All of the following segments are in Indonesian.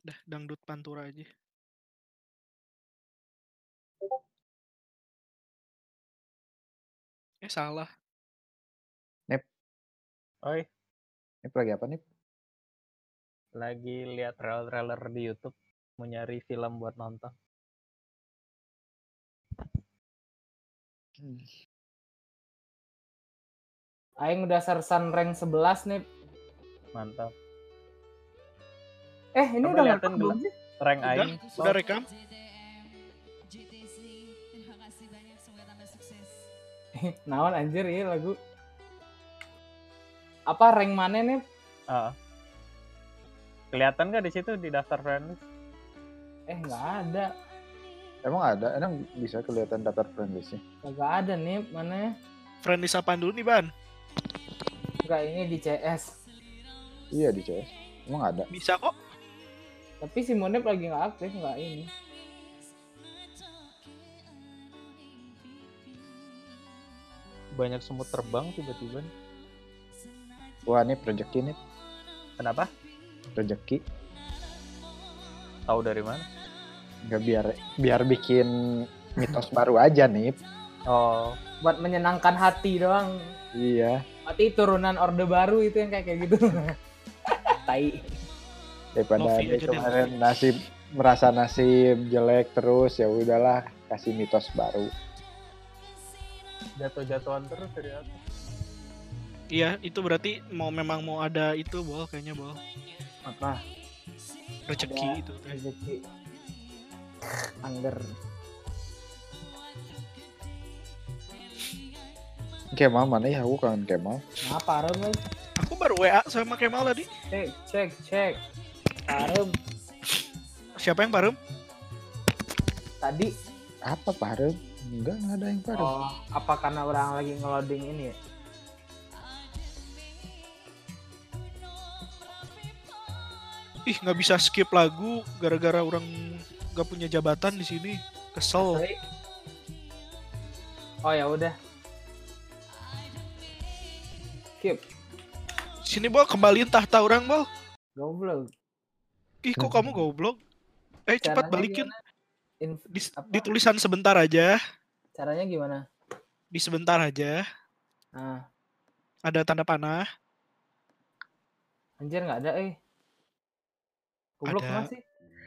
Dah dangdut pantura aja. Salah. Nip, Oi, Nip lagi apa Nip? lagi lihat trailer di YouTube, mau nyari film buat nonton. Aing udah sersan rank 11 nih. Mantap. Ini Coba udah liatin ngerekam belum sih? Rank aing. Udah rekam? Naon anjir ini lagu. Apa rank mana nih? Kelihatan nggak di situ di daftar friendlist? Nggak ada. Emang ada? Emang bisa kelihatan daftar friendlist-nya? Nggak ada nih, mana? Friendlist apaan dulu nih, Ban? Enggak, ini di CS. Iya di CS. Emang ada? Bisa kok. Tapi si Monep lagi nggak aktif, nggak ini. Banyak semut terbang tiba-tiba. Wah nih rezeki nih. Kenapa? Rezeki. Tahu dari mana? Nggak biar bikin mitos baru aja nih. Oh, Buat menyenangkan hati doang. Iya. Berarti turunan orde baru itu yang kayak gitu. Tai. Daripada Novi dia aja kemarin merasa nasib jelek terus, ya udahlah kasih mitos baru. jatuh-jatuhan terus dari atas. Iya, itu berarti memang mau ada itu, Bol, kayaknya, Bol. Apa? Rezeki Ada itu. rezeki. Angger. Kemal mana ya? Aku kangen Kemal. Apa Arem? Aku baru WA sama Kemal tadi. Cek. Arem. Siapa yang Parem? Tadi. Apa Parem? Enggak ada yang Parem. Oh, apa karena orang lagi ngeloading ini ya? Ih, nggak bisa skip lagu gara-gara orang nggak punya jabatan di sini. Kesel. Asli. Oh ya udah. Skip. Sini, Bol, kembaliin tahta orang, Bol. Goblok. Ih, kok kamu goblok? Cepat Caranya balikin. gimana? Di tulisan sebentar aja. Caranya gimana? Di sebentar aja. Nah, Ada tanda panah. anjir nggak ada Goblok Ada. masih.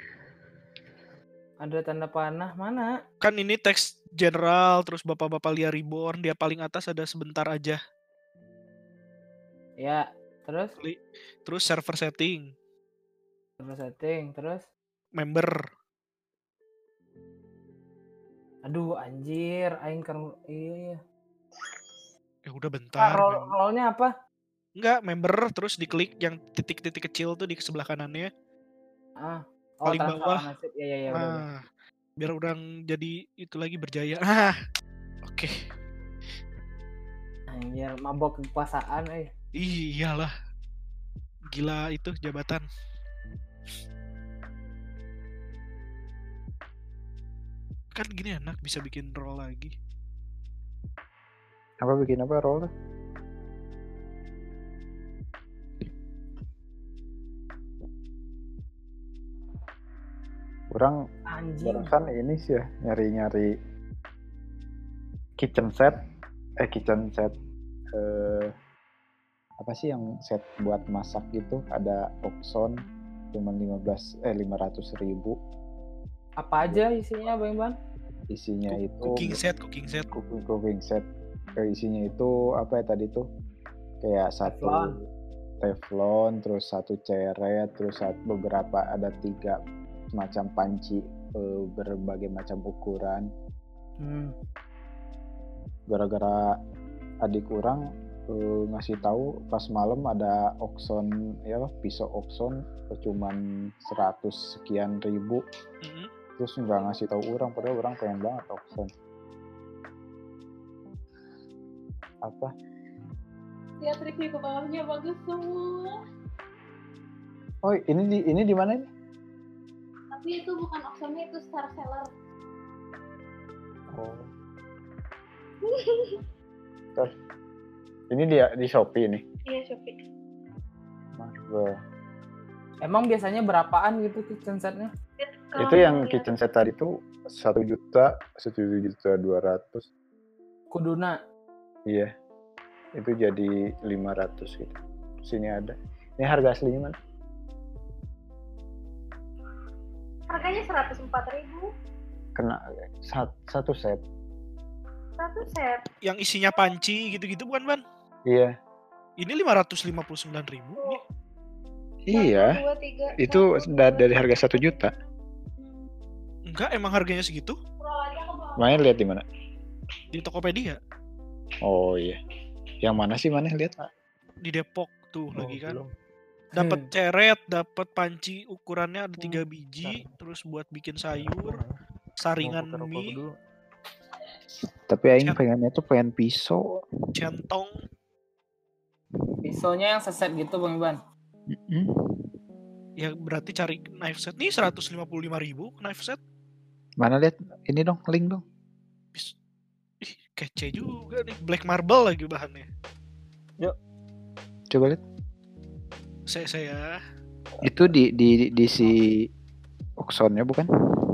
Ada tanda panah mana? Kan ini teks general, terus bapak-bapak Lia Reborn, dia paling atas ada sebentar aja. Ya, terus Terus server setting, terus member. aduh anjir aing kan iya. Udah bentar. Rollnya apa? Enggak, member, terus diklik yang titik-titik kecil tuh di sebelah kanannya. Paling bawah. Nasib. Ya, Nah, udah. biar orang jadi itu lagi berjaya. Oke. Anjir, mabok kekuasaan Iyalah. Gila itu jabatan. Kan gini enak bisa bikin roll lagi. Apa bikin apa roll? Orang barusan ini sih ya nyari kitchen set. Apa sih yang set buat masak gitu, ada Oxon cuma 500.000. Apa aja isinya Bang? Isinya itu cooking set. Cooking set. Isinya itu apa ya tadi tuh? Kayak satu teflon, terus satu ceret, terus beberapa ada 3 semacam panci berbagai macam ukuran. Gara-gara adik kurang ngasih tahu pas malam ada Oxon ya, pisau Oxon cuman 100 sekian ribu. Terus nggak ngasih tahu orang, padahal orang pengen banget Oxon. Apa? Lihat review ke bawahnya bagus semua. Oh, ini di mana ini? Tapi itu bukan Oxonnya, itu Star Seller. Oh. Terus ini dia di Shopee nih. Iya, Shopee. Marvel. Emang biasanya berapaan gitu kitchen setnya? Itu yang kitchen set tadi tuh 1.200.000. Kuduna. Iya. Itu jadi 500 gitu. Sini ada. Ini harga aslinya mana? Harganya 104.000. Kena satu set. Satu set. Yang isinya panci gitu-gitu bukan, Ban? Iya. Ini 559.000 nih. Iya. 1, 2, 3. Itu dari harga 1 juta. Enggak, emang harganya segitu? Main lihat di mana? Di Tokopedia. Oh iya. Yang mana sih mana lihat? Di Depok tuh lagi kan. Belum. Dapat ceret, dapat panci ukurannya ada 3 biji, terus buat bikin sayur, saringan Mau pakai rokok mie, dulu. Tapi aing pengennya tuh pengen pisau. centong. Pisaunya yang seset gitu Bang Iban. Ya berarti cari knife set nih 155.000 knife set. Mana lihat ini dong, link dong. Ih, kece juga nih, black marble lagi bahannya. Coba lihat. Saya Itu di si Oxonnya bukan?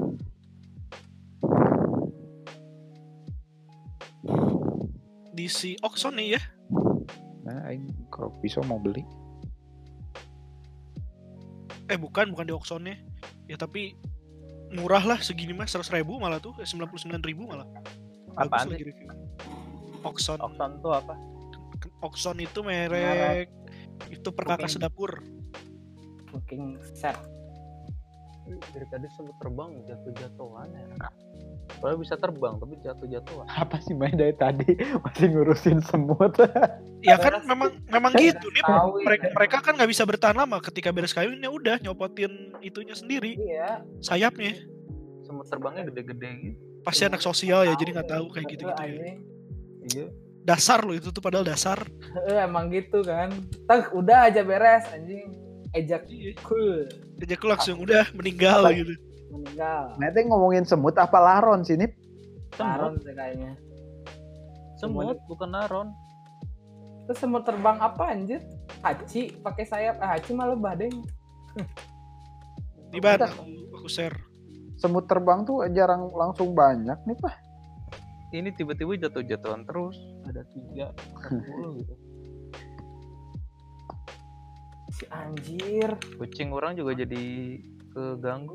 di si Oxon nih ya. Nah, aing kalau pisau mau beli. Bukan di Oxonnya. Ya tapi murah lah segini mah, 100.000 malah tuh, 99.000 malah. Bagus Apaan lagi review. Oxon. Oxon tuh apa? Oxon itu merek itu perkakas Cooking. dapur. Cooking set. Dari tadi sebut terbang jatuh-jatuhan ya. Padahal bisa terbang tapi jatuh-jatuhan. Apa sih main dari tadi masih ngurusin semut? Ya kan memang gitu nih. Kawin. Mereka kan nggak bisa bertahan lama, ketika beres kawin ya udah nyopotin itunya sendiri, Iya. sayapnya. Semut terbangnya gede-gede gitu. Pasti anak sosial ya, jadi nggak tahu kayak gitu-gitu ya. Anjing. Iya. Dasar loh itu tuh, padahal dasar. Emang gitu kan. Tak udah aja beres anjing. Ejak Iya. cool. Jadi aku langsung udah meninggal gitu. Meninggal. Nanti ngomongin semut apa laron sini? Taron sih kayaknya. Semut bukan naron. Terus semut terbang apa anjir? Hachi pakai sayap. Hachi malah badeng. Nih Ban, Bentar. aku share. Semut terbang tuh jarang langsung banyak nih, Pak. Ini tiba-tiba jatuh-jatuhan terus. Ada 3, 10 gitu. Si anjir. Kucing orang juga jadi keganggu.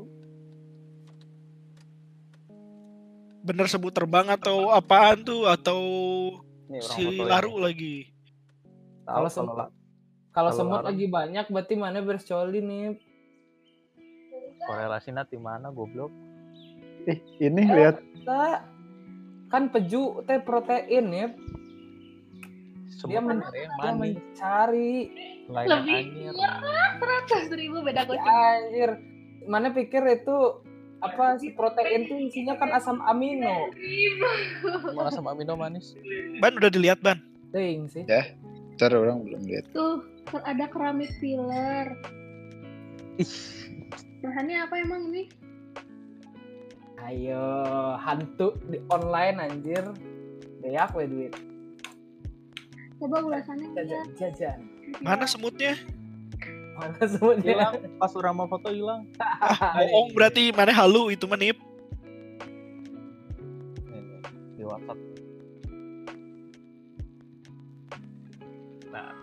Bener sebut terbang atau apaan tuh, atau Nih orang si fotoin laru nih. lagi. Tahu Kalau semut kalau kalau kalau semut laron. lagi banyak berarti mana bercoli nih. korelasinya di mana goblok? Ini lihat Kita kan peju teh protein ya. Semut Dia kan ada yang Dia manis, mencari. lain yang Lebih anjir. murah 100.000 beda Si kucing. anjir. Mana pikir itu apa si protein tuh isinya kan asam amino. Malah sama amino manis. Ban udah dilihat Ban? Ting sih. cara orang belum lihat. Tuh, ada keramik filler. Ih, Bahannya apa emang ini? Ayo hantu di online anjir. Beyak we duit. Coba ulasannya Jajan, lihat. jajan. Mana semutnya? Mana semuanya? hilang pas orang mau foto hilang. Bohong berarti, mana halu itu menip. Nih, di WhatsApp. Nah,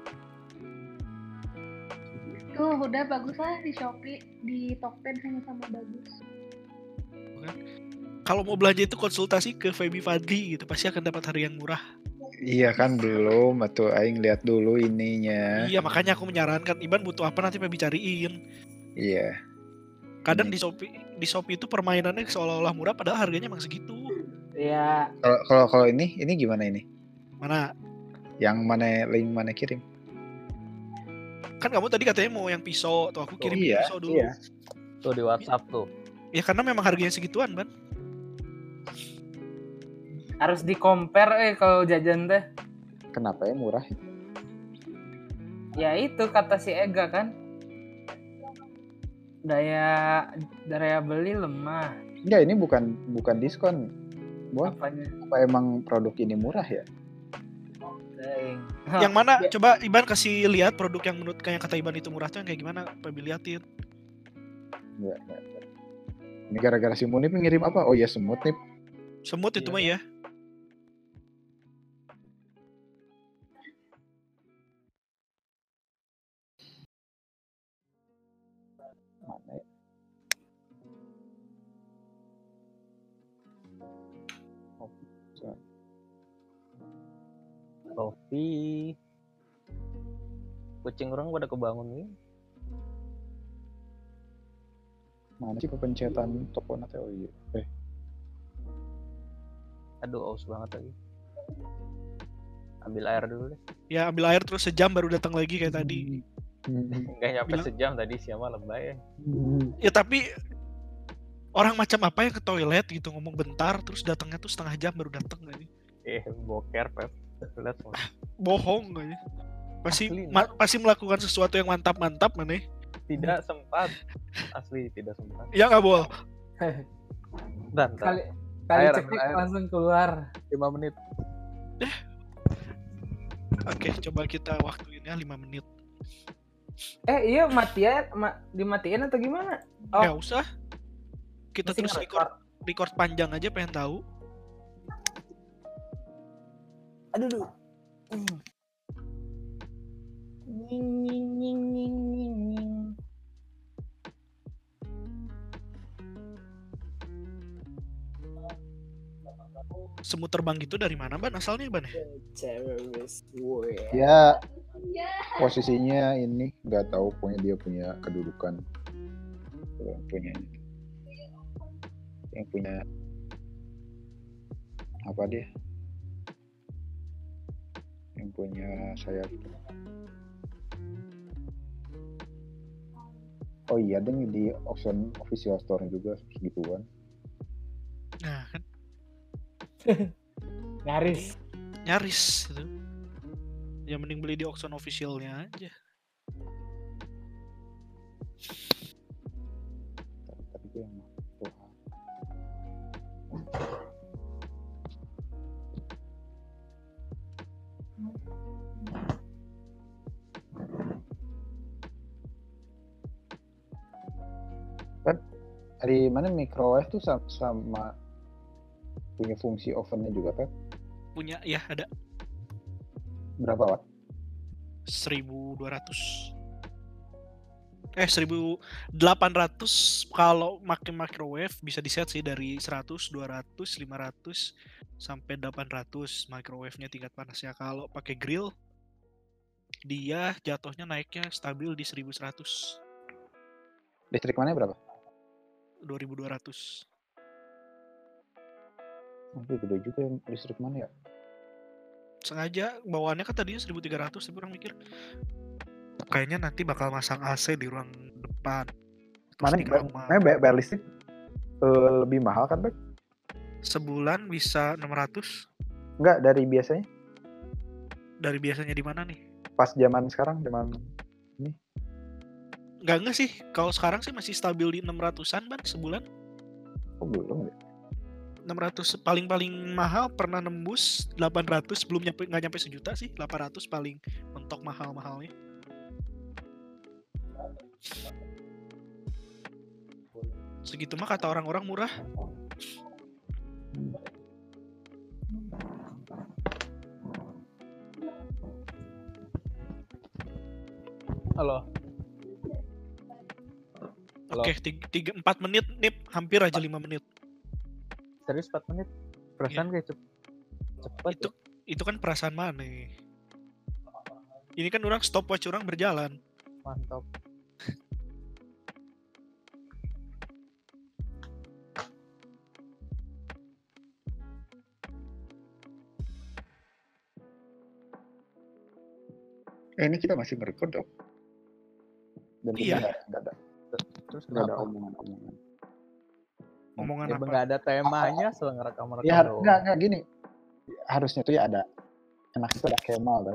Tuh, udah bagus lah di Shopee, di Tokped sama bagus. Kalau mau belanja itu konsultasi ke Feby Fadli gitu, pasti akan dapat harga yang murah. Iya kan belum, atau aing lihat dulu ininya. Iya, makanya aku menyarankan Iban butuh apa nanti Feby cariin. Iya. Kadang di Shopee itu permainannya seolah-olah murah padahal harganya emang segitu. Iya. Kalau ini gimana ini? Mana? Yang mana link mana kirim? Kan kamu tadi katanya mau yang pisau, tuh aku kirim iya, pisau dulu. iya. tuh di WhatsApp tuh. Ya karena memang harganya segituan, Ban. Harus di compare kalau jajan teh. Kenapa ya murah? Ya itu kata si Ega kan. Daya beli lemah. Enggak, ini bukan diskon. Buat Apanya? apa emang produk ini murah ya? Deng. Yang mana? Ya, Coba Iban kasih lihat produk yang menurut kayak kata Iban itu murah tuh yang kayak gimana? Pengen liatin. Enggak. Ini gara-gara si Munip ngirim apa? Oh iya, semut nih. Semut itu Iya. mah ya. Mana ya? Kopi. Kucing orang pada kebangun nih. Mana sih pepencetan toko nanti? Oh iya. Aduh, aus banget lagi. Ambil air dulu deh. Ya ambil air terus sejam baru datang lagi kayak tadi. Enggak nyampe Bilang- sejam tadi, siapa lebay ya. Ya tapi orang macam apa yang ke toilet gitu ngomong bentar terus datangnya tuh setengah jam baru datang tadi. Boker, Pep. Lihat semua. Bohong kayaknya. Pasti Asli, pasti melakukan sesuatu yang mantap-mantap mana? Tidak sempat. Asli, tidak sempat. Ya nggak boleh. Dan, kali Air, cekek air. langsung keluar. 5 menit. Oke, coba kita waktuinnya 5 menit. Iya dimatiin atau gimana? Oh. Nggak usah. Kita Masih terus nge-record. record panjang aja pengen tahu. Aduh. Nying. Semut terbang gitu dari mana Ban? Asalnya Ban ya? Ya, posisinya ini nggak tahu, punya dia punya kedudukan, yang punya apa dia? Yang punya sayap. Oh iya, dan di auction official store juga segituan. Nah kan Nyaris. nyaris gitu. Ya mending beli di auction officialnya aja. Tapi itu yang Tuhan. Kan dari mana microwave tuh sama punya fungsi ovennya juga kan? Punya ya ada Berapa watt? 1200. 1800 kalau pakai microwave bisa di set sih dari 100, 200, 500 sampai 800 microwave-nya tingkat panasnya. Kalau pakai grill dia jatuhnya naiknya stabil di 1100, Listrik mana berapa? 2200. Tapi gede juga yang listrik mana ya? Sengaja bawaannya kan tadinya 1300 tapi orang mikir kayaknya nanti bakal masang AC di ruang depan. Terus Mana di kamar. bayar listrik lebih mahal kan, Bek? Sebulan bisa 600 Enggak, dari biasanya. dari biasanya di mana nih? Pas zaman sekarang, zaman Enggak sih. Kalau sekarang sih masih stabil di 600-an Ban sebulan. oh, belum ya? 600 paling mahal pernah nembus 800, belum nggak nyampe sejuta sih, 800 paling mentok mahal-mahalnya. Segitu mah kata orang-orang murah. Halo. Halo. Oke, 4 menit nih, hampir aja 5 menit. Serius 4 menit? Perasaan kayak cepet Itu itu kan perasaan mana nih? Ini kan orang stopwatch orang berjalan. mantap. Ini kita masih nge-record dong. Dan Iya. Nggak ada Terus nggak ada kenapa? omongan-omongan. Omongan Ya, apa? nggak ada temanya, setelah ngerekam Ya doang. nggak gini. Harusnya tuh ya ada. Enak itu ada Kemal tau.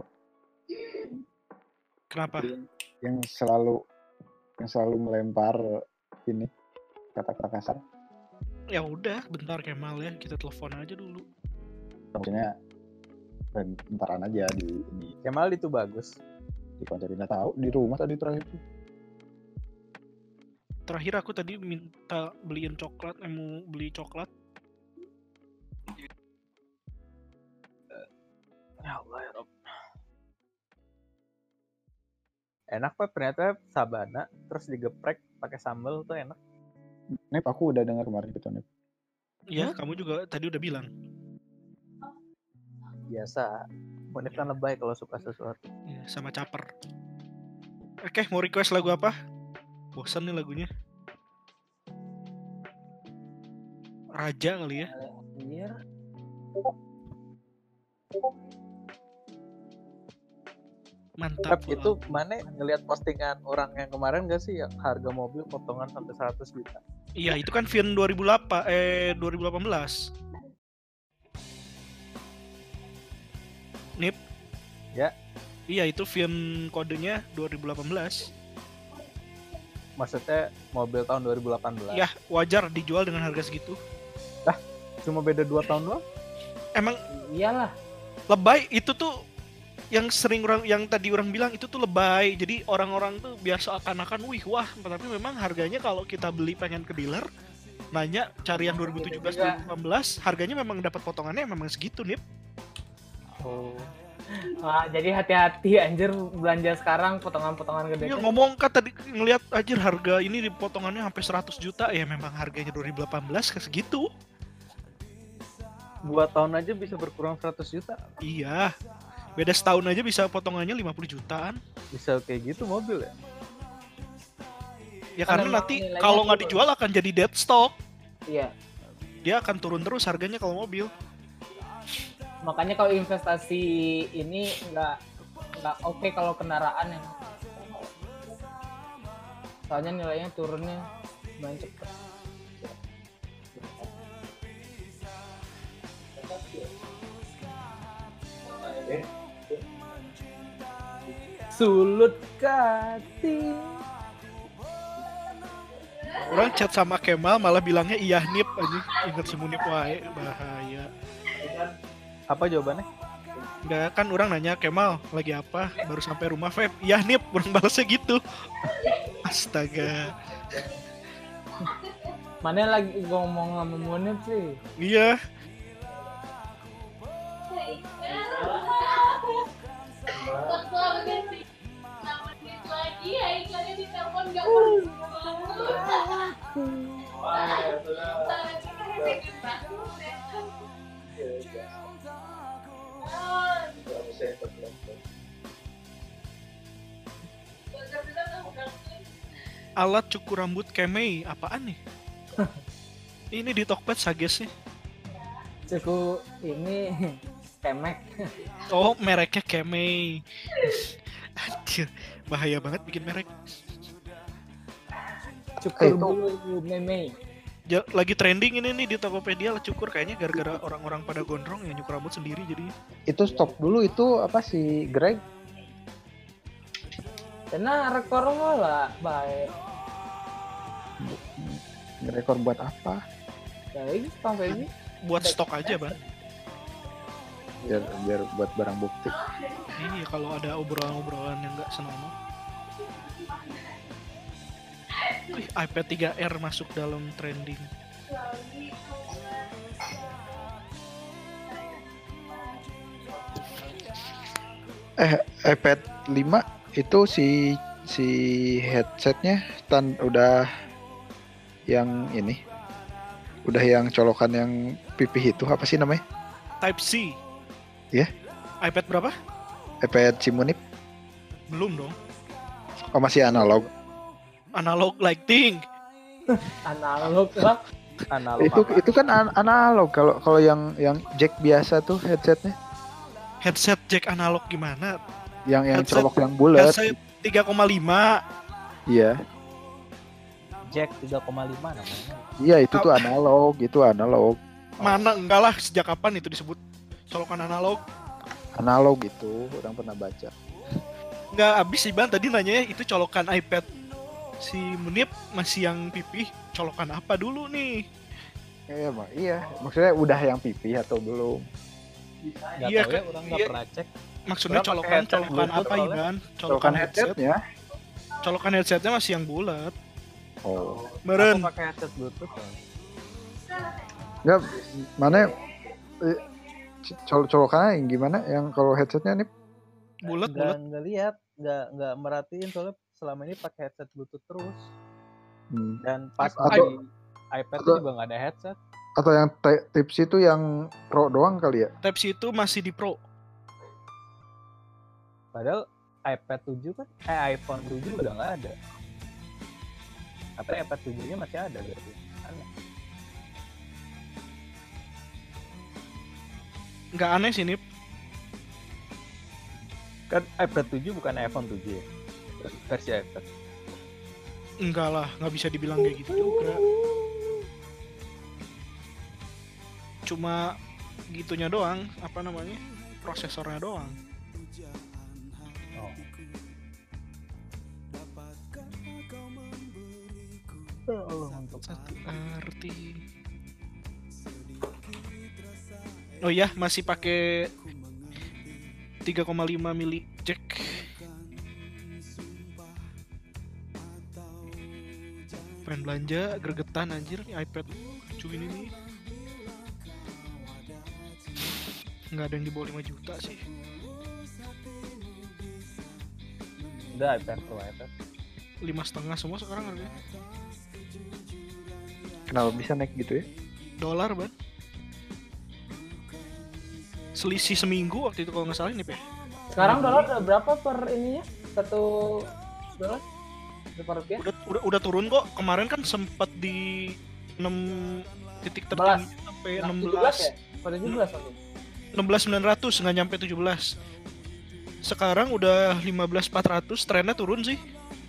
Kenapa? Yang selalu melempar ini kata-kata kasar. Ya udah, bentar Kemal ya, kita telepon aja dulu. Maksudnya entaran aja di Kemal itu bagus. konterin, nggak tahu di rumah tadi terakhir tuh. Terakhir aku tadi minta beliin coklat, mau beli coklat. Ya Allah ya Rob. Enak Pak, ternyata sabana terus digeprek pakai sambal tuh enak. Nep, aku udah dengar kemarin gitu Nep. Iya, kamu juga tadi udah bilang. Biasa. Monip kan lebay kalau suka sesuatu. Iya, sama caper. Oke, mau request lagu apa? Bosan nih lagunya. Raja kali ya. Anjir. Mantap. Tapi itu mana ngelihat postingan orang yang kemarin gak sih yang harga mobil potongan sampai 100 juta? Iya, itu kan Vian 2018. Nip. Ya. Iya, itu Vian kodenya 2018. Maksudnya mobil tahun 2018. Ya, wajar dijual dengan harga segitu. Cuma beda 2 tahun doang. Emang Iyalah. lebay itu tuh yang sering yang tadi orang bilang itu tuh lebay. Jadi orang-orang tuh biar seakan-akan wah, tapi memang harganya kalau kita beli pengen ke dealer, nanya cari yang 2017 2018, harganya memang dapat potongannya memang segitu, Nip. Oh. Wah, jadi hati-hati anjir belanja sekarang potongan-potongan gede. Iya, ngomong kan tadi ngelihat aja harga ini di potongannya sampai 100 juta, ya memang harganya 2018 ke segitu. 2 tahun aja bisa berkurang 100 juta. Iya. Beda setahun aja bisa potongannya 50 jutaan. Bisa kayak gitu mobil ya? Ya Kan karena emang nanti nilainya kalau nggak turun. dijual akan jadi dead stock. Iya. Dia akan turun terus harganya kalau mobil. Makanya kalau investasi ini nggak oke kalau kendaraan yang soalnya nilainya turunnya lumayan cepet. Sulut kating. Orang chat sama Kemal malah bilangnya iya Nip aja. Ingat si Munip wae, bahaya. Apa jawabannya? Enggak, kan orang nanya Kemal lagi apa, baru sampai rumah Feb. Iya Nip, orang balasnya gitu. Astaga. Mana lagi ngomong sama Munip sih? Iya. Alat cukur rambut Kemei, apaan nih? Ini di Tokped Sagesnya. Cukup ini kemek. Oh, mereknya Kemei. Anjir, bahaya banget bikin merek. Cukur itu- bulu meme. Lagi trending ini nih di Tokopedia lah cukur, kayaknya gara-gara orang-orang pada gondrong ya nyukur rambut sendiri jadi. Itu stop dulu, itu apa si Greg? Karena rekor lo lah baik. Rekor buat apa? Baik, sampai ini. Buat stok aja, Bang. Biar buat barang bukti. Iya, kalau ada obrolan-obrolan yang nggak senonoh. Wih, iPad 3R masuk dalam trending. iPad 5 itu si headsetnya udah yang ini. Udah yang colokan yang pipih itu apa sih namanya? Type C. Iya. iPad berapa? iPad Simunip. Belum dong. Oh, masih analog. Analog lighting. Analog lah. Analog Itu kan analog. Kalau yang jack biasa tuh headsetnya. Headset jack analog gimana? Yang Headset- colok yang bulat. Headset 3,5. Iya. Jack 3,5 namanya. Iya, itu tuh analog. Mana enggak lah, sejak kapan itu disebut colokan analog? Analog itu orang pernah baca. Nggak abis sih Bang, tadi nanya itu colokan iPad si Munip masih yang pipih, colokan apa dulu nih? Iya, maksudnya udah yang pipih atau belum? Nggak Iya, tahu ya, orang nggak iya. pernah cek. Maksudnya Orang pakai colokan headset Bluetooth apa soalnya. Iban? Colokan headsetnya. Colokan headsetnya masih yang bulat. Oh. Meren. Aku pakai headset Bluetooth. Kan. Enggak, mana colokannya yang gimana? Yang kalau headsetnya nih Bulat. Nggak lihat, nggak merhatiin soalnya selama ini pakai headset Bluetooth terus. Dan pas di iPad itu juga nggak ada headset. Atau yang tips itu yang Pro doang kali ya? Tips itu masih di Pro. Padahal iPad 7 kan, iPhone 7 udah nggak ada. Tapi iPad 7-nya masih ada berarti. Aneh. Nggak aneh sih, Nip. Kan iPad 7 bukan iPhone 7 ya? Versi iPad. Enggak lah, nggak bisa dibilang kayak gitu juga. Cuma gitunya doang, apa namanya, prosesornya doang. Oh, mantap. Satu arti. Oh iya, masih pakai 3,5 mili jack. Pengen belanja, gregetan anjir nih iPad lucu ini nih. Nggak ada yang di bawah 5 juta sih. Udah iPad Pro, iPad 5,5 semua sekarang harganya. Kenapa bisa naik gitu ya? Dolar, Ban. Selisih seminggu waktu itu kalau nggak salah nih, Pe. Sekarang dolar udah berapa per ininya? $1 berapa rupiah? Udah turun kok. Kemarin kan sempat di 6 titik tertinggi sampai 16 ya? Pada 17 aku. 16.900, nggak nyampe 17. Sekarang udah 15.400, trennya turun sih.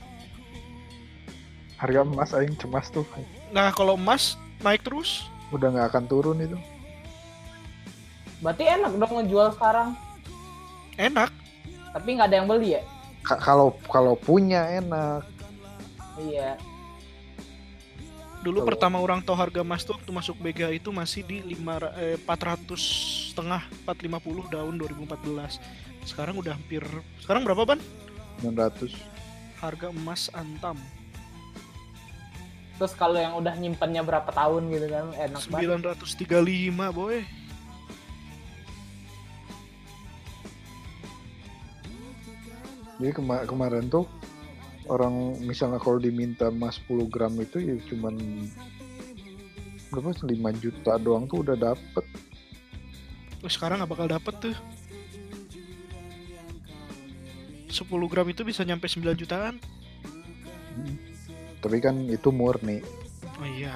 Harga emas aing cemas tuh. Nah, kalau emas naik terus. Udah nggak akan turun itu. Berarti enak dong ngejual sekarang. Enak. Tapi nggak ada yang beli ya? Kalau punya enak. Iya. Dulu pertama orang tahu harga emas tuh waktu masuk BGA itu masih di 450 tahun 2014. Sekarang udah hampir. Sekarang berapa, Ban? 900. Harga emas antam. Terus kalau yang udah nyimpennya berapa tahun gitu kan enak banget. 935, boy. Jadi kemarin tuh orang misalnya kalau diminta emas 10 gram itu ya cuman berapa 5 juta doang tuh udah dapet. Sekarang nggak bakal dapet tuh. 10 gram itu bisa nyampe 9 jutaan. Tapi kan itu murni. Oh iya.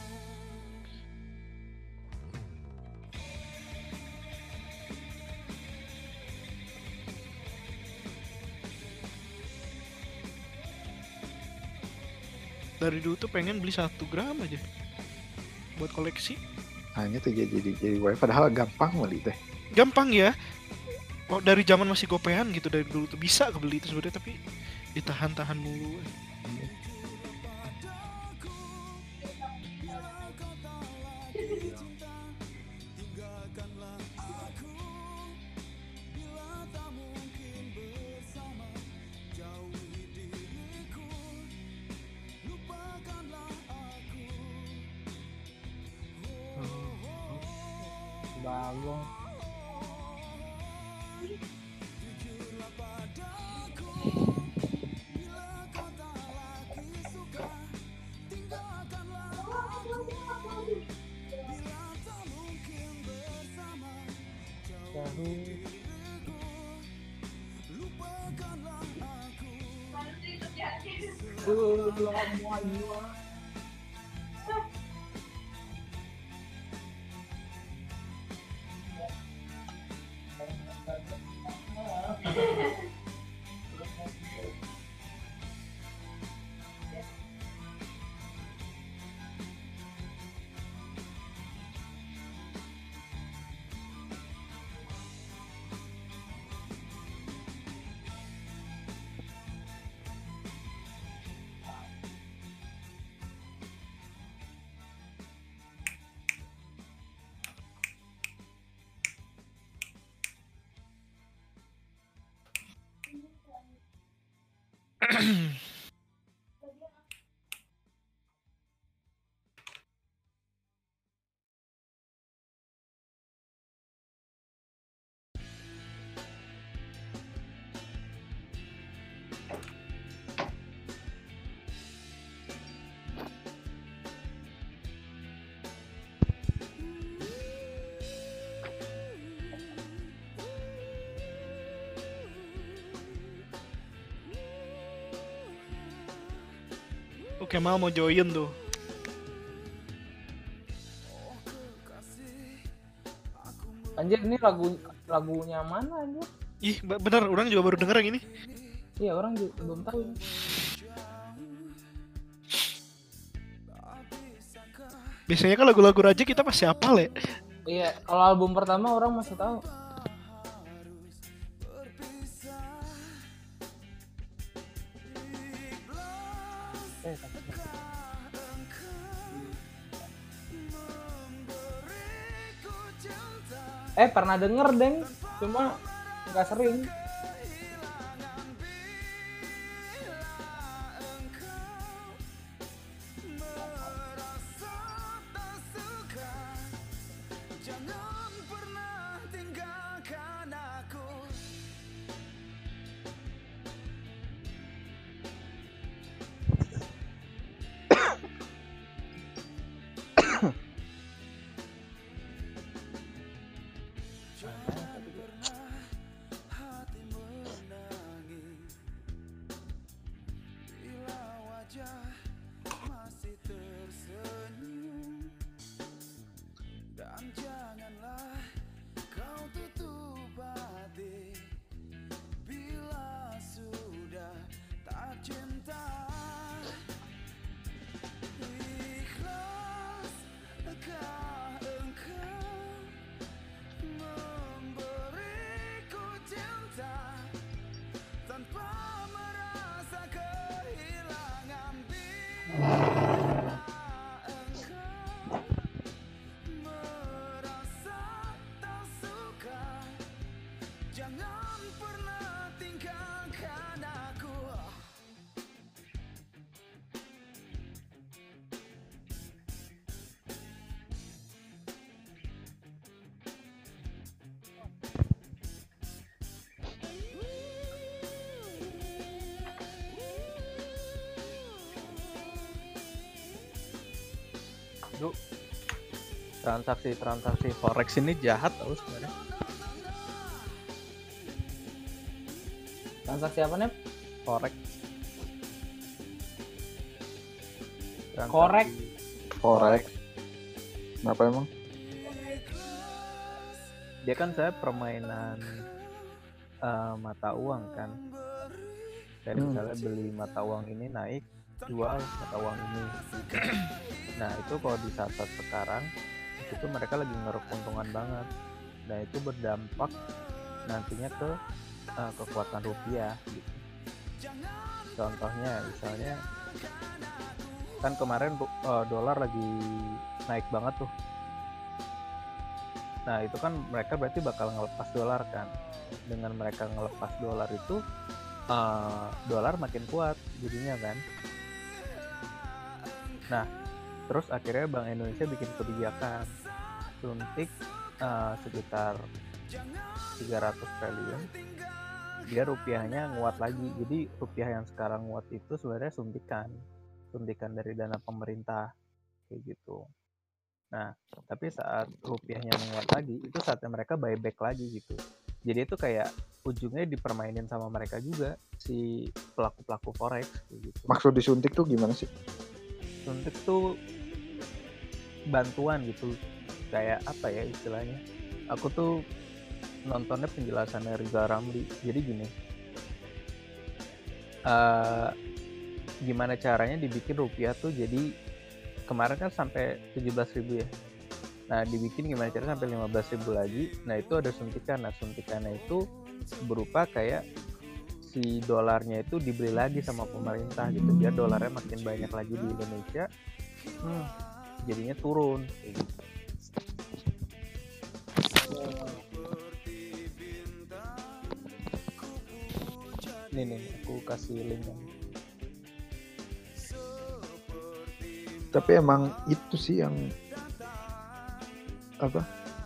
Dari dulu tuh pengen beli 1 gram aja buat koleksi. Hanya tuh jadi wifi padahal gampang beli teh. Gampang ya. Oh, dari zaman masih gopean gitu, dari dulu tuh bisa kebeli itu sebenarnya, tapi ditahan-tahan mulu. Bagong. Oke, mau join tuh. Anjir, ini lagunya mana anjir? Ih, bener, orang juga baru denger yang ini. Iya, orang juga belum tahu ini. Biasanya kan lagu-lagu Raja kita pasti hafal ya. Iya, kalau album pertama orang masih tahu. Pernah denger, Deng, cuma nggak sering. Transaksi forex ini jahat tau sebenarnya. Transaksi apa nih? Forex. Korek. Forex. Kenapa emang? Dia kan saya permainan mata uang kan. Saya misalnya beli mata uang ini naik, jual mata uang ini. Nah itu kalau di saat sekarang itu mereka lagi ngeruk keuntungan banget. Nah itu berdampak nantinya ke kekuatan rupiah gitu. Contohnya misalnya kan kemarin dolar lagi naik banget tuh. Nah itu kan mereka berarti bakal ngelepas dolar kan. Dengan mereka ngelepas dolar itu dolar makin kuat jadinya kan. Nah terus akhirnya Bank Indonesia bikin kebijakan suntik sekitar 300 triliun biar rupiahnya nguat lagi. Jadi rupiah yang sekarang nguat itu sebenarnya suntikan dari dana pemerintah kayak gitu. Nah tapi saat rupiahnya menguat lagi itu saatnya mereka buyback lagi gitu. Jadi itu kayak ujungnya dipermainin sama mereka juga si pelaku forex gitu. Maksud disuntik tuh gimana sih? Suntik tuh bantuan gitu, kayak apa ya istilahnya, aku tuh nontonnya penjelasannya Riza Ramli. Jadi gini, gimana caranya dibikin rupiah tuh jadi kemarin kan sampai 17.000 ya. Nah dibikin gimana caranya sampai 15.000 lagi. Nah itu ada suntikan. Nah suntikannya itu berupa kayak si dolarnya itu dibeli lagi sama pemerintah gitu biar dolarnya makin banyak lagi di Indonesia, jadinya turun kayak gitu. Nih aku kasih linknya. Tapi emang itu sih yang apa?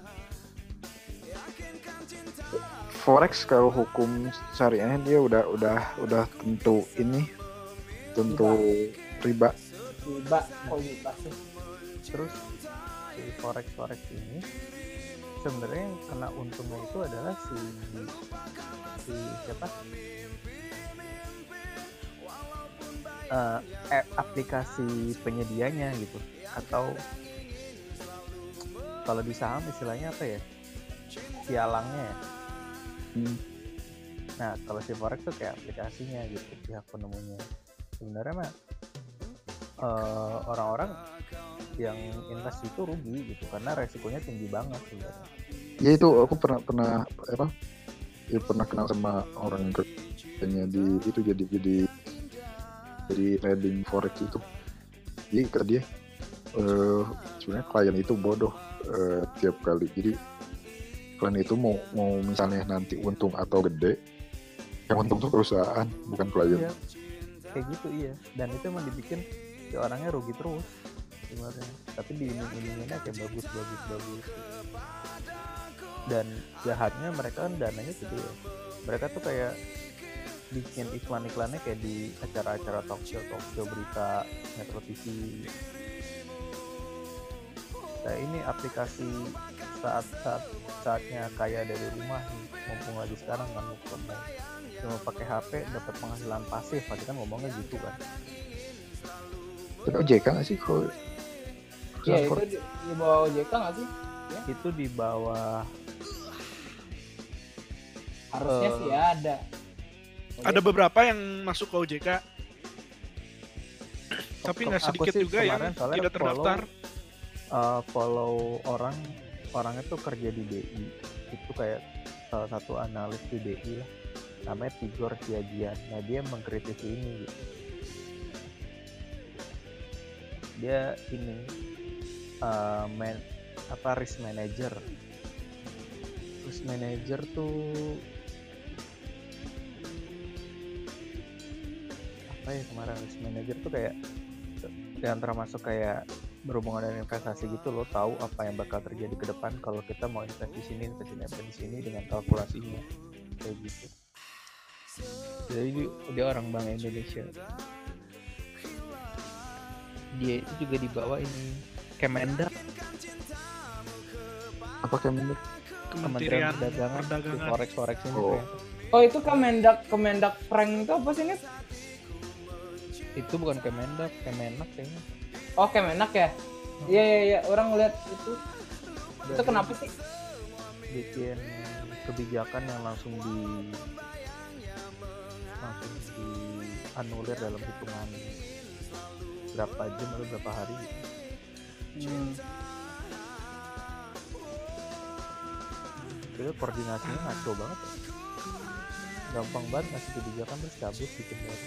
Forex kalau hukum syariahnya dia udah tentu ini, tentu riba. Riba, kok riba sih? Terus si forex ini sebenarnya yang kena untungnya itu adalah si siapa? Aplikasi penyedianya gitu, atau kalau di saham istilahnya apa ya, sialangnya ya. Nah kalau si forex tuh kayak aplikasinya gitu, pihak penemunya. Sebenarnya mah orang-orang yang invest itu rugi gitu karena resikonya tinggi banget sebenarnya. Ya itu aku pernah apa? Ya pernah kenal sama orang yang kerjanya di itu jadi trading forex itu. Jadi kata dia sebenarnya klien itu bodoh tiap kali. Jadi klien itu mau misalnya nanti untung atau gede, yang untung tuh perusahaan bukan klien. Iya, kayak gitu iya. Dan itu emang dibikin si orangnya rugi terus sebenarnya. Tapi diiming-iminginnya kayak bagus. Dan jahatnya mereka kan dananya gede ya. Mereka tuh kayak bikin iklan-iklannya kayak di acara-acara talk show berita Metro TV. Nah ini aplikasi saatnya kaya dari rumah nih, mumpung lagi sekarang kan cuma pakai HP dapat penghasilan pasif, tadi kan ngomongnya gitu kan. Itu OJK nggak sih kalau? Iya itu di bawah OJK nggak sih? Ya? Itu di bawah. Harusnya sih ada. Ada beberapa yang masuk ke OJK, tapi nggak sedikit juga yang tidak terdaftar. Follow orangnya tuh kerja di BI, itu kayak salah satu analis di BI lah, namanya Tigor Siagian. Nah dia mengkritisi ini gitu. Dia ini risk manager tuh apa ya kemarin. Risk manager tuh kayak yang termasuk kayak berhubungan dengan investasi gitu, lo tahu apa yang bakal terjadi ke depan kalau kita mau invest di sini dengan kalkulasinya kayak gitu. Jadi dia orang Bank Indonesia. Dia itu juga dibawa ini Kemendak. Apa Kemendak? Kementerian Perdagangan. Forex ini. Oh. Oh itu Kemendak prank itu apa sih Net? Itu bukan Kemendak, Kemenak kayaknya. Oh Kemenak ya? Iya orang lihat itu. Itu kenapa sih? Bikin kebijakan yang langsung dianulir dalam hitungan berapa jam atau berapa hari. Itu koordinasinya ngaco banget ya. Gampang banget ngasih kebijakan terus cabut gitu buat.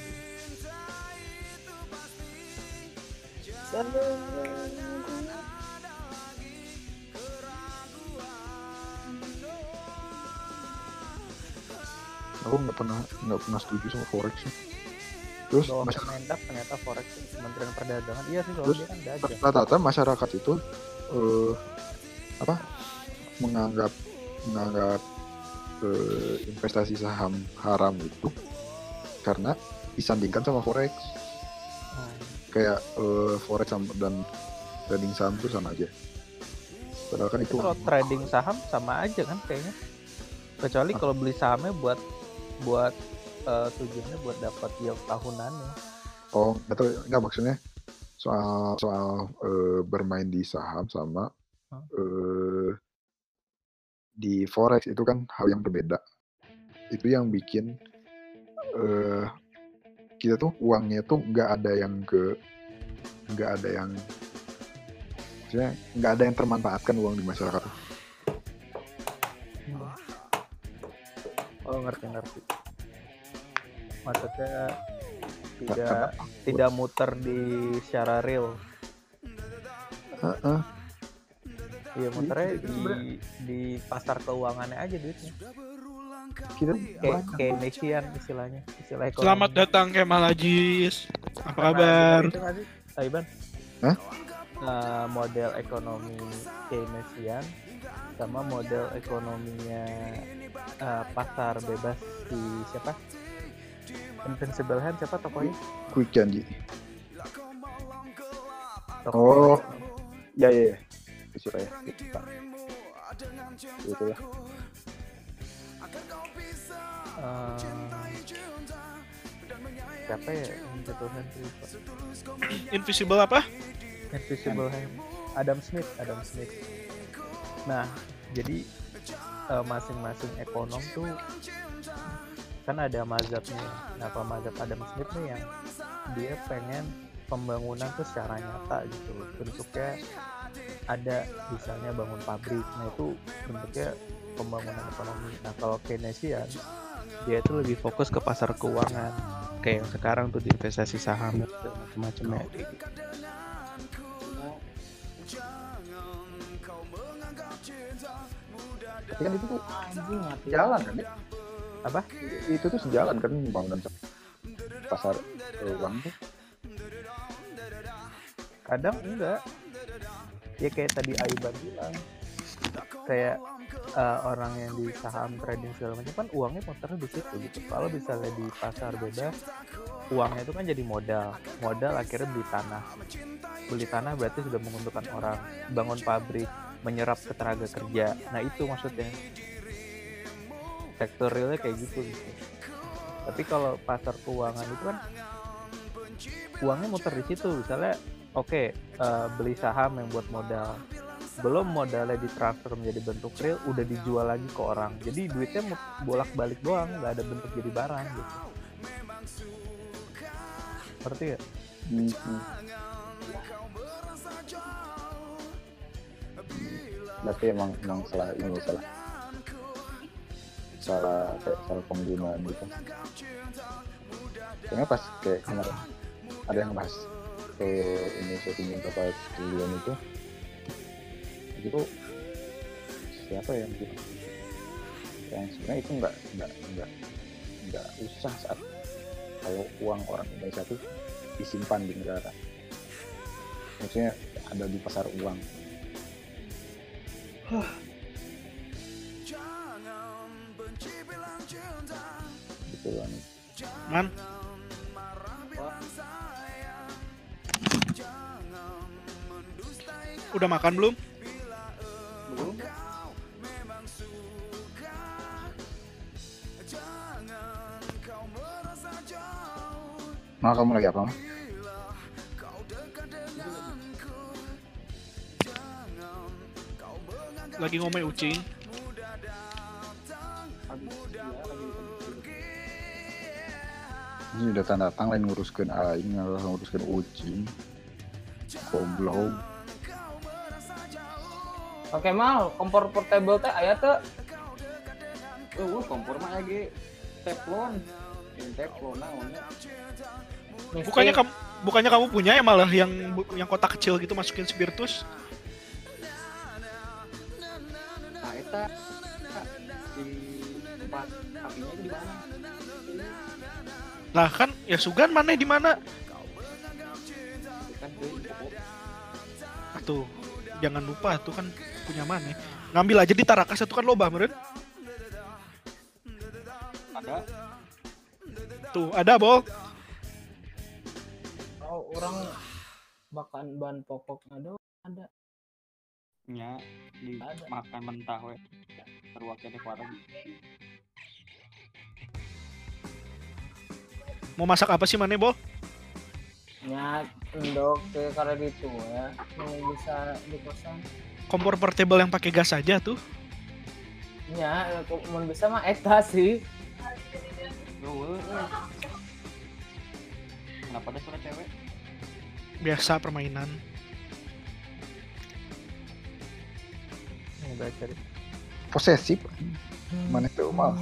Aku nggak pernah setuju sama forex sih. Terus Kemendak ternyata forex Kementerian Perdagangan. Iya sih, terus soalnya kan dagang. rata-rata masyarakat itu menganggap investasi saham haram itu karena disandingkan sama forex. Kayak forex dan trading saham itu sama aja. Padahal kan itu kalau trading saham sama aja kan kayaknya. Kecuali kalau beli sahamnya buat tujuannya buat dapat yield tahunannya. Oh, nggak maksudnya soal bermain di saham sama di forex itu kan hal yang berbeda. Itu yang bikin kita tuh uangnya tuh nggak ada yang maksudnya nggak ada yang termanfaatkan uang di masyarakat. Oh ngerti. Maksudnya tidak muter di secara real. Iya muternya di pasar keuangannya aja duitnya. Kita Kayak Keynesian istilah ekonomi. Selamat datang Kemal Ajis. Apa kabar? Aiban. Hah? Model ekonomi Keynesian sama model ekonominya pasar bebas di siapa? Invincible Hand siapa tokohnya? Quick Janji. Tokoh. Oh, ya. Siapa ya? Lupa. Itulah. Siapa ya Invincible Hand? Invisible apa? Invisible Hand. Adam Smith. Nah, jadi masing-masing ekonom tuh kan ada mazhabnya. Nah, mazhab Adam Smith nih yang dia pengen pembangunan tuh secara nyata gitu. Bentuknya ada misalnya bangun pabrik. Nah, itu bentuknya pembangunan ekonomi. Nah, kalau Keynesian dia itu lebih fokus ke pasar keuangan. Kayak yang sekarang tuh di investasi saham gitu, macam-macamnya. Tapi kan itu tuh Anjing mati. jalan kan ya? Apa? Itu tuh sejalan kan pembangunan pasar uang tuh. Kadang enggak. Ya kayak tadi Ayuban bilang. Kayak orang yang di saham trading segala macam kan uangnya muternya di situ gitu. Kalau misalnya di pasar bebas, uangnya itu kan jadi modal akhirnya beli tanah berarti sudah menguntungkan orang, bangun pabrik, menyerap tenaga kerja. Nah itu maksudnya sektor realnya kayak gitu. Tapi kalau pasar keuangan itu kan uangnya muter di situ. Misalnya beli saham yang buat modal, belum modalnya ditransfer menjadi bentuk real, udah dijual lagi ke orang. Jadi duitnya bolak-balik doang, nggak ada bentuk jadi barang gitu. Ngerti ya? Berarti emang salah penggunaan gitu. Soalnya pas kayak kemarin ada yang bahas ke Indonesia tinggi berapa triliun itu siapa yang bilang yang sebenarnya itu nggak usah saat kalau uang orang Indonesia itu disimpan di negara, maksudnya ada di pasar uang. Gitu kan. Man, udah makan belum? Belum. Nah, kamu lagi apa? Lagi ngomel ucing. Ini udah tanda tangan lain nguruskan aing, nguruskan ucing. Goblok. Oke mal, kompor portable teh aya teh. Kompor mah lagi teflon. Teflon naonnya. Bukannya kamu punya ya malah yang kotak kecil gitu masukin spiritus? Nah, eta di tempat apinya itu di mana? Lah kan ya Sugan mana di mana? Kan pokok. Tuh, jangan lupa tuh kan punya mana. Ngambil aja di Tarakas itu kan loba meureun. Ada. Tuh, ada bol. Oh, orang makan bahan pokoknya ada. Nya di Ada. makan mentah we. Perwakilan Ecuador. Mau masak apa sih mana bol? Nya endok ke karena gitu ya. Mau bisa di kosan. Kompor portable yang pakai gas aja tuh. Nya mau bisa mah eta sih. Kenapa ada suara cewek? Biasa permainan. Nggak cari. Posesif. Mana tuh mal?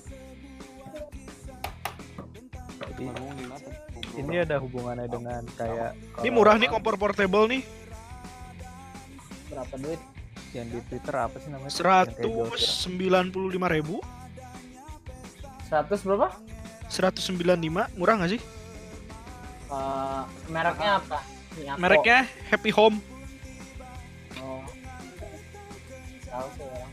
Jadi ini ada hubungannya dengan kayak Ini murah nih kompor portable nih. Berapa duit? yang di Twitter apa sih namanya? Yang kayak Ghost. 195.000. 100 berapa? 195, murah nggak sih? Mereknya apa? Miyako. Mereknya Happy Home. Oh. Tahu sih orang.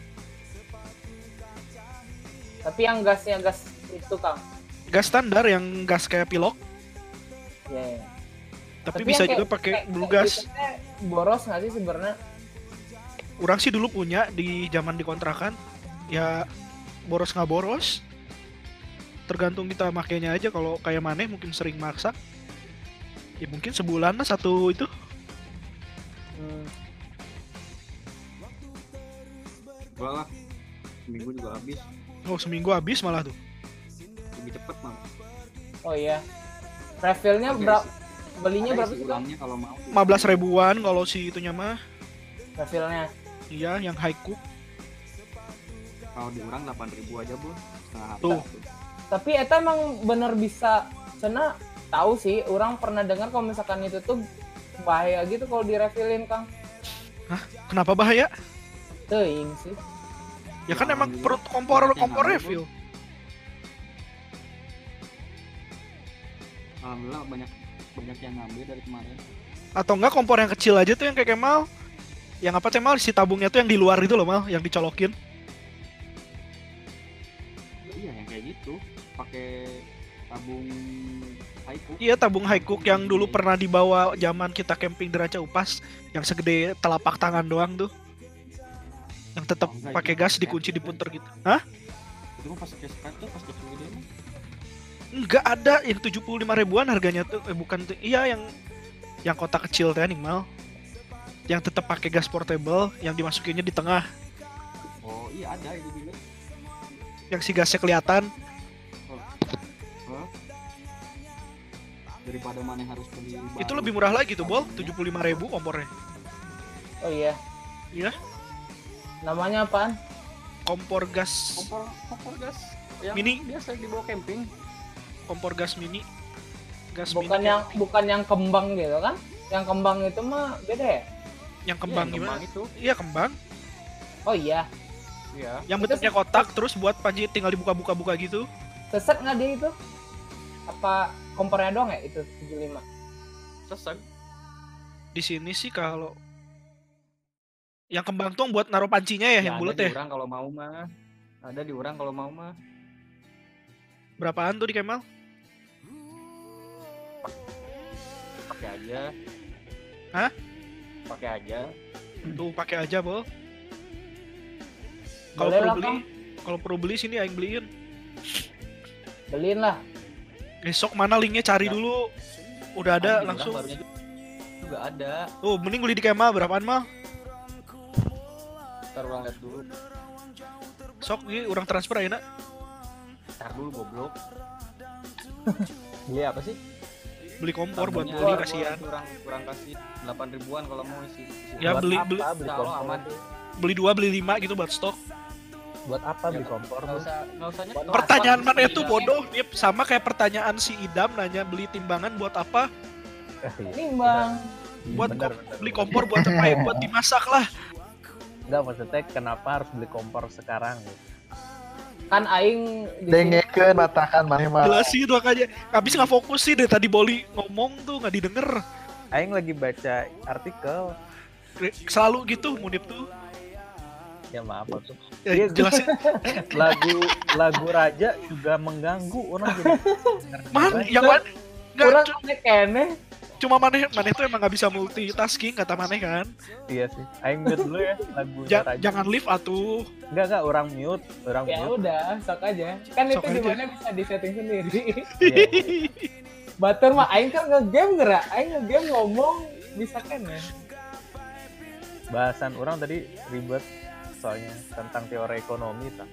Tapi yang gasnya gas itu Kang. Gas standar yang gas kayak pilok, Iya. tapi bisa yang juga pakai blue gas. gitu teh boros nggak sih sebenarnya? Orang sih dulu punya di zaman dikontrakan. Ya boros nggak boros. Tergantung kita makainya aja. Kalau kayak Maneh mungkin sering maksa. Ya mungkin sebulan lah satu itu. Gua lah seminggu juga habis, Oh seminggu habis malah tuh. lebih cepet malah. Oh iya. Refillnya Oke, berapa? Belinya Ada berapa isi sih Kang? ulangnya kalau mau. 15 ribuan kalau si itunya mah. Refillnya. Iya yang high cook. Kalau diurang 8.000 aja bu, setengah harga Tuh. Tapi eta emang bener bisa. Karena tahu sih, orang pernah dengar kalau misalkan itu tuh bahaya gitu kalau direfillin Kang. Kenapa bahaya? Teuing sih. Ya kan Ya, emang perut kompor banyak yang ngambil, refill. Alhamdulillah banyak yang ngambil dari kemarin. Atau enggak kompor yang kecil aja tuh yang kayak Kemal. Yang apa Kemal si tabungnya tuh yang di luar itu loh Mal, yang dicolokin. Iya yang kayak gitu, pakai tabung haiku. Iya tabung high cook yang dulu pernah dibawa zaman kita camping di Ranca Upas, yang segede telapak tangan doang tuh. Yang tetap Oh, enggak, pakai itu gas pakai dikunci di gas. punter gitu. Hah? Itu mah pas ke kaca, pas ke gede mah. Enggak ada yang 75 ribuan harganya tuh. Bukan tuh. Iya yang kotak kecil teh nih Mal. Yang tetap pakai gas portable yang dimasukinnya di tengah. Oh iya ada itu juga. Yang si gasnya kelihatan. Hah? Daripada mana yang harus beli baru. Itu lebih murah lagi tuh, Bol. 75 ribu kompornya. Oh iya. Iya. Namanya apaan? Kompor gas. kompor gas yang Mini. biasa dibawa camping. Kompor gas mini. Gas Bukan mini. bukan yang kembang gitu kan? Yang kembang itu mah beda ya? Yang kembang Iya, gimana? kembang itu. Iya kembang. Oh iya. Iya. Yang Itu bentuknya kotak terus buat panci tinggal dibuka-buka gitu. Sesek nggak dia itu? Apa kompornya doang ya itu 75? Sesek. Di sini sih kalau yang kembang tuh buat naruh pancinya ya, yang ada bulat di ya. orang kalau mau mah. Ada di orang kalau mau mah. Berapaan tuh di Kemal? Pakai aja. Hah? Pakai aja. Tuh pakai aja, Bol. Kalau Boleh perlu lah, beli, Kang. kalau perlu beli sini aing beliin. Beliin lah. Besok mana linknya cari Ya. dulu. Udah ada Di orang langsung. barunya juga ada. Oh, mending beli di Kemal berapaan mal? Ntar orang lihat dulu. Sok ini orang transfer aja nak. Ntar dulu goblok. Beli apa sih? Beli kompor buat Tabungnya beli orang- kasihan. Kurang kasih 8 ribuan kalau mau isi. Ya Buat beli apa beli beli Kalau kompor? aman. beli 2 beli 5 gitu buat stok. Buat apa beli kompor? Nggak Bu? usah nyetok. Pertanyaan mana Iya. itu bodoh, Nip. Sama kayak pertanyaan si Idam nanya beli timbangan buat apa? Iya. Nimbang. Buat Bener, kom- bener, beli bener. kompor buat apa ya? Buat dimasak lah. Enggak, maksudnya kenapa harus beli kompor sekarang gitu? Kan aing di sini Dengekeun matakan maneh mah. Jelas sih itu makanya. Habis nggak fokus sih dari tadi Boli ngomong tuh nggak didengar. Aing lagi baca artikel. Selalu gitu Munip tuh. Ya maaf tuh. Ya, Iya, jelasin. Lagu Raja juga mengganggu orang jadi. Man, yang mana? kurang Nggak, aneh kene. cuma maneh tuh emang nggak bisa multitasking kata maneh kan. Iya sih. Aing mute dulu ya lagunya Raja. Jangan live atuh. Enggak orang mute, orang Ya mute. udah, sok aja. Kan Sok itu aja. dimana bisa disetting sendiri. Iya. Batur mah aing kan nge-game gerak. Aing nge-game ngomong bisa kene. Bahasan orang tadi ribet soalnya tentang teori ekonomi tak.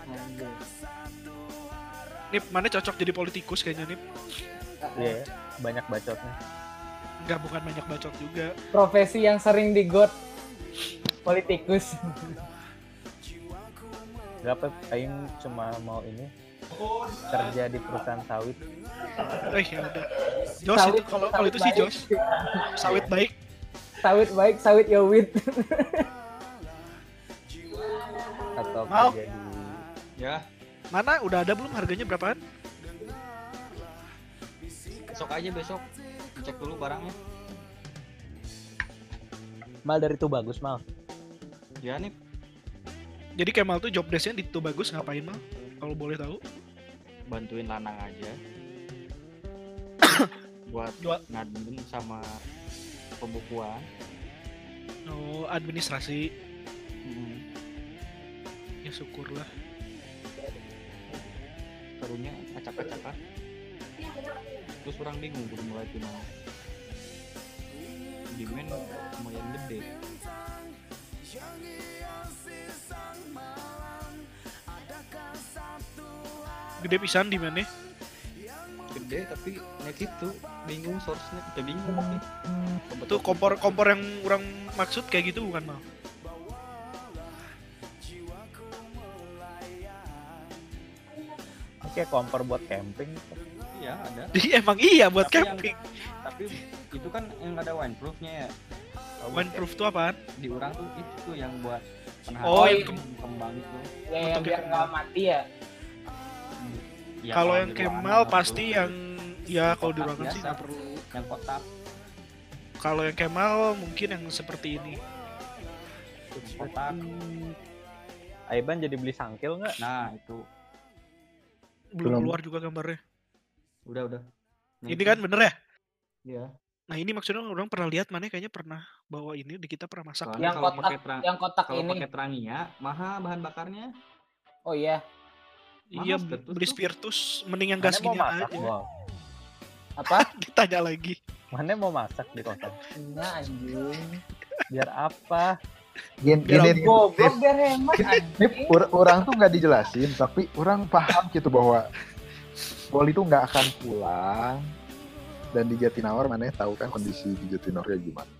Nip, mana cocok jadi politikus kayaknya Nip. Iya, banyak bacotnya. Enggak, bukan banyak bacot juga. Profesi yang sering digot politikus. Enggak apa, aing cuma mau ini kerja di perusahaan sawit. Ya udah. Jos itu kalau itu sih baik. Jos. Sawit baik. Sawit baik, sawit ya wit. Atau Mau. kerja di Ya, Mana udah ada belum harganya berapaan? besok aja besok. Cek dulu barangnya. Mal dari itu bagus Mal. Ya nih, Jadi Kemal tuh job desk-nya di Tubagus ngapain Mal? Kalau boleh tahu. bantuin Lanang aja. Buat Dua- ngadmin sama pembukuan. Oh, administrasi. Mm-mm. Ya syukurlah. Serunya acak-acakan. Terus orang bingung udah mulai gimana. Demand lumayan gede. Gede pisan di mana? Gede tapi net itu bingung source-nya. Udah bingung tapi. Tuh kompor yang orang maksud kayak gitu bukan Mal? Kayak kompor buat camping. Iya ada. Emang iya buat Tapi camping. Tapi itu kan yang ada windproof-nya ya. Windproof tuh apaan? Di orang tuh itu yang buat penahan Oh, yang kembang itu. Ya, yang Untuk biar nggak mati ya. Ya, Kalau yang di ruangan Kemal nggak pasti perlu. yang ya kalau di Kotak ruangan sih biasa. nggak perlu. Yang kotak, Kalau yang Kemal mungkin yang seperti ini. kotak. Aiban jadi beli sangkil nggak? Nah itu Belum Belum. keluar juga gambarnya. udah. Nah, Ini itu. kan bener ya? Iya. Nah ini maksudnya orang pernah lihat mana kayaknya pernah bawa ini di kita pernah masak. Soalnya Yang kalau kotak, pakai terang, yang kotak kalau ini. pakai Trangia mahal bahan bakarnya. Oh iya. Iya mahal spiritus beli tuh. spiritus mending yang Mana gas mau gini masak, aja. Bol? Apa? Ditanya lagi. Mana mau masak di kosan? Iya anjing. Biar apa? Gini, Biar gini, Goblok biar hemat ini anjing. orang tuh nggak dijelasin, tapi orang paham gitu bahwa Bol itu nggak akan pulang. Dan di Jatinangor mana tahu kan kondisi di Jatinangor kayak gimana.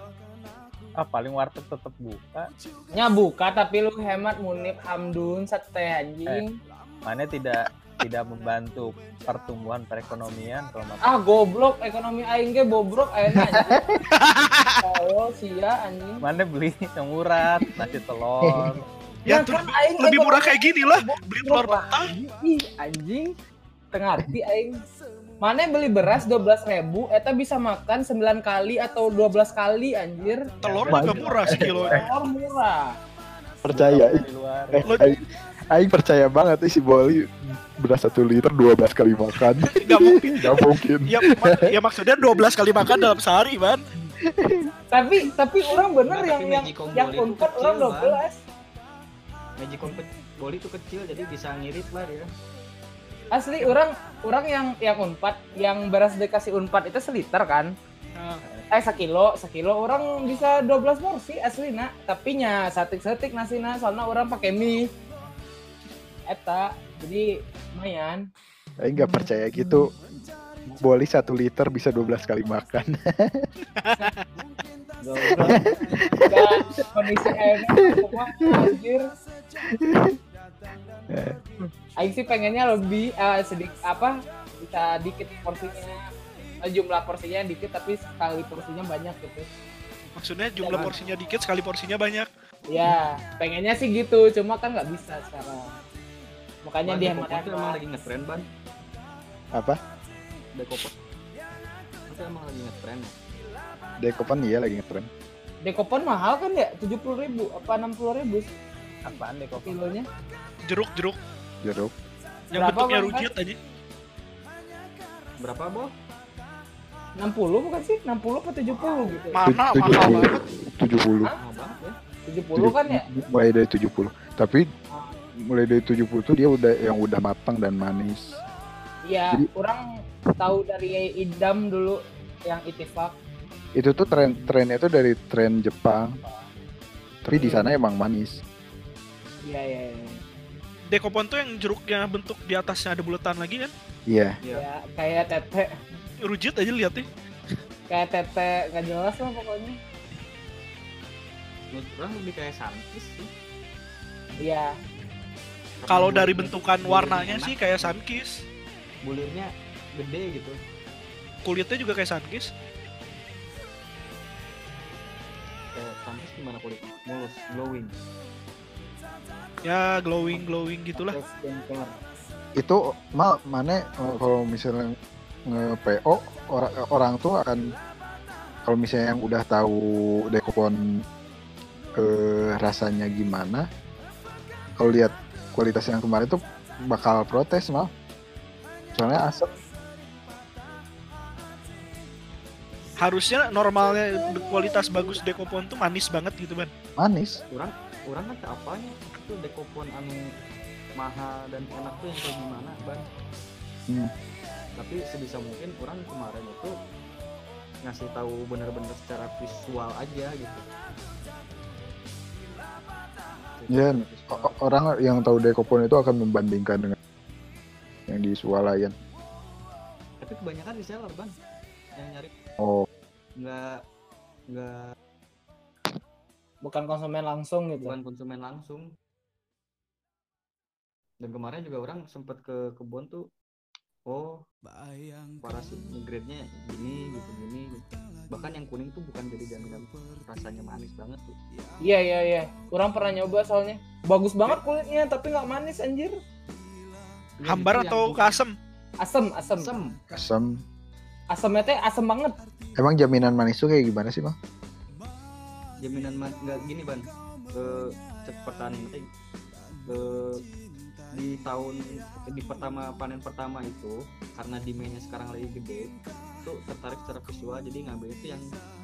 Ah paling warteg tetap buka. Nya buka tapi lu hemat Munib Hamdun sate anjing. Mana tidak membantu pertumbuhan perekonomian kalau masak. Ah goblok ekonomi aing ge bobrok ayeuna anjing. Oh sia anjing. Mana beli yang murah, nasi telur. Ya Ya tuh kan aing lebih murah ekonomi kayak gini lah. bobrok Beli telur lah. mentah. Ih anjing. Tengarti aing. Mana beli beras 12.000 eta bisa makan 9 kali atau 12 kali anjir. Telur juga murah sekilo. Telur murah. Percaya, Di luar. Aing percaya banget si Boli beras 1 liter 12 kali makan. Gak mungkin. Gak mungkin. Ya maksudnya 12 kali makan dalam sehari, Ban. Tapi orang bener Enggak, tapi yang Magicom yang Boli itu unpad orang kecil, 12. Magic Boli itu kecil jadi bisa ngirit lah dia. Asli orang yang unpad, yang beras dikasih unpad itu seliter kan? Nah, sekilo orang bisa 12 porsi asli nak. Tapi nya satik-satik nasina soalnya orang pakai mie. Eta jadi lumayan. Aing nggak percaya gitu. Boli 1 liter bisa 12 kali makan. Goblok. Dan kondisi enak semua anjir. Aing sih pengennya lebih sedikit bisa dikit porsinya, jumlah porsinya dikit tapi sekali porsinya banyak gitu. maksudnya jumlah porsinya dikit, sekali porsinya banyak. Ya pengennya sih gitu, cuma kan nggak bisa sekarang. Makanya dia Dekopon tuh emang lagi ngetren ban. Apa? Dekopon itu emang lagi ngetren. Dekopan iya lagi ngetren. Dekopon mahal kan ya, 70.000 apa 60.000 Apaan deh kok? kilonya? Jeruk Jeruk. yang Berapa, bentuknya Bang? rujit aja. Berapa, Bo? 60 bukan sih? 60 apa 70 gitu? Mana mahal 70. banget. 70. Mahal banget ya. 70 kan ya? Mulai dari 70. Tapi mulai dari 70 tuh dia udah matang dan manis. Iya, Jadi- orang tahu dari Idam dulu yang Itifak. Itu tuh trennya tuh dari tren Jepang. Tapi di sana emang manis. Iya. Dekopon tuh yang jeruknya bentuk di atasnya ada bulatan lagi kan? Iya. Iya. Ya, kayak tete, Rujit aja lihat nih. kayak tete nggak jelas lah pokoknya. Menurut orang lebih kayak Sunkist sih. Iya, Kalau Karena dari bulirnya- bentukan bulirnya warnanya enak, sih kayak Sunkist. bulirnya gede gitu. Kulitnya juga kayak Sunkist. Kayak Sunkist gimana kulitnya? Mulus, glowing. Ya glowing gitulah. skincare. Itu mana kalau misalnya nge-PO orang tuh akan kalau misalnya yang udah tahu Dekopon rasanya gimana, kalau lihat kualitas yang kemarin tuh bakal protes mal. Soalnya asap. Harusnya normalnya kualitas bagus Dekopon tuh manis banget gitu Ban. Manis. Orang kan tak apanya itu Dekopon anu mahal dan enak tuh yang kayak gimana Ban. Tapi sebisa mungkin orang kemarin itu ngasih tahu bener-bener secara visual aja gitu. Ya, orang yang tahu Dekopon itu akan membandingkan dengan yang di Swalayan. Tapi kebanyakan reseller Ban yang nyari. Oh. Nggak Bukan konsumen langsung gitu. bukan konsumen langsung. Dan kemarin juga orang sempet ke kebun tuh, parasit grade-nya gini gitu. Bahkan yang kuning tuh bukan jadi jaminan rasanya manis banget tuh. Iya. Orang pernah nyoba soalnya. Bagus banget kulitnya tapi nggak manis anjir. Hambar atau keasem? Asem. Asam. Asemnya teh asem banget. Emang jaminan manis tuh kayak gimana sih, Bang? Jaminan nggak gini Ban. Pertanian nanti di panen pertama itu karena demand-nya sekarang lagi gede, tuh tertarik secara visual jadi ngambil itu yang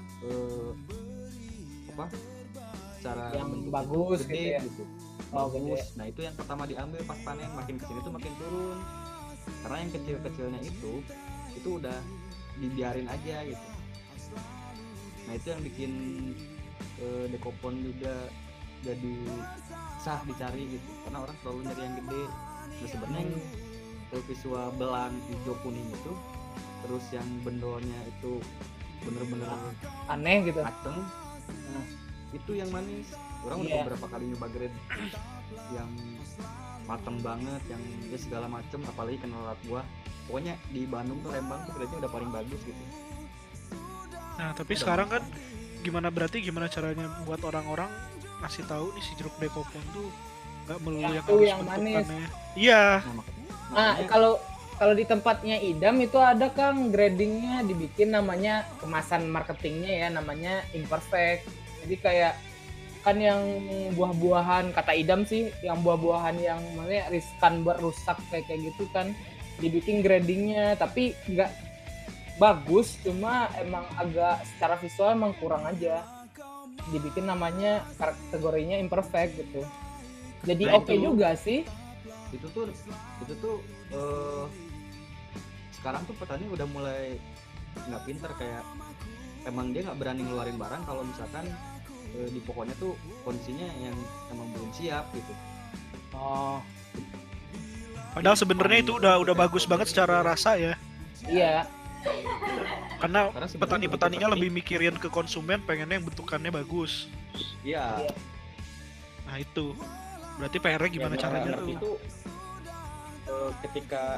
secara yang bentuk bagus gede gitu ya. gitu. Oh, Bagus. gede. Nah itu yang pertama diambil pas panen, makin kesini tuh makin turun. Karena yang kecil-kecilnya itu udah dibiarin aja gitu. Nah itu yang bikin Dekopon juga jadi sah dicari gitu. Karena orang selalu nyari yang gede. Nah sebenarnya yang visual belang hijau kuning itu, terus yang bendolnya itu bener-bener Aneh gitu. mateng. Nah, itu yang manis. Orang udah beberapa kali nyoba grade yang mateng banget, yang ya segala macem, apalagi kena lalat buah. Pokoknya di Bandung tuh Lembang tuh grade-nya udah paling bagus gitu. Nah, tapi sekarang kan gimana caranya buat orang-orang ngasih tahu nih si jeruk Dekopon tuh nggak melulu yang harus yang manis. bentukannya. Iya. Nah, kalau di tempatnya Idam itu ada Kang gradingnya dibikin namanya kemasan marketingnya ya namanya imperfect. Jadi kayak kan yang buah-buahan kata Idam sih yang buah-buahan yang namanya riskan buat rusak kayak gitu kan dibikin gradingnya tapi nggak bagus cuma emang agak secara visual emang kurang aja dibikin namanya kategorinya imperfect gitu jadi Nah, oke juga sih itu tuh sekarang tuh petani udah mulai nggak pinter kayak emang dia nggak berani ngeluarin barang kalau misalkan di pokoknya tuh kondisinya yang emang belum siap gitu. oh Padahal sebenarnya itu udah bagus banget secara rasa ya. iya Karena sebenarnya petani-petaninya seperti- lebih mikirin ke konsumen, pengennya yang bentukannya bagus. Iya. Nah itu berarti PR-nya gimana Ya, caranya ngerti tuh? itu ketika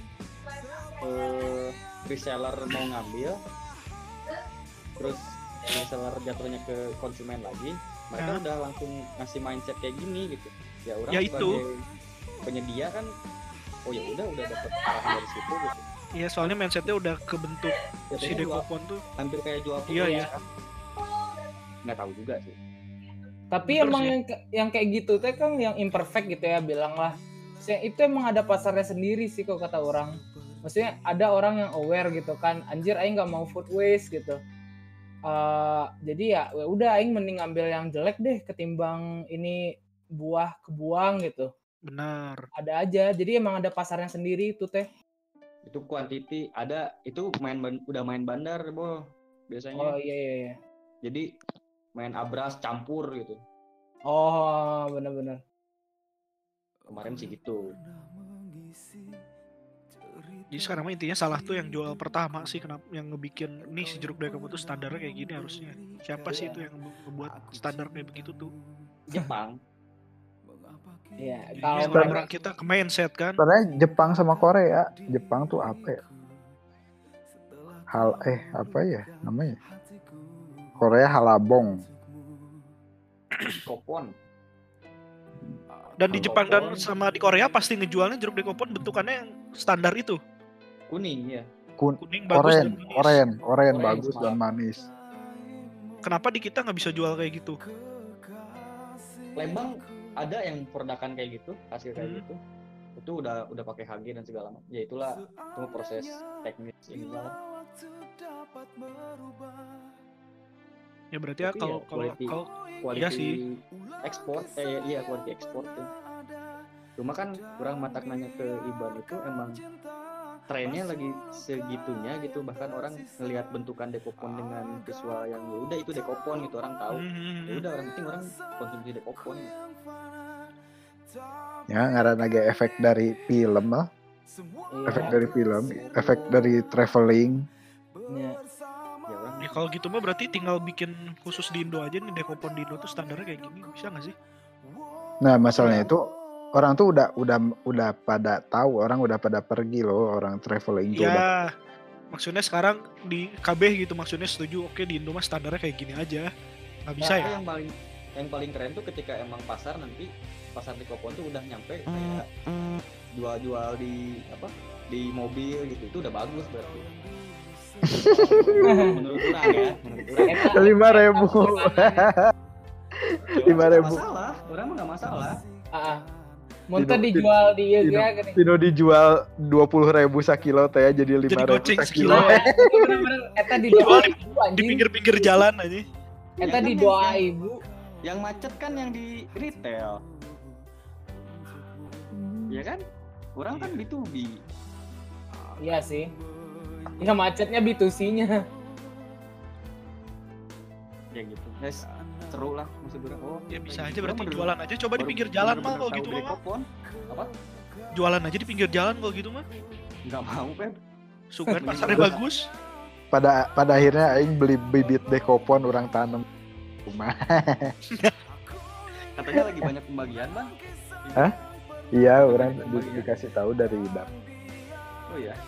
reseller mau ngambil terus reseller jatuhnya ke konsumen lagi mereka udah langsung ngasih mindset kayak gini gitu ya orang Ya, sebagai itu. penyedia kan oh ya udah dapet arahan dari situ gitu Iya soalnya mindsetnya udah kebentuk ya, si Dekopon tuh. hampir kayak jual Iya. nggak tahu juga sih tapi Bener emang sih. yang kayak gitu teh kan yang imperfect gitu ya bilang lah itu emang ada pasarnya sendiri sih kok kata orang maksudnya ada orang yang aware gitu kan anjir aing nggak mau food waste gitu jadi ya udah aing mending ambil yang jelek deh ketimbang ini buah kebuang gitu Benar. ada aja jadi emang ada pasarnya sendiri itu teh itu quantity ada itu udah main bandar Bo biasanya oh iya jadi main abras campur gitu oh benar-benar kemarin sih gitu. Jadi sekarang mah intinya salah tuh yang jual pertama sih kenapa yang ngebikin nih si jeruk Dekopon tuh standarnya kayak gini harusnya. Siapa sih itu yang ngebuat standar kayak begitu tuh? Jepang iya Jadi kalau orang-orang kita ke mindset kan. Sebenarnya Jepang sama Korea. Jepang tuh apa ya? Apa ya namanya? Korea halabong. Kopon Dan di Jepang dan sama di Korea pasti ngejualnya jeruk Dekopon bentukannya yang standar itu. kuning ya Kuning bagus dan manis. Oren Orange bagus dan malah. manis. Kenapa di kita nggak bisa jual kayak gitu? Lembang ada yang produkan kayak gitu, hasil kayak gitu. Itu udah pakai HG dan segala macam. Ya itulah itu proses teknis ininya lah. Ya berarti Tapi kalau iya sih. Ekspor quality ekspor tuh. Cuma kan kurang matak nanya ke Iban itu emang trennya lagi segitunya gitu, bahkan orang ngelihat bentukan Dekopon dengan visual yang ya udah itu Dekopon gitu, orang tahu. Ya udah orang penting orang konsumsi Dekopon. Ya ngaran lagi efek dari film lah. Iya. Efek dari film, efek dari traveling. Iya. Ya orang Ya kalau gitu mah berarti tinggal bikin khusus di Indo aja nih, Dekopon di Indo tuh standarnya kayak gini, bisa nggak sih? Nah masalahnya itu orang tuh udah pada tahu, orang udah pada pergi loh, orang traveling tuh udah. Ya maksudnya sekarang di KB gitu, maksudnya setuju, oke di Indo mah standarnya kayak gini aja, nggak bisa ya? Yang paling keren tuh ketika emang pasar Dekopon tuh udah nyampe kayak jual di mobil gitu, itu udah bagus berarti. Menurut orang ya, menurut orang. 5.000. Masalah, orang mah nggak masalah. Muntah dijual di ieu gini. Pino dijual 20.000 sakilo teh jadi 5.000 sakilo. Bener-bener eta dijual di pinggir-pinggir jalan aja. Eta di 2.000. Yang macet kan yang di retail. Ya kan? Orang kan B2B. Iya sih. Ya macetnya B2C-nya. Ya gitu. Guys, seru lah maksud orang. Oh, Ya bisa aja berarti jualan aja, coba di pinggir jalan mah kalau gitu mah. Dekopon. Apa? Jualan aja di pinggir jalan kalau gitu mah. Enggak mau, Pep. Sugan pasarnya bagus. Pada akhirnya aing beli bibit Dekopon, orang tanam rumah. Katanya lagi banyak pembagian, Bang. Hah? Iya, orang dikasih tahu dari Idam. Oh iya.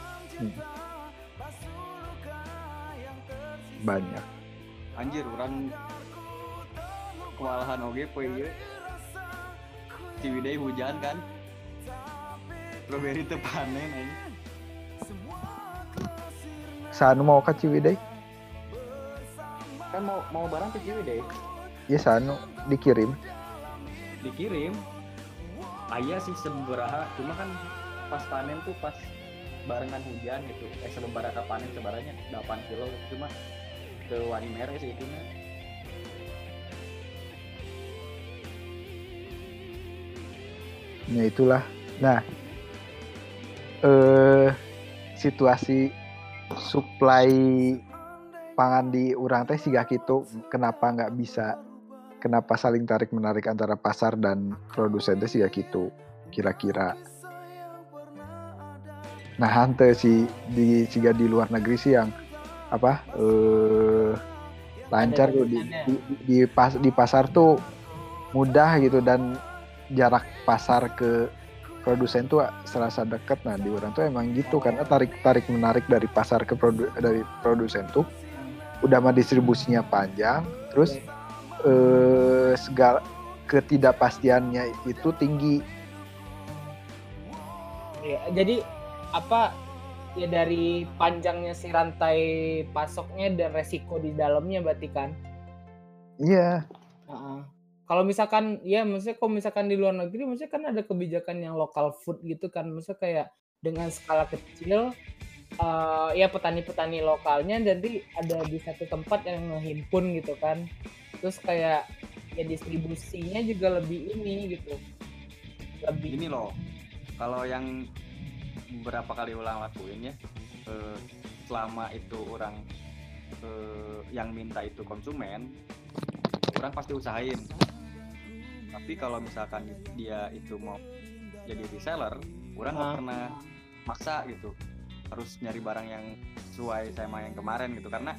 Banyak. Anjir, orang kewalahan oge poe ieu. Ciwidey hujan kan. Strawberry teu panen anjing. Sanu mau ke Ciwidey? Kan mau barang ke Ciwidey. Iya Sanu dikirim. Aya sih seberapa, cuma kan pas panen tuh pas barengan hujan gitu. Seberapa panen sebaranya 8 kilo, cuma ke wani mere sih itu mah. Ya itulah. Nah, situasi supply pangan di urang teh siga kitu, kenapa nggak bisa, kenapa saling tarik menarik antara pasar dan produsen teh siga kitu kira-kira. Nah, hante sih siga di luar negeri sih yang apa lancar tuh di pasar tuh mudah gitu, dan jarak pasar ke produsen tuh serasa dekat. Nah di orang tuh emang gitu, karena tarik menarik dari pasar ke dari produsen tuh udah mah distribusinya panjang, terus segala ketidakpastiannya itu tinggi. Ya, jadi apa ya, dari panjangnya si rantai pasoknya dan resiko di dalamnya berarti kan? Iya. Kalau misalkan ya maksudnya kalau misalkan di luar negeri maksudnya kan ada kebijakan yang local food gitu kan, maksudnya kayak dengan skala kecil ya petani-petani lokalnya jadi ada di satu tempat yang ngehimpun gitu kan, terus kayak ya distribusinya juga lebih ini gitu, lebih Ini loh, kalau yang beberapa kali ulang lakuin ya, selama itu orang yang minta itu konsumen, orang pasti usahain. Tapi kalau misalkan dia itu mau jadi reseller, orang nggak pernah maksa gitu, harus nyari barang yang sesuai sama yang kemarin gitu, karena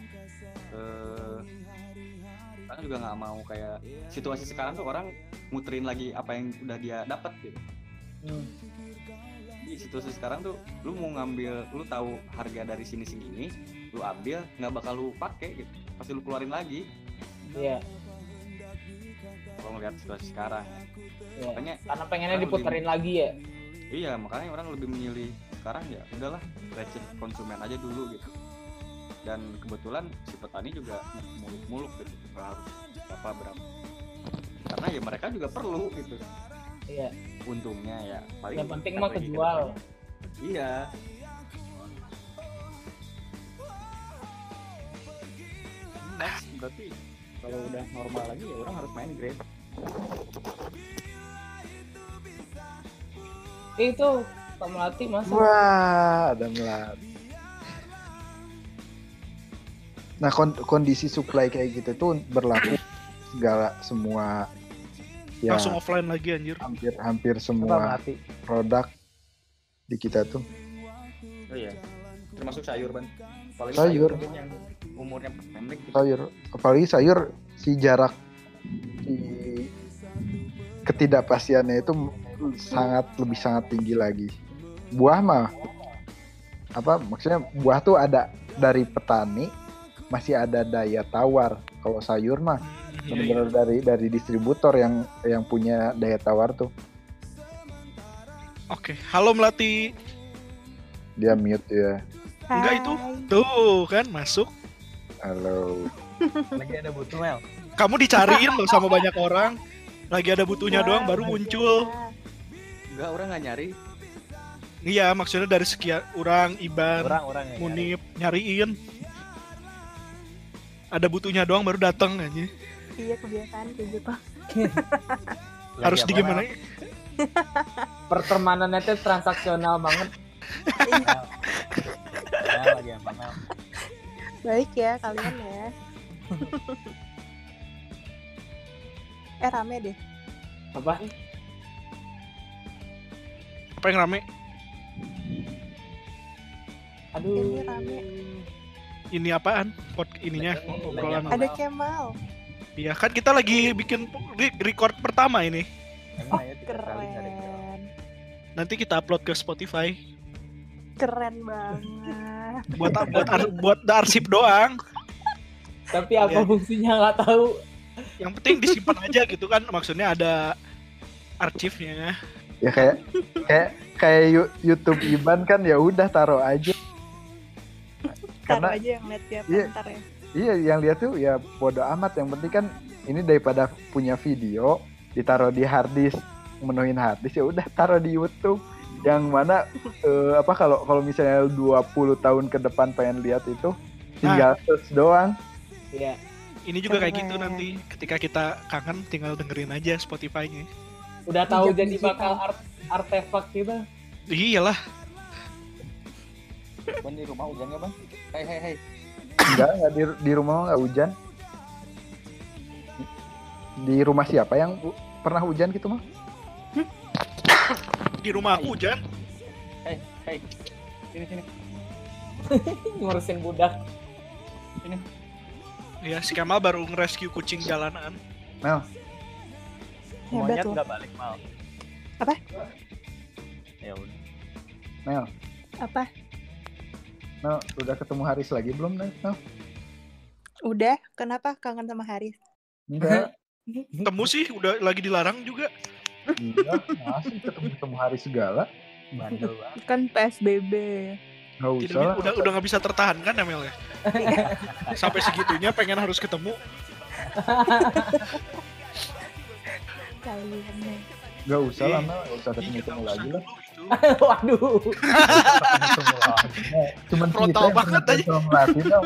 orang juga nggak mau kayak situasi sekarang tuh orang muterin lagi apa yang udah dia dapat gitu. Di situasi sekarang tuh lu mau ngambil, lu tahu harga dari sini segini, lu ambil nggak bakal lu pakai gitu, pasti lu keluarin lagi. Iya. Kalau ngeliat situasi sekarang, Ya, makanya karena pengennya diputerin lagi ya. Iya, makanya orang lebih memilih sekarang ya udahlah receh konsumen aja dulu gitu. Dan kebetulan si petani juga muluk-muluk gitu, nggak harus berapa karena ya mereka juga perlu gitu. Iya. Untungnya ya paling Yang penting mah kejual. Iya. Next berarti kalau udah normal lagi ya orang harus main grade. Itu Pak Melati masa. Wah, ada Melati. Nah, kondisi supply kayak gitu tuh berlaku semua ya, Langsung offline lagi anjir. hampir semua produk di kita tuh. Oh iya. Termasuk sayur, Ban. Apalagi Sayur yang umurnya pendek gitu. sayur, apalagi sayur, si jarak si ketidakpastiannya itu lebih sangat tinggi lagi. Buah mah maksudnya buah tuh ada dari petani, masih ada daya tawar. Kalau sayur mah benar-benar dari distributor yang punya daya tawar tuh. Oke, halo Melati. Dia mute ya. Enggak itu. Tuh kan masuk. Halo. Lagi ada butuh Mel. Kamu dicariin loh sama banyak orang. Lagi ada butuhnya doang baru muncul. Enggak, orang nggak nyari. Iya, maksudnya dari sekian orang, Iban, Orang-orang yang Munib nyariin. Ada butuhnya doang baru datang aja. Iya, kebiasaan kayak gitu. Harus di gimana? Pertemanannya tuh transaksional banget. lagi apa Mel? Baik ya kalian ya. Rame deh. Apa? Apa yang rame? Aduh. Ini rame. Ini apaan? Ininya obrolan. Ada Kemal. Iya, kan kita lagi bikin record pertama ini. Oh, keren. Nanti kita upload ke Spotify. Keren banget. buat arsip doang. Tapi apa fungsinya nggak tahu. Yang penting disimpan aja gitu kan, maksudnya ada arsipnya. Ya kayak YouTube Iban kan, ya udah taruh aja. Taruh aja yang lihat tiap ntar ya. Iya, yang lihat tuh ya bodo amat, yang penting kan ini daripada punya video ditaruh di hard disk, menuhin hard disk, ya udah taruh di YouTube. Yang mana kalau misalnya 20 tahun ke depan pengen lihat itu tinggal search doang. Iya. Ini juga kayak gitu nanti ketika kita kangen tinggal dengerin aja Spotify-nya. Udah tahu jadi bakal artefak kita. Iyalah. Ban di rumah hujan nggak, Bang? Hei. Enggak di rumah nggak hujan. Di rumah siapa yang pernah hujan gitu mah? Di rumah aku hujan. Hei. Sini. Ngurusin budak. Ini. Ya, si Kemal baru nge-rescue kucing jalanan. Mel. Monyet tuh. nggak balik Mal. Apa? Ya udah. Mel. Apa? Mel, udah ketemu Haris lagi belum, Mel? Udah, kenapa kangen sama Haris? Enggak. Temu sih udah lagi dilarang juga. Enggak, masih ketemu Haris segala. Bandel banget. Kan PSBB. Nggak usah. Udah nggak bisa tertahankan ya Mel ya. Sampai segitunya pengen harus ketemu. Kalian nih. Nggak usah lah, Mel. Nggak usah ketemu lagi lah. Waduh. Cuman frontal kita banget aja. Melatih, Mel.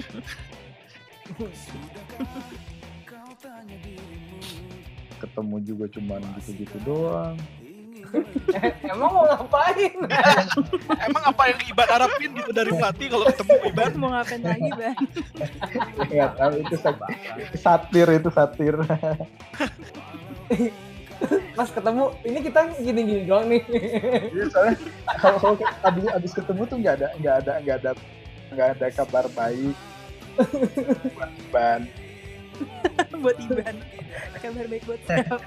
Ketemu juga cuman gitu-gitu doang. Emang mau ngapain? Emang apa yang Iban harapin gitu dari pelatih kalau ketemu Iban? Mau ngapain lagi, Bang? Nggak tahu, itu satir. Pas ketemu, ini kita gini-gini doang nih. Iya, soalnya kalau abis ketemu tuh nggak ada kabar baik buat Iban. Buat Iban. Kabar baik buat siapa?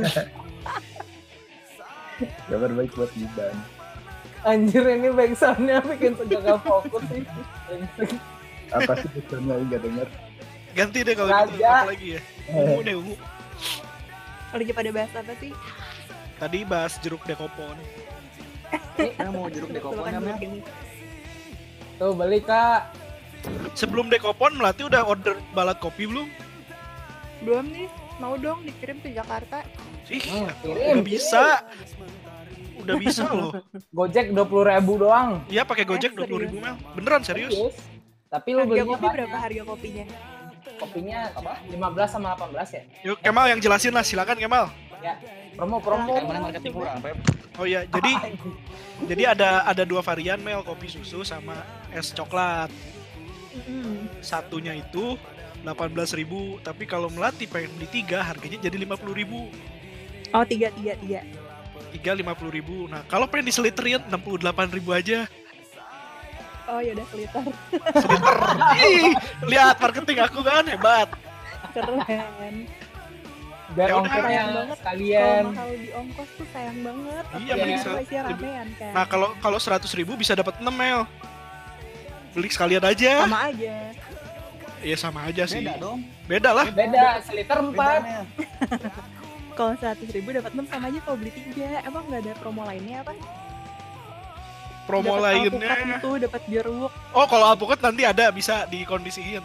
Kabar baik buat Iban. Anjir, ini backsound-nya bikin segala fokus sih. Apa sih pesannya nggak dengar? Ganti deh kalau gitu, Raja. apa lagi ya? Ungu deh, ungu. Lagi pada bahas apa sih? Tadi bahas jeruk dekopon. Saya mau jeruk dekopon ya, Mel? Tuh, beli Kak. Sebelum Dekopon Melati udah order balad kopi belum? Belum nih, mau dong dikirim ke Jakarta. Ih, kirim, udah bisa. Udah bisa loh. Gojek 20.000 doang. Iya pakai Gojek serius? 20.000 Mel. Beneran serius? Serius? Tapi lu Harga belinya kopi berapa harga kopinya? Kopinya apa? 15 sama 18 ya? Yuk Kemal yang jelasin lah, silakan Kemal. Ya. Promo. Yang mana marketing kurang, Pep? Oh iya, jadi ada dua varian Mel, kopi susu sama es coklat. Satunya itu 18.000, tapi kalau Melati pengen beli 3 harganya jadi 50.000. Oh, 3. 3 50.000. Nah, kalau pengen diseliterin 68.000 aja. Oh, yaudah seliter. Seliter. Ih, lihat marketing aku kan hebat. Keren. Biar Ya udah. ongkirnya Sayang banget. sekalian. Kalau mahal di ongkos tuh sayang banget. Iya, Apalagi mending kalau isinya ramean kan. Nah, kalau 100.000 bisa dapat 6 Mel. Beli sekalian aja. Sama aja. Iya sama aja sih. Beda dong. Beda lah. Beda, seliter 4. Bedanya. Kalau 100.000 dapat 6 sama aja kalau beli 3. Emang nggak ada promo lainnya apa? Promo Dapat lainnya. alpukat itu, dapat jeruk. Oh, kalau alpukat nanti ada bisa dikondisiin.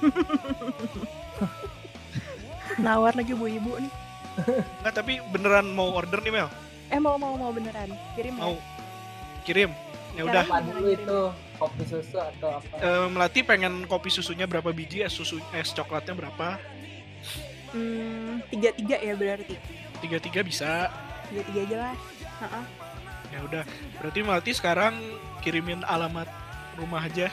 Nawar lagi bu ibu nih. Nggak, tapi beneran mau order nih Mel. Mau beneran. Kirim ya. Mau kirim. Ya udah. Apa dulu itu? Kopi susu atau apa? Melati pengen kopi susunya berapa biji, es coklatnya berapa? 3 ya berarti. 3 bisa. 3 aja lah. Heeh. Ya udah. Berarti Melati sekarang kirimin alamat rumah aja.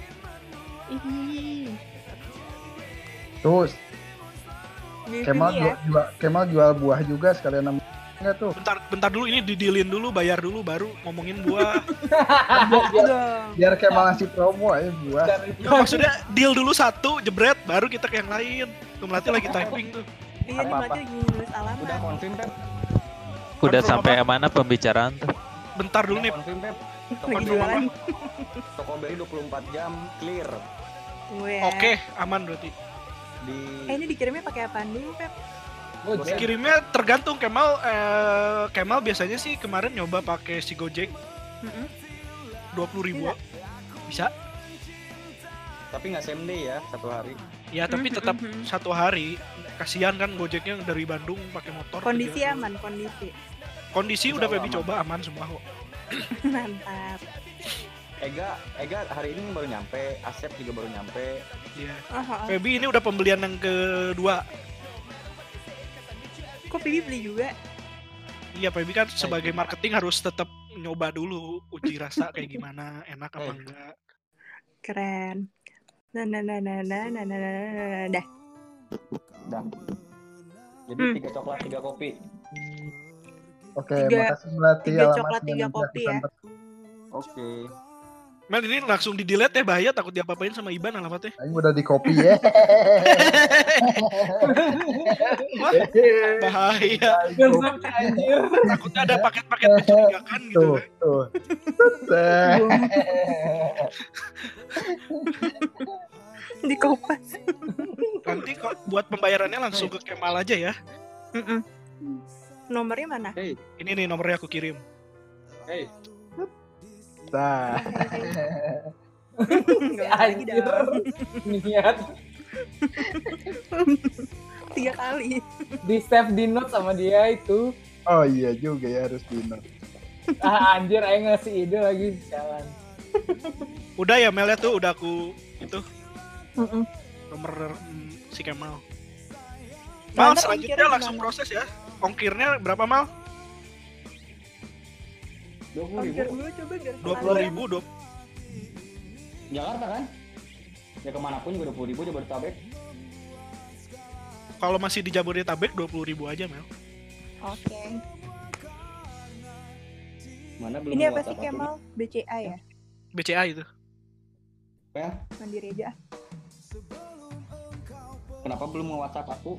Ih. Terus Gitu Kemal ya. Kemal jual buah juga sekalian sama enggak tuh? Bentar dulu ini didilin dulu, bayar dulu baru ngomongin buah. Dong. Biar Kemal ngasih promo aja buah. Ya, maksudnya deal dulu satu, jebret, baru kita ke yang lain. Tuh Melati lagi typing tuh. Iya nih Apa-apa. Melati lagi nulis alamat. Udah konfirm, Pep? Udah Confirm sampai mana pembicaraan tuh? Bentar dulu nih. Konfirm, Pep. Lagi jualan. Toko beri 24 jam clear Weh. Oke, aman berarti. di Ini dikirimnya pakai apaan dulu, Pep? Gojek. Kirimnya tergantung Kemal. Kemal biasanya sih kemarin nyoba pakai si Gojek Mm-mm. 20.000 bisa. tapi nggak same day ya, 1 hari. Ya tapi tetap 1 hari. Kasihan kan Gojeknya dari Bandung pakai motor. Kondisi kerja. aman, kondisi. Kondisi udah Insya Allah Febi aman. coba aman semua kok. Mantap. Ega hari ini baru nyampe, Asep juga baru nyampe. Iya. Oh. Febi ini udah pembelian yang kedua. Kok Pibi beli juga? Iya Febi kan sebagai marketing harus tetap nyoba dulu uji rasa kayak gimana, enak apa enggak. Keren. Nah. Dah. Dah. Jadi 3 coklat 3 kopi. Oke, 3 makasih Melati 3 coklat, 3 alamatnya, nanti kopi aku ya. sampai. Oke. Mel ini langsung di delete ya, bahaya takut diapa-apain sama Iban alamatnya. Ini udah di copy ya. Wah, bahaya. Anjir. Takutnya ada paket-paket mencurigakan gitu Tuh, kan. tuh. Set. Di kopas. Nanti kok buat pembayarannya langsung ke Kemal aja ya. Nomornya mana? Hey, Ini nih nomornya aku kirim. hey. Nah, Enggak lagi Anjir. dong. Niat 3 kali. di save di note sama dia itu. oh iya juga ya harus di note. Anjir, ayo ngasih ide lagi jalan. Udah ya Mel ya tuh, udah aku itu Mm-mm. nomor si Kemal. Nah, Mal ntar selanjutnya ongkirnya langsung gimana? proses ya. Ongkirnya berapa Mal? 20.000. Ongkir dulu coba biar 20.000. Jakarta kan? Ya kemanapun juga 20.000 Jabodetabek. Kalau masih di Jabodetabek 20.000 aja Mel. Oke. Mana belum Ini apa WhatsApp sih aku Kemal? BCA ya? BCA itu. nih. Ya, Mandiri aja. kenapa belum nge-WhatsApp aku?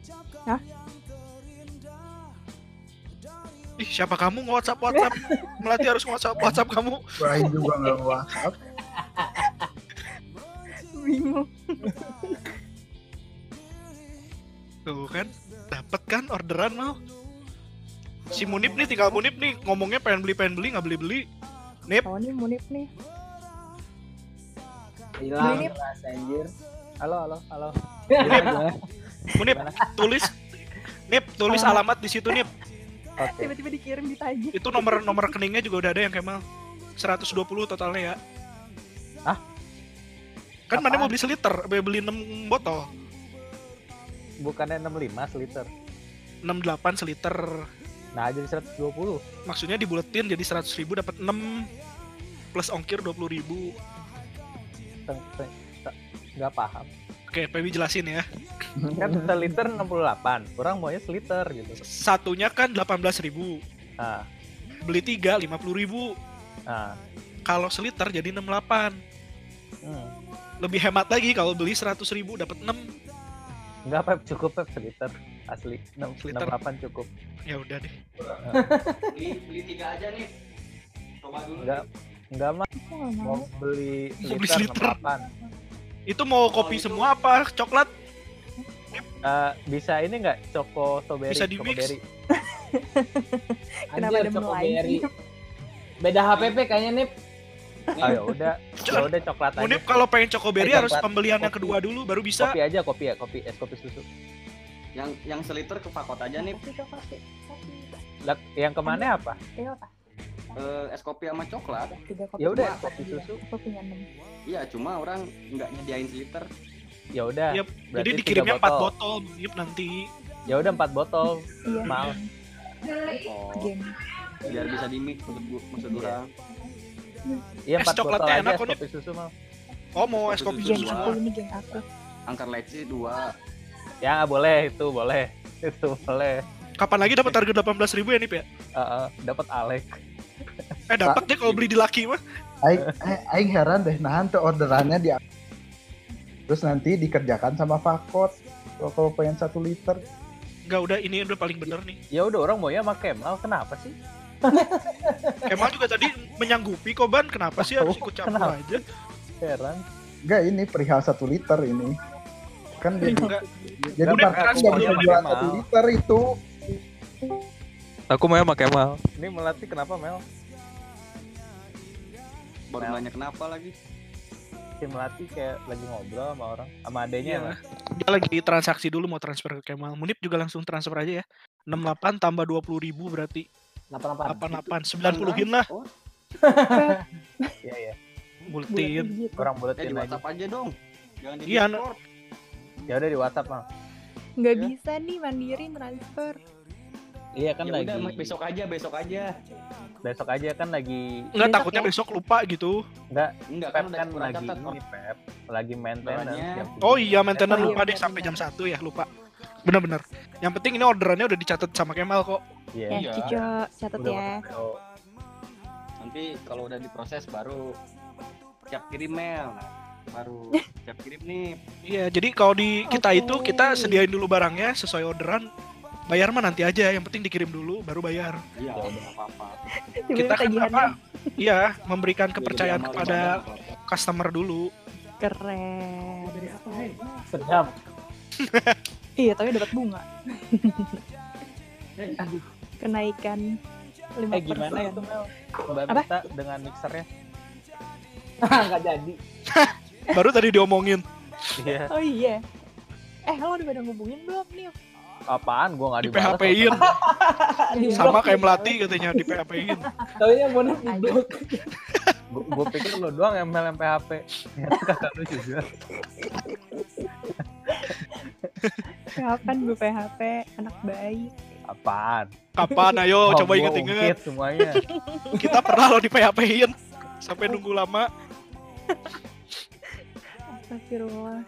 Ih, siapa kamu nge-WhatsApp? Melati harus nge-WhatsApp kamu. Lain juga nggak WhatsApp. Bingung. Tuh kan, dapet kan orderan Mal. Si Munip nih, tinggal Munip nih ngomongnya pengen beli nggak beli. Nip, Oh, ini Munip nih. Hilang Ini kelas anjir. Halo. Munip, tulis alamat di situ Nip. Oke. tiba-tiba dikirim ditagih. Itu nomor rekeningnya juga udah ada yang Kemal. 120 totalnya ya. Hah? Kan mana Apaan? mau beli seliter, beli 6 botol. Bukannya 65 liter. 68 seliter. Nah, jadi 120. Maksudnya dibuletin jadi 100.000 dapat 6 plus ongkir 20.000. Nggak paham. Oke, Pebi jelasin ya. Kan seliter 68. Kurang maunya seliter gitu. Satunya kan 18.000. Nah, Beli 3 50.000. nah. Kalau seliter jadi 68. Lebih hemat lagi kalau beli 100.000 dapat 6. Enggak, Pep, cukup Pep seliter. Asli. Seliter. 68 cukup. Ya udah deh. Beli 3 aja nih. Coba dulu. Enggak mah. Aku nggak Mau mau. beli Mau beli seliter seliter. 68. Itu mau kopi semua apa? Coklat? Bisa ini enggak? Choco strawberry. Bisa di mix. Chocoberry. Kenapa Anjir, ada menu Chocoberry. lain? Beda HPP kayaknya nih. Ya udah coklat aja. Munip kalau pengen Chocoberry Eh, harus coklat. pembelian yang Kopi. kedua dulu baru bisa. Kopi aja, kopi es kopi susu. Yang seliter ke Fakot aja nih. Kopi. Lah, yang kemana apa? Iya apa? Es kopi sama coklat. 3 kopi. Ya udah, Cuma kopi ada susu. Aku punya 6. Iya, cuma orang nggak nyediain seliter. Ya udah. Iya, berarti jadi 3 dikirimnya 4 botol Munip nanti. Ya udah 4 botol. Iya. Mal. Oh, Game. biar bisa di mix maksud orang. Iya, Es 4 botol coklatnya aja enak es kok, Nip. kopi susu mal. Oh, mau es kopi Game susu aku semua. ini game aku. Angker leci 2. Ya boleh, itu boleh. Itu boleh. Kapan lagi dapat harga 18.000 ya Nip ya? Dapat Alek. Dapat deh kalau beli di Lucky mah. Aing heran deh, nahan tuh orderannya di terus nanti dikerjakan sama Fakot kalau pengen 1 liter. Enggak, udah ini udah paling bener nih. Ya udah, orang maunya sama Kemal, kenapa sih? Kemal juga tadi menyanggupi kok Ban, kenapa sih harus ikut campur Kenapa? aja? Heran. Enggak, ini perihal 1 liter ini. Kan Enggak. jadi Udah, market kan nggak bisa semuanya jual Kemal. 1 liter itu. Aku mau sama Kemal. Ini Melati kenapa Mel? Baru Mel. nanya kenapa lagi. Si Melati kayak lagi ngobrol sama orang, sama adenya Iya. emang. Dia lagi transaksi dulu mau transfer ke Kemal. Munip juga langsung transfer aja ya. 68 tambah 20.000 berarti 88. 88 90-in lah. Oh, Iya, iya. Buletin. Gitu. Orang di buletin aja. WhatsApp aja dong. Jangan di Iya, Discord. Ya udah di WhatsApp, Mal. Nggak Ya. bisa nih mandiri transfer. Iya kan Ya lagi. udah, besok aja. Besok aja kan lagi. Enggak, Besok takutnya ya? besok lupa gitu. Enggak, Enggak Pep kan udah kan kurang lagi catat kok. ini Pep. Lagi maintenance. Bahannya. jam Oh 7. iya, maintenance Oh, iya, lupa deh benar, sampai benar. jam 1 ya, lupa. Bener-bener. Yang penting ini orderannya udah dicatat sama Kemal kok. Iya. Ya, Iya. Cico, catat Udah ya. masuk PO. Nanti kalau udah diproses baru siap kirim mail. Nah, baru siap kirim nih. Iya, jadi kalau di kita Oke. itu kita sediain dulu barangnya sesuai orderan. Bayar mah nanti aja, yang penting dikirim dulu baru bayar. Iya, udah nggak apa-apa. Tiba-tiba Kita kan tagihannya apa? Iya, memberikan Biar kepercayaan jadi amal kepada ibadah, nggak apa-apa. customer dulu. keren. Sedap. Iya, tapi dapat bunga. Kenaikan 5%. Gimana itu Mel? Mbak Apa? Mita dengan mixernya? Enggak jadi. Baru tadi diomongin. Iya. Oh iya. Lo udah pada ngubungin belum nih? Apaan? Gua nggak Di dibalas. PHP-in. Di Sama blok. kayak Melati katanya di PHP-in. Taunya bonus di blok. Gue pikir lu doang yang ML PHP. Ternyata kakak lu juga. Kapan gue PHP? Anak baik. Apaan? Kapan? Ayo, Wah, coba gua inget-inget. ungkit semuanya. Kita pernah loh di PHP-in. Sampai nunggu lama. Astagfirullah.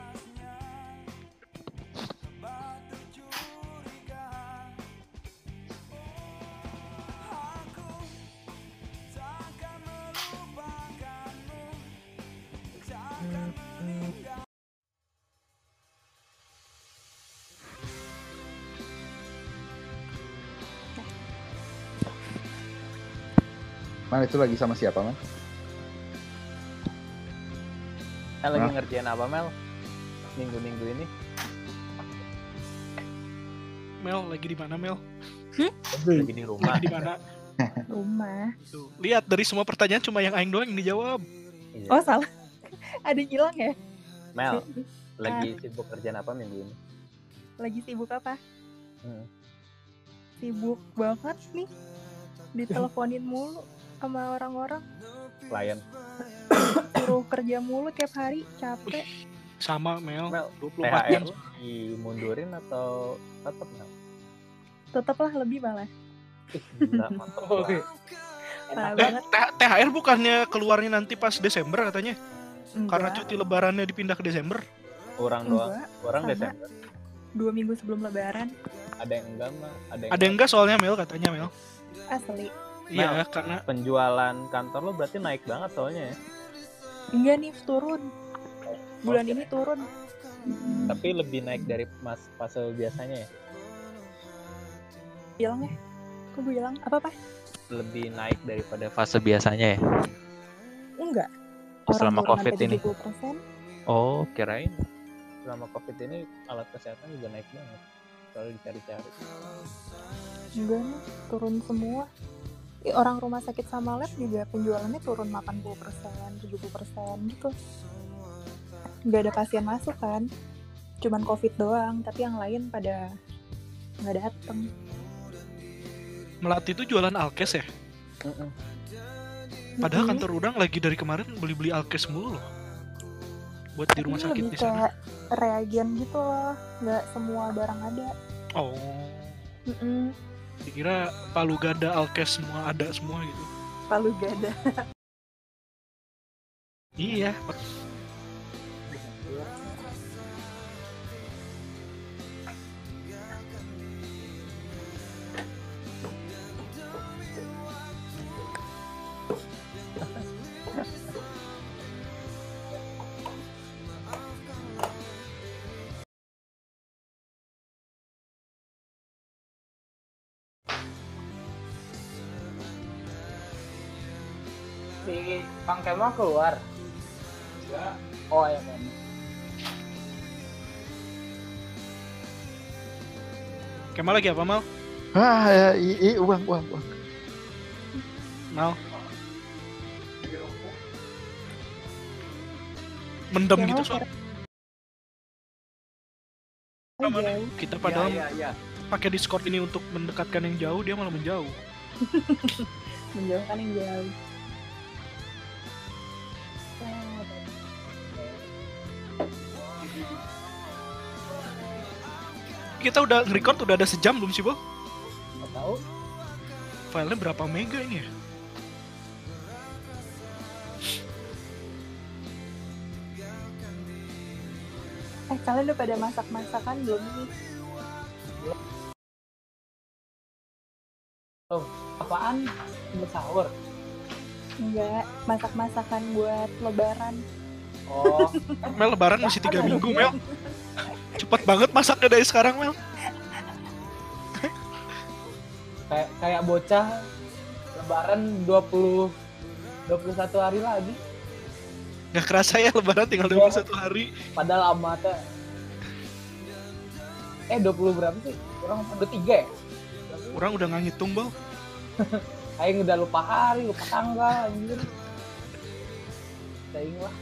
Man itu lagi sama siapa, Man? Lagi Hah? ngerjain apa Mel? Minggu-minggu ini? Mel, lagi di mana Mel? Lagi di rumah. Lagi di mana? Rumah. Tuh, lihat dari semua pertanyaan cuma yang Aing doang yang dijawab. Iya. Oh salah. Ada yang hilang ya? Mel, lagi sibuk kerjaan apa minggu ini? Lagi sibuk apa? Hmm. Sibuk banget nih. Diteleponin mulu sama orang-orang. Klien. Suruh kerja mulu tiap hari, capek. Sama Mel, Mel, 24 jam. THR dimundurin atau tetap Mel? Tetaplah lebih malah. Gila, mantap. Parah banget. THR bukannya keluarnya nanti pas Desember katanya? Enggak. Karena cuti lebarannya dipindah ke Desember. Orang doang, Enggak, orang sama. Desember. 2 minggu sebelum lebaran. Ada yang enggak mah? Ada yang enggak soalnya Mel katanya Mel. Asli. Iya, Mel, karena penjualan kantor lo berarti naik banget soalnya ya. Enggak nih, turun. Bulan Oke. ini turun. Tapi lebih naik dari fase biasanya ya. Hilang ya? Kok gue hilang? Apa? Lebih naik daripada Fase biasanya ya. Enggak. Selama turun COVID sampai ini. 70%. Oh, kirain. selama COVID ini alat kesehatan juga naik banget. Selalu dicari-cari. Enggak nih, turun semua. Orang rumah sakit sama lab juga penjualannya turun 80%, 70% gitu. Nggak ada pasien masuk kan. Cuman COVID doang, tapi yang lain pada nggak dateng. Melati itu jualan Alkes ya? Padahal kantor udang lagi dari kemarin beli-beli Alkes mulu loh. Buat di rumah Ini sakit lebih di sana. kayak reagen gitu loh, nggak semua barang ada. Oh, dikira Palu Gada Alkes semua ada semua gitu. Palu Gada. Iya. Si Kang Kemal keluar. Oh ya kan. Kemal lagi apa Mal? Uang. Mal. Mendem Kemal gitu soal. jauh. Kita padahal Iya. pakai Discord ini untuk mendekatkan yang jauh, dia malah menjauh. Menjauhkan yang jauh. Kita udah nge-record udah ada sejam belum sih, Bo? Nggak tahu. Filenya berapa mega ini ya? Kalian udah pada masak-masakan belum nih? Apaan? Udah sahur. Enggak, masak-masakan buat lebaran. Oh, Mel, lebaran masih 3 minggu, Mel. Cepet banget masaknya dari sekarang, Mel. kayak bocah lebaran 21 hari lagi. Gak kerasa ya lebaran tinggal 21 hari. Padahal amatnya 20 berapa sih? Orang 23 ya? Orang udah gak ngitung, Bal. Aing udah lupa hari, lupa tanggal anjir. Aing lah.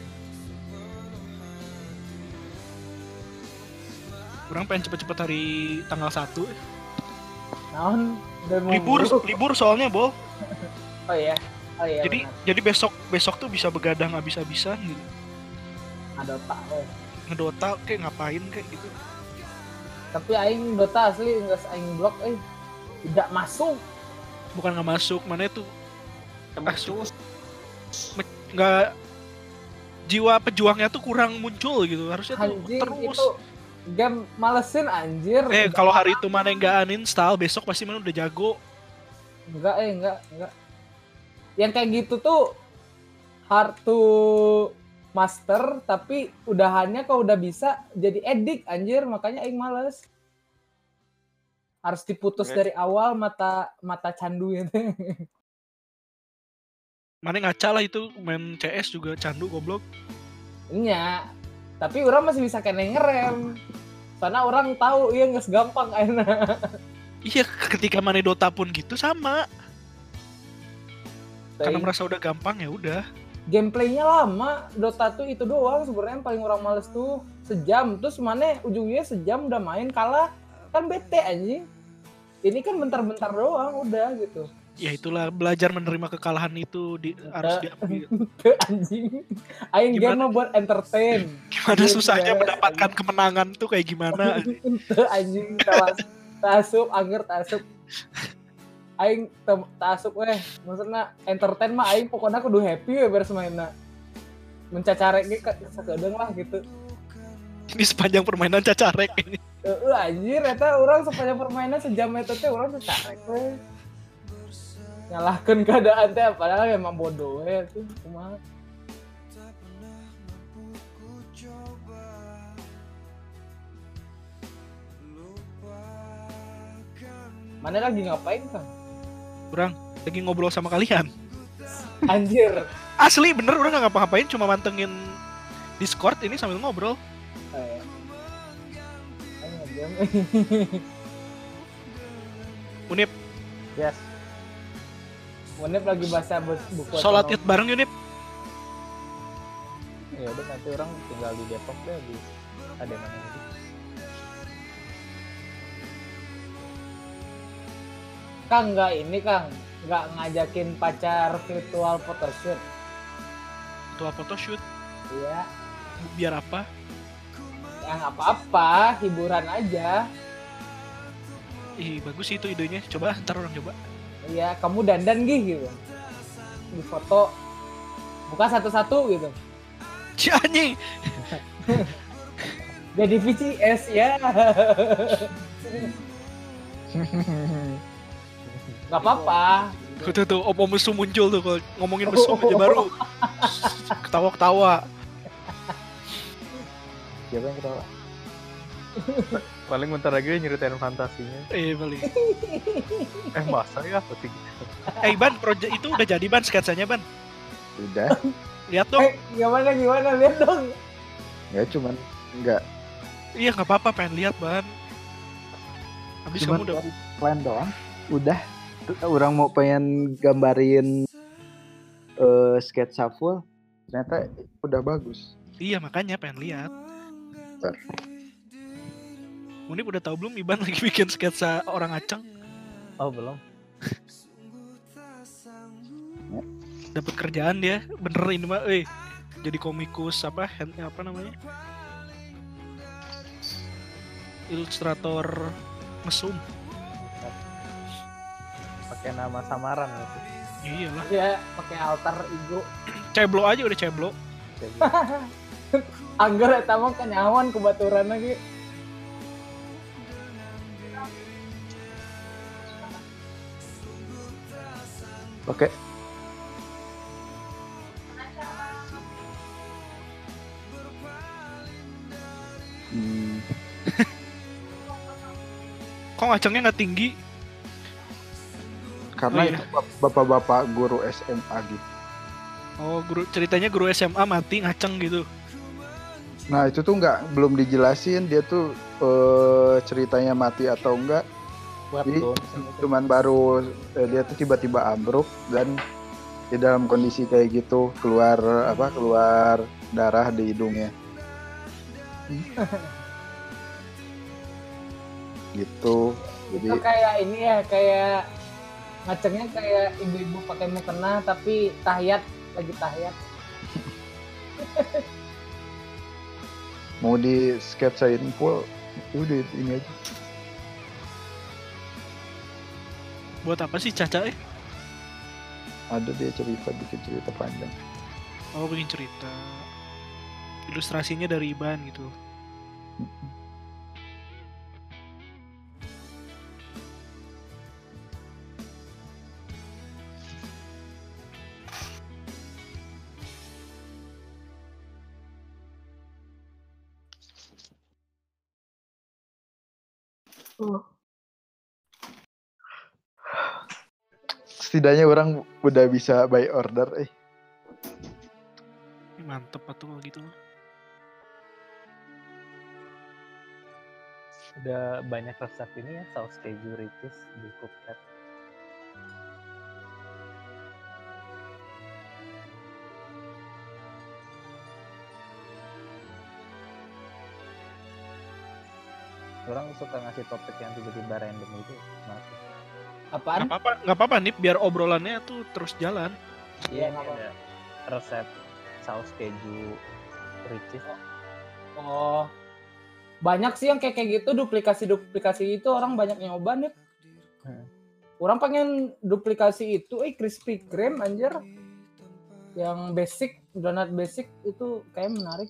Orang pengen cepet-cepet hari tanggal 1. Naon udah mau Libur soalnya, Bol. Oh iya. Jadi besok tuh bisa begadang habis-habisan gitu. Dota. Ngedota kayak ngapain kayak gitu. Tapi aing Dota asli enggak aing blok tidak masuk. Bukan nggak masuk, mana itu nggak, jiwa pejuangnya tuh kurang muncul gitu. Harusnya tuh Anjir, terus. itu game malesin anjir. Kalau hari itu mana yang nggak uninstall, besok pasti mana udah jago. Enggak. Yang kayak gitu tuh hard to master, tapi udahannya kalau udah bisa jadi edik anjir, makanya aing males. Harus diputus dari awal mata candu gitu. Mana ngaca lah itu main CS juga candu goblok. Iya, tapi orang masih bisa kena ngerem. Karena orang tahu iya nggak segampang akhirnya. Iya, ketika mana Dota pun gitu sama. Karena merasa udah gampang ya udah. gameplaynya lama. Dota tuh itu doang sebenarnya yang paling orang males tuh, sejam. Terus mana ujungnya sejam udah main kalah, kan bete anjing. Ini kan bentar-bentar doang udah gitu. Ya itulah belajar menerima kekalahan itu harus diambil. Tuh anjing. Aing game mah buat entertain. Gimana susahnya mendapatkan kemenangan tuh kayak gimana? Tuh anjing tasuk anger tasuk. Aing tasuk weh. Maksudnya entertain mah aing pokoknya kudu happy we beres mainna. Mencacarek ge sakedeung lah gitu. Ini sepanjang permainan cacarek ini. Anjir eta urang sepanjang permainan sejam eta teh urang cacarek we. Nyalahkan keadaan teh padahal emang bodoh we tuh kumaha. Mana lagi ngapain kan? Orang lagi ngobrol sama kalian. Anjir. Asli bener orang gak ngapa-ngapain, cuma mantengin Discord ini sambil ngobrol. Unip. Yes. Unip lagi baca buku. Sholat id bareng Unip. Ya udah nanti orang tinggal di Depok deh di ada mana lagi. Kang nggak ngajakin pacar virtual photoshoot. Virtual photoshoot? Iya. Biar apa? Ya nggak apa-apa, hiburan aja. Ih bagus itu idenya, coba ntar orang coba. Iya, kamu dandan gitu. Di foto, buka satu-satu gitu. Cianyi. Jadi VCS ya. Gak apa-apa. Tuh, om mesum muncul tuh kalau ngomongin mesum aja baru ketawa-ketawa. Siapa yang ketawa? Paling bentar lagi nyeritain fantasinya. Paling. Masa ya pasti gitu. Ban, project itu udah jadi Ban sketsanya Ban. Udah. Lihat dong. Gimana lihat dong. Ya cuman enggak. Iya nggak apa-apa pengen lihat Ban. Habis Cuman kamu udah plan doang. Udah. Orang mau pengen gambarin sketsa full. Ternyata udah bagus. Iya makanya pengen lihat. Bentar. Unip udah tahu belum Iban lagi bikin sketsa orang aceng? Oh belum. Dapat kerjaan dia, bener ini mah, jadi komikus apa namanya? Ilustrator mesum. Pakai nama samaran gitu. Iyalah. Ya, pakai alter ego. Ceblo aja udah ceblo. Angger eta mah kanyawan ku baturan lagi. Oke. Kok ngacengnya nggak tinggi? Karena Oh, iya. itu bapak-bapak guru SMA gitu. Oh, ceritanya guru SMA mati ngaceng gitu. Nah itu tuh belum dijelasin dia tuh ceritanya mati atau enggak. Jadi cuman baru dia tuh tiba-tiba ambruk dan di dalam kondisi kayak gitu keluar darah di hidungnya. Gitu. Jadi Itu kayak ini ya, kayak ngacengnya kayak ibu-ibu pakai mukena tapi lagi tahiyat. mau di sketsain full udah ini aja. Buat apa sih Caca? Ada dia bikin cerita panjang. Oh, bikin cerita. Ilustrasinya dari Iban gitu. Setidaknya orang udah bisa by order. Mantep atuh kalau gitu. Udah banyak resep ini ya, saus keju Ricis di Cookpad. Orang suka ngasih topik yang tiba-tiba random itu. Masuk. Apaan? Nggak apa-apa nih, biar obrolannya tuh terus jalan. Iya, ini ada resep saus keju Ricis. Oh, banyak sih yang kayak gitu, duplikasi itu orang banyak nyoba nih. Orang pengen duplikasi itu, Krispy Kreme anjir. Yang basic, donat basic itu kayak menarik.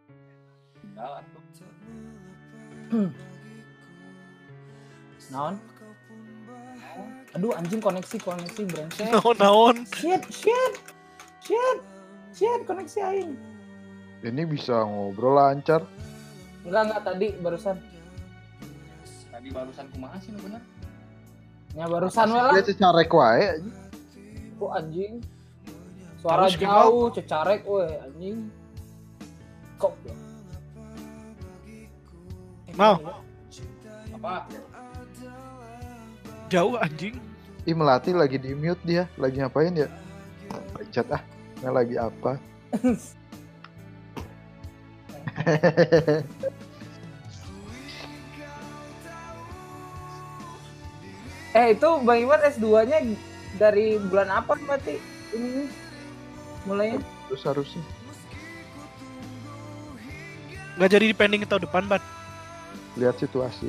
Naon? Aduh anjing koneksi brengsek. Naon. Shit, koneksi aing. Ini bisa ngobrol lancar. Enggak tadi barusan. Tadi barusan kumaha sih bener? Ya barusan we lah. Dia cecarek wae. Oh anjing. Suara Terus jauh, cecarek we anjing. Kok. Mau. Apa? Jauh anjing. Ih, Melati lagi di mute dia. Lagi ngapain ya? Pencet nggak lagi apa? Itu Bang Iwan S2-nya dari bulan apa berarti ini mulainya? Terus harusnya. Nggak jadi di pending tahun depan, Ban. Lihat situasi.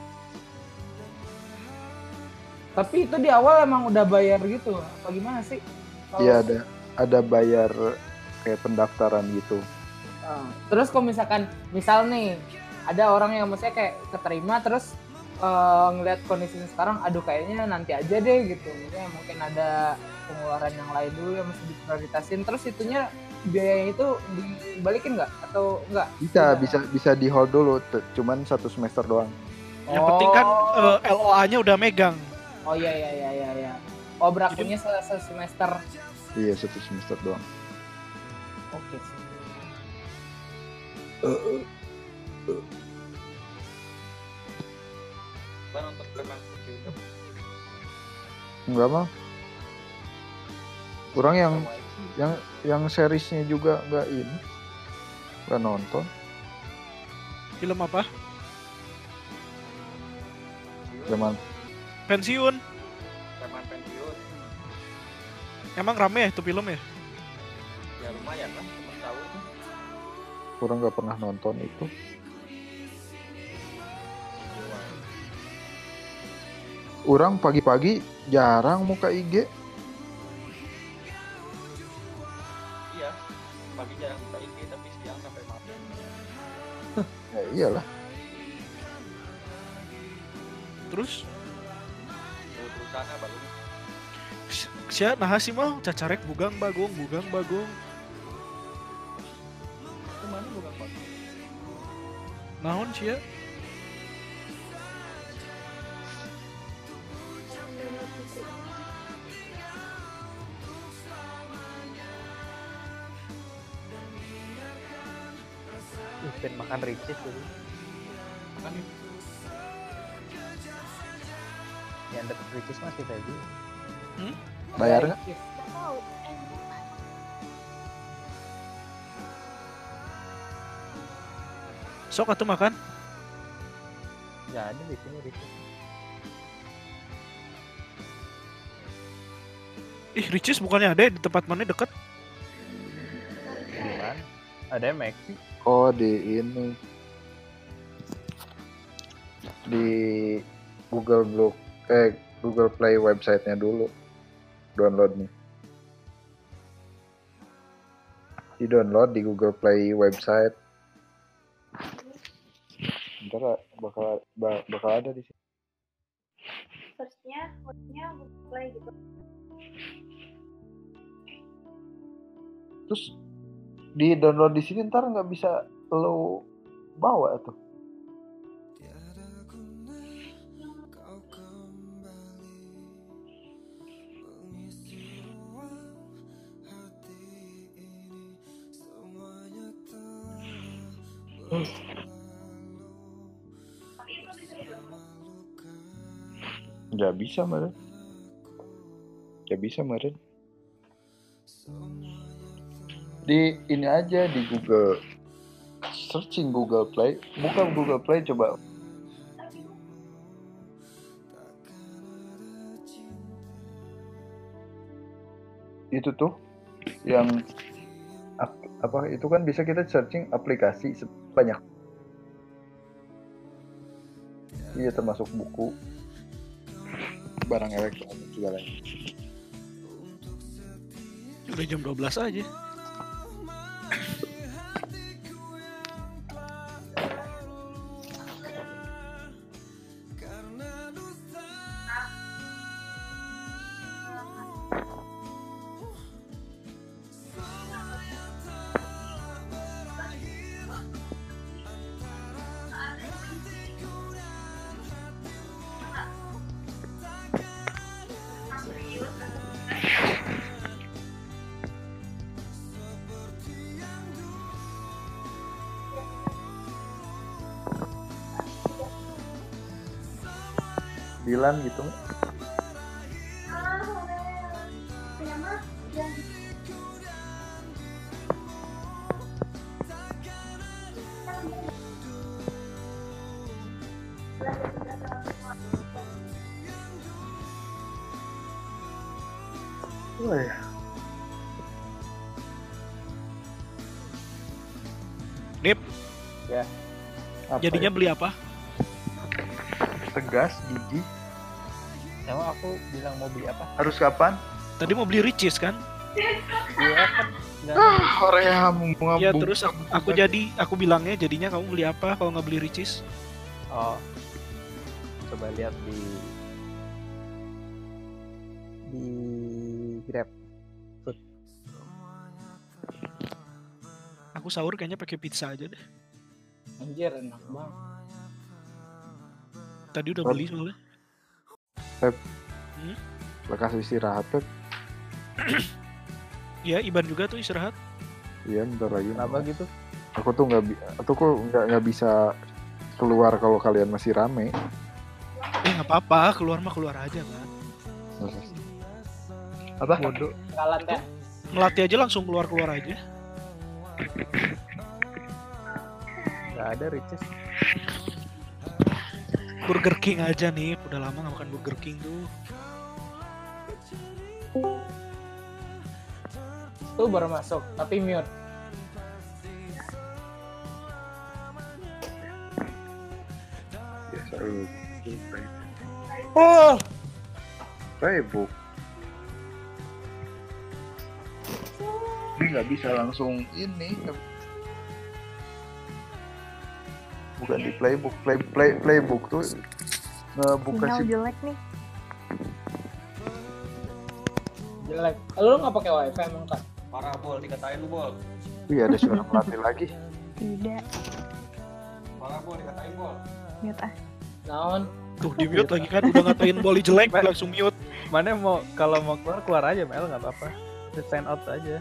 Tapi itu di awal emang udah bayar gitu, apa gimana sih? Iya, ada bayar kayak pendaftaran gitu. Terus kalau misal nih ada orang yang maksudnya kayak keterima terus ngelihat kondisinya sekarang, aduh kayaknya nanti aja deh gitu, mungkin ada pengeluaran yang lain dulu yang mesti diprioritasin, terus itunya biayanya itu dibalikin nggak atau nggak? Bisa di hold dulu, cuman 1 semester doang. Yang penting kan LOA-nya udah megang. Oh iya. Oh berlakunya semester. Iya, 1 semester doang. Oke. Ban untuk memang juga. Enggak mah. Orang yang seriesnya juga nggak nonton. Film apa? Preman Pensiun. Preman pensiun. Emang rame ya itu film ya? Ya lumayan lah, cuma tahun. Orang nggak pernah nonton itu. Orang pagi-pagi jarang muka IG. Iya, pagi jarang buka IG tapi siang sampai malam. Ya iyalah. Terus? Sana baru. Sia nah sih mau cacarek bugang bagong. Kemana bukan Pak? Naon sia? Pengen makan Ricis dulu. Makan itu. Yang dapet Ricis masih tadi. Bayar nggak? Sok atuh makan. Nggak ada di sini Ricis. Ricis bukannya ada di tempat mana deket? Gimana? Ada McD. Oh, di ini. Di Google Play website-nya dulu. Download nih. Di-download di Google Play website. Ntar bakal ada di sini. Search-nya Google Play gitu. Terus di-download di sini ntar nggak bisa lo bawa tuh. Nggak bisa meren. Di ini aja di Google, searching Google Play, buka Google Play coba itu tuh yang apa itu kan bisa kita searching aplikasi banyak. Iya, termasuk buku, barang elektronik segalanya. Udah jam 12 aja. Dilan gitu. Oh ya. Nip, Ya. Apa jadinya ya? beli apa? Tegas, gigi. Emang aku bilang mau beli apa? Harus kapan? Tadi mau beli Ricis kan? Iya kan. Korea mau Iya, terus aku bilangnya jadinya kamu beli apa kalau nggak beli Ricis? Oh. Coba lihat di Grab. Aku sahur kayaknya pakai pizza aja deh. Anjir, enak banget. Tadi udah beli soalnya. Lekas istirahat Pep. Iya, Iban juga tuh istirahat. Iya, bentar lagi. Kenapa gitu? Aku tuh nggak bisa keluar kalau kalian masih rame. Nggak apa-apa, keluar mah keluar aja kan. Apa? Bodoh. Kalan kan? Ngelatih aja langsung keluar aja. Nggak ada Ricis. Burger King aja nih, udah lama nggak makan Burger King tuh. Tuh baru masuk, tapi mute. Biasa Oh, Facebook. Ini nggak bisa langsung ini. Bukan di playbook, playbook tuh ngebuka Sinyal sih. jelek nih. jelek. Lu nggak pakai wifi emang kan? Parah Bol, dikatain lu Bol. Iya, ada suara pelatih lagi. Tidak. Parah Bol, dikatain Bol. Mute ah. Naon? Tuh di mute lagi kan, udah ngatain Boli jelek langsung mute. Mana kalau mau keluar aja Mel, nggak apa-apa. Just sign out aja.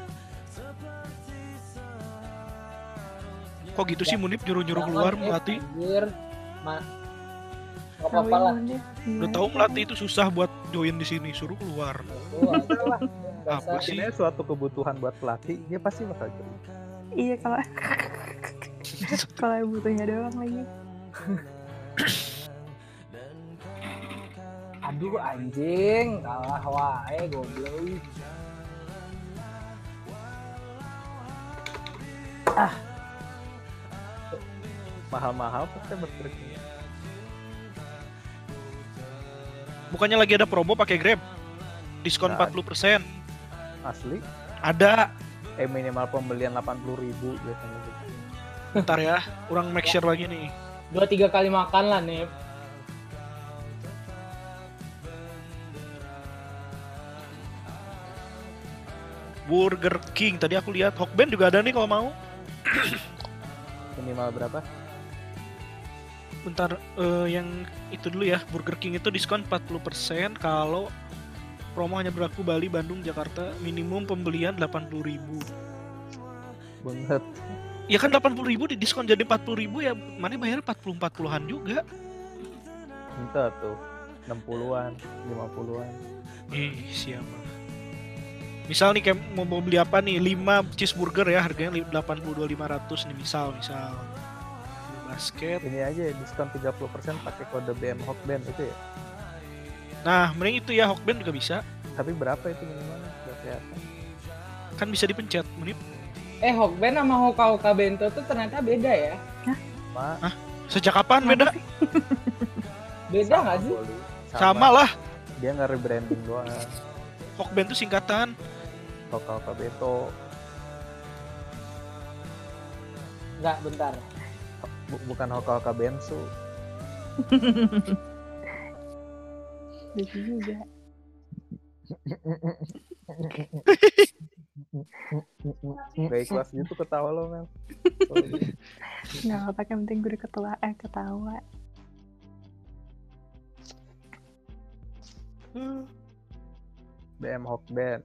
Kok gitu sih Munib nyuruh-nyuruh keluar Jangan, melatih? Anjir. Nggak apa-apa lah. Udah tahu melatih itu susah buat join di sini, suruh keluar. Tuh, ada lah. Apa sih? Ini suatu kebutuhan buat pelatih, dia pasti bakal jadi. Iya kalau kalau butuhnya doang lagi. Aduh anjing, kalah wae goblok. Mahal-mahal pasti bertriknya. Bukannya lagi ada promo pakai Grab? Diskon Nah. 40%. Asli. Ada. Minimal pembelian 80.000 biasanya gitu. Bentar ya, kurang make sure lagi nih. 2-3 kali makan lah nih. Burger King, tadi aku lihat Hokben juga ada nih kalau mau. Minimal berapa? Bentar, yang itu dulu ya. Burger King itu diskon 40% kalau promo hanya berlaku Bali, Bandung, Jakarta. Minimum pembelian 80.000. Banget. Ya kan 80.000 di diskon jadi 40.000 ya. Mana bayar 40-40an juga. Entah tuh 60-an, 50-an. Siapa? Misal nih kayak mau beli apa nih? 5 cheeseburger ya, harganya 82.500 nih misal. Basket. Ini aja diskon 30% pakai kode BM Hokben itu ya. Nah, mending itu ya, Hokben juga bisa. Tapi berapa itu minimalnya? Nggak kelihatan. Kan bisa dipencet, Munip. Hokben sama Hoka Bento tuh ternyata beda ya? Pak. Sejak kapan beda? Beda nggak sih? Sama lah. Dia nggak rebranding doang. Hokben tuh singkatan. Hoka Bento. Nggak, bentar. Bukan Hoka Bensu. Lucu juga. Gak ikhlas gitu ketawa lo, Mel. Nggak apa-apa, yang penting gue ketawa. BM Hokben.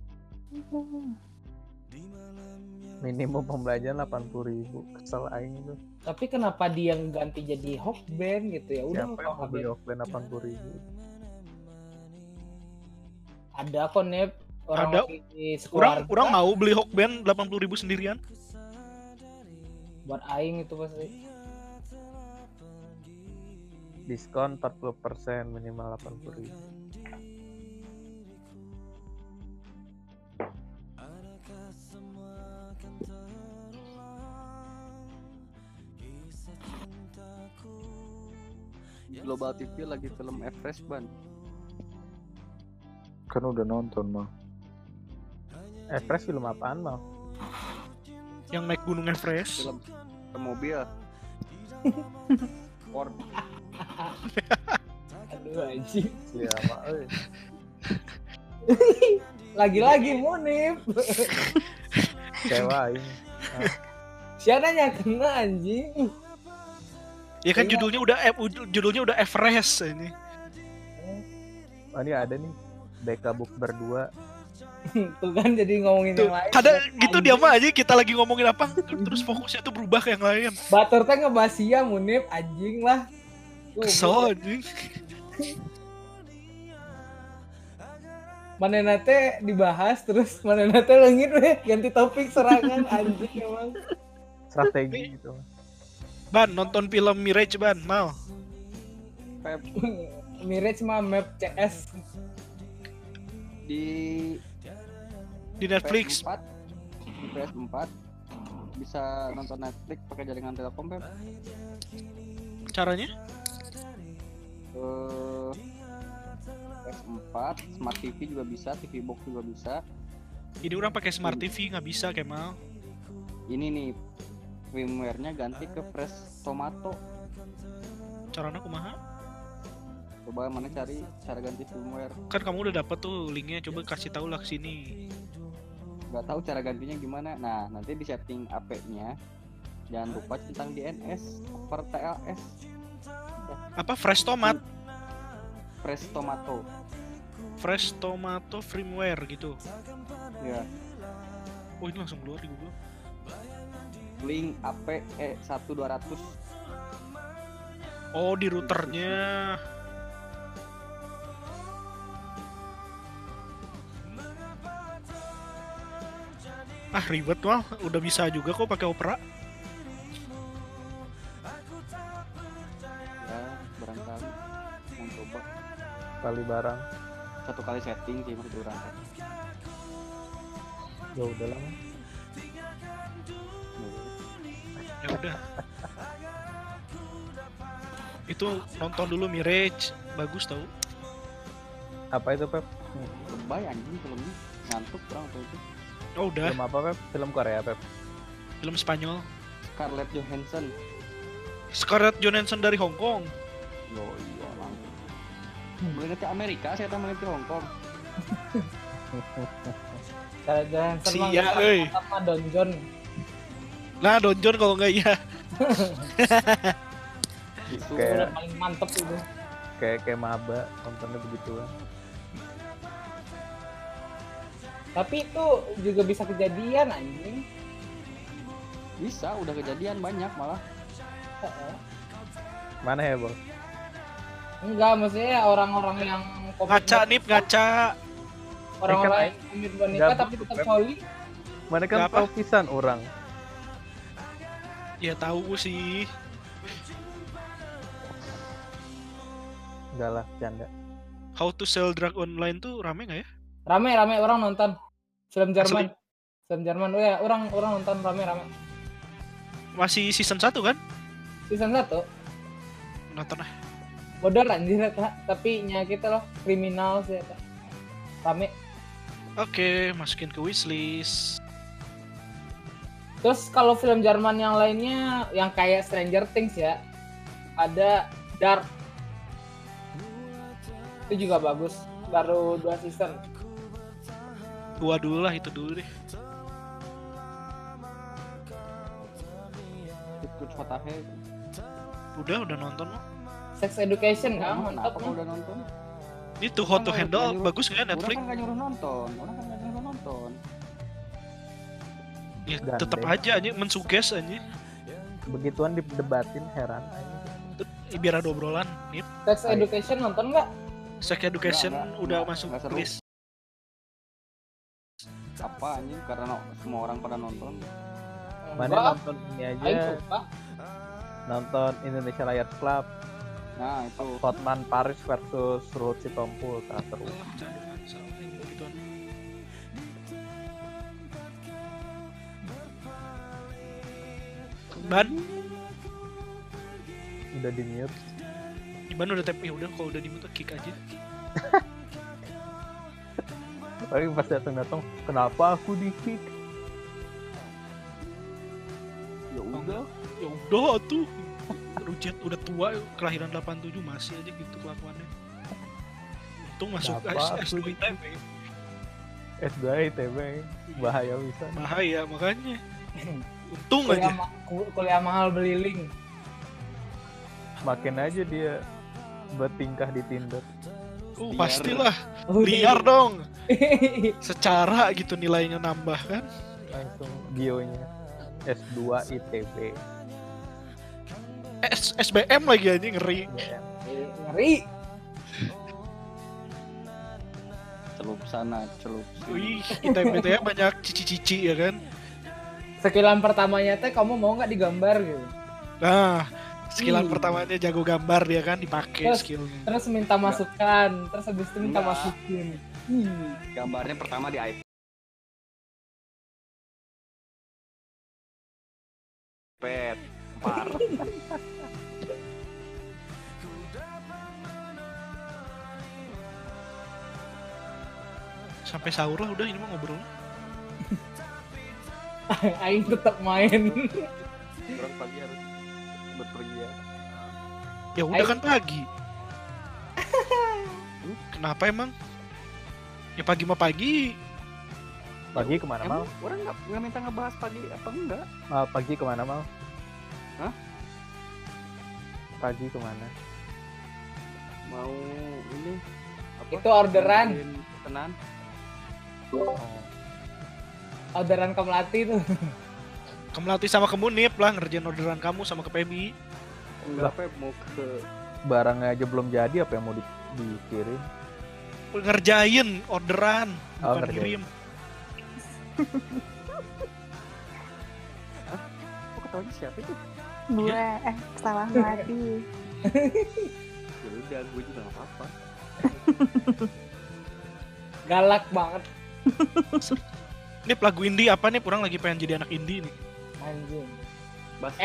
Minimum pembelajaran 80.000. Kesel aing itu. Tapi kenapa dia ganti jadi Hokben gitu ya? Udah Siapa yang mau beli Hokben 80.000? Ada kok Nep. Ada. Orang mau beli Hokben 80.000 sendirian. Buat aing itu pasti. Diskon 40% minimal 80.000. Global TV lagi film Everest ban. Kan udah nonton mah. Everest film apaan mal? Yang naik gunung Everest. Film mobil. Ford. Aduh anjing. Iya mak. Lagi-lagi Munip. Cewa ini. Siananya kena anjing. Ya kan judulnya udah Everest ini. Oh ini ada nih. BK Book berdua. Tuh kan jadi ngomongin Tuh, yang lain. kadang gitu dia mah aja kita lagi ngomongin apa terus fokusnya tuh berubah ke yang lain. Batur teh ngebahas sia Munip anjing lah. Kesel anjing. Manena teh dibahas terus manena teh leungit we ganti topik serangan anjing emang. Strategi gitu. Ban nonton film Mirage ban mau. Mirage mah map CS di Netflix. PS4, di PS4 bisa nonton Netflix pakai jaringan Telkom, Pep. Caranya? PS4, Smart TV juga bisa, TV Box juga bisa. Ini orang pakai Smart TV nggak bisa Kemal. Ini nih firmware-nya ganti ke Fresh Tomato. Caranya kumaha? Coba mana cari cara ganti firmware. Kan kamu udah dapet tuh linknya, coba kasih tahu lah sini. Nggak tahu cara gantinya gimana. Nah, nanti di setting AP-nya jangan lupa centang DNS over TLS. Apa Fresh Tomat? Fresh Tomato. Fresh Tomato firmware gitu. Ya. Oh, ini langsung keluar di Google. Link AP 1200. Oh, di routernya. Ah, ribet mal, udah bisa juga kok pakai Opera. Ya, barangkali mau coba Kali barang. satu kali setting sih maksud orang. Ya udah lah. Ya udah. Itu nonton dulu Mirage, bagus tau. Apa itu Pep? Lebay anjing filmnya, ngantuk orang waktu itu. Oh udah. Film apa Pep? Film Korea Pep? Film Spanyol. Scarlett Johansson. Scarlett Johansson dari Hong Kong. Yo iya lang. Boleh nanti Amerika, saya tahu nanti Hong Kong. Jangan Sia, euy. sama Don John. Nah, Donjon kalau nggak iya. Itu Kayak- udah paling mantep itu. Kayak maba nontonnya begituan. Tapi itu juga bisa kejadian anjing. Bisa, udah kejadian banyak malah. Mana ya bos? Enggak, maksudnya orang-orang yang Ngaca Nip, ngaca. orang-orang yang komit wanita Gabut, tapi tetap Pep. poli. Mana kan Kenapa? tahu pisan orang. Ya tahu sih. Enggak lah, canda. How to sell drug online tuh rame nggak ya? Rame orang nonton film Jerman. Film Jerman. Oh ya, orang nonton rame-rame. Masih season 1 kan? Season 1. Nonton lah. Bodoh anjir eta, tapi nya kita loh kriminal sih eta. Rame. Oke, masukin ke wishlist. Terus kalau film Jerman yang lainnya yang kayak Stranger Things ya, ada Dark. Itu juga bagus, baru 2 season. 2 dulu lah, itu dulu deh. Ikut Fatahe. Udah nonton mah. Sex Education kan, mantap Apa nih. udah nonton? Itu How to Handle bagus nggak Netflix? Orang kan nggak nyuruh nonton. Ya Gandeng. tetap aja anjing mensuges anjing. Begituan didebatin heran aja. Biar ada obrolan. Nip. Sex Education nonton nggak? Sex Education Nggak, udah nggak, masuk nggak seru. list. Apa anjing? Karena semua orang pada nonton. Mana Enggak, nonton ini aing aja, suka. nonton Indonesia Liars Club, Nah itu. Hotman Paris versus Ruhut Sitompul, tak seru. Ban, Udah di mute. Ban udah tap, ya udah kalau udah di mute kick aja. Tapi pas datang kenapa aku di kick? Ya udah. Ya udah tuh. Rujit udah tua, kelahiran 87 masih aja gitu kelakuannya. Untung masuk Kenapa S2 aku ITB. S2 ITB bahaya bisa. Bahaya makanya. Untung aja. Kuliah mahal beliling. Makin aja dia bertingkah di Tinder. Pastilah. Oh, Liar dong. Secara gitu nilainya nambah kan. Langsung bionya S2 ITB. SBM lagi aja ngeri. Ya, Ngeri. Celup sana, celup sini. Wih, ITB ya banyak cici-cici ya kan. Sekilan pertamanya teh kamu mau nggak digambar gitu. Nah, skillan pertamanya jago gambar dia kan dipakai Terus- skillnya. Terus minta masukan, terus habis itu minta Enggak. masukin. Gambarnya pertama di iPad. Par. Sampai sahur lah udah ini mah ngobrol. Aing tetap main. Orang pagi harus berpergian. Ya udah kan pagi. Kenapa emang? Ya pagi mah pagi. pagi kemana mal? Emang orang nggak minta ngebahas pagi apa enggak? Pagi kemana mal? Hah? Pagi kemana? Mau ini apa? Itu orderan. Nganterin pesanan. Oh. Orderan ke Melati tuh. Ke Melati sama ke Munip lah ngerjain orderan kamu sama ke Pebi. Enggak apa mau ke Barangnya aja belum jadi, apa yang mau dikirim? Ngerjain orderan, Oh, bukan ngerjain. ngirim. kok ketahuan siapa itu? Gue salah Melati. Ya udah, gue juga nggak apa-apa. Galak banget Ini lagu indie apa nih? Kurang lagi pengen jadi anak indie nih. anjing. Baskara.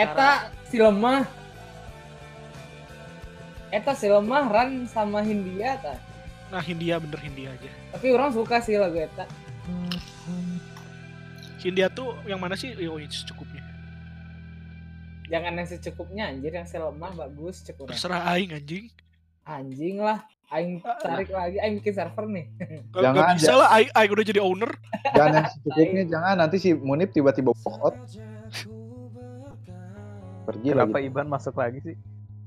Eta si lemah Ran sama Hindia ta. Nah Hindia bener Hindia aja. Tapi orang suka sih lagu eta. Hindia tuh yang mana sih? Oh itu secukupnya. Jangan yang secukupnya anjir, yang si lemah bagus cukup. Terserah aing anjing. Anjing lah. Aing tarik lagi, aing bikin server nih. Gak Jangan, bisa lah, aing udah jadi owner. Jangan yang secukupnya, jangan nanti si Munip tiba-tiba walk out. Pergi Kenapa lagi. Iban masuk lagi sih?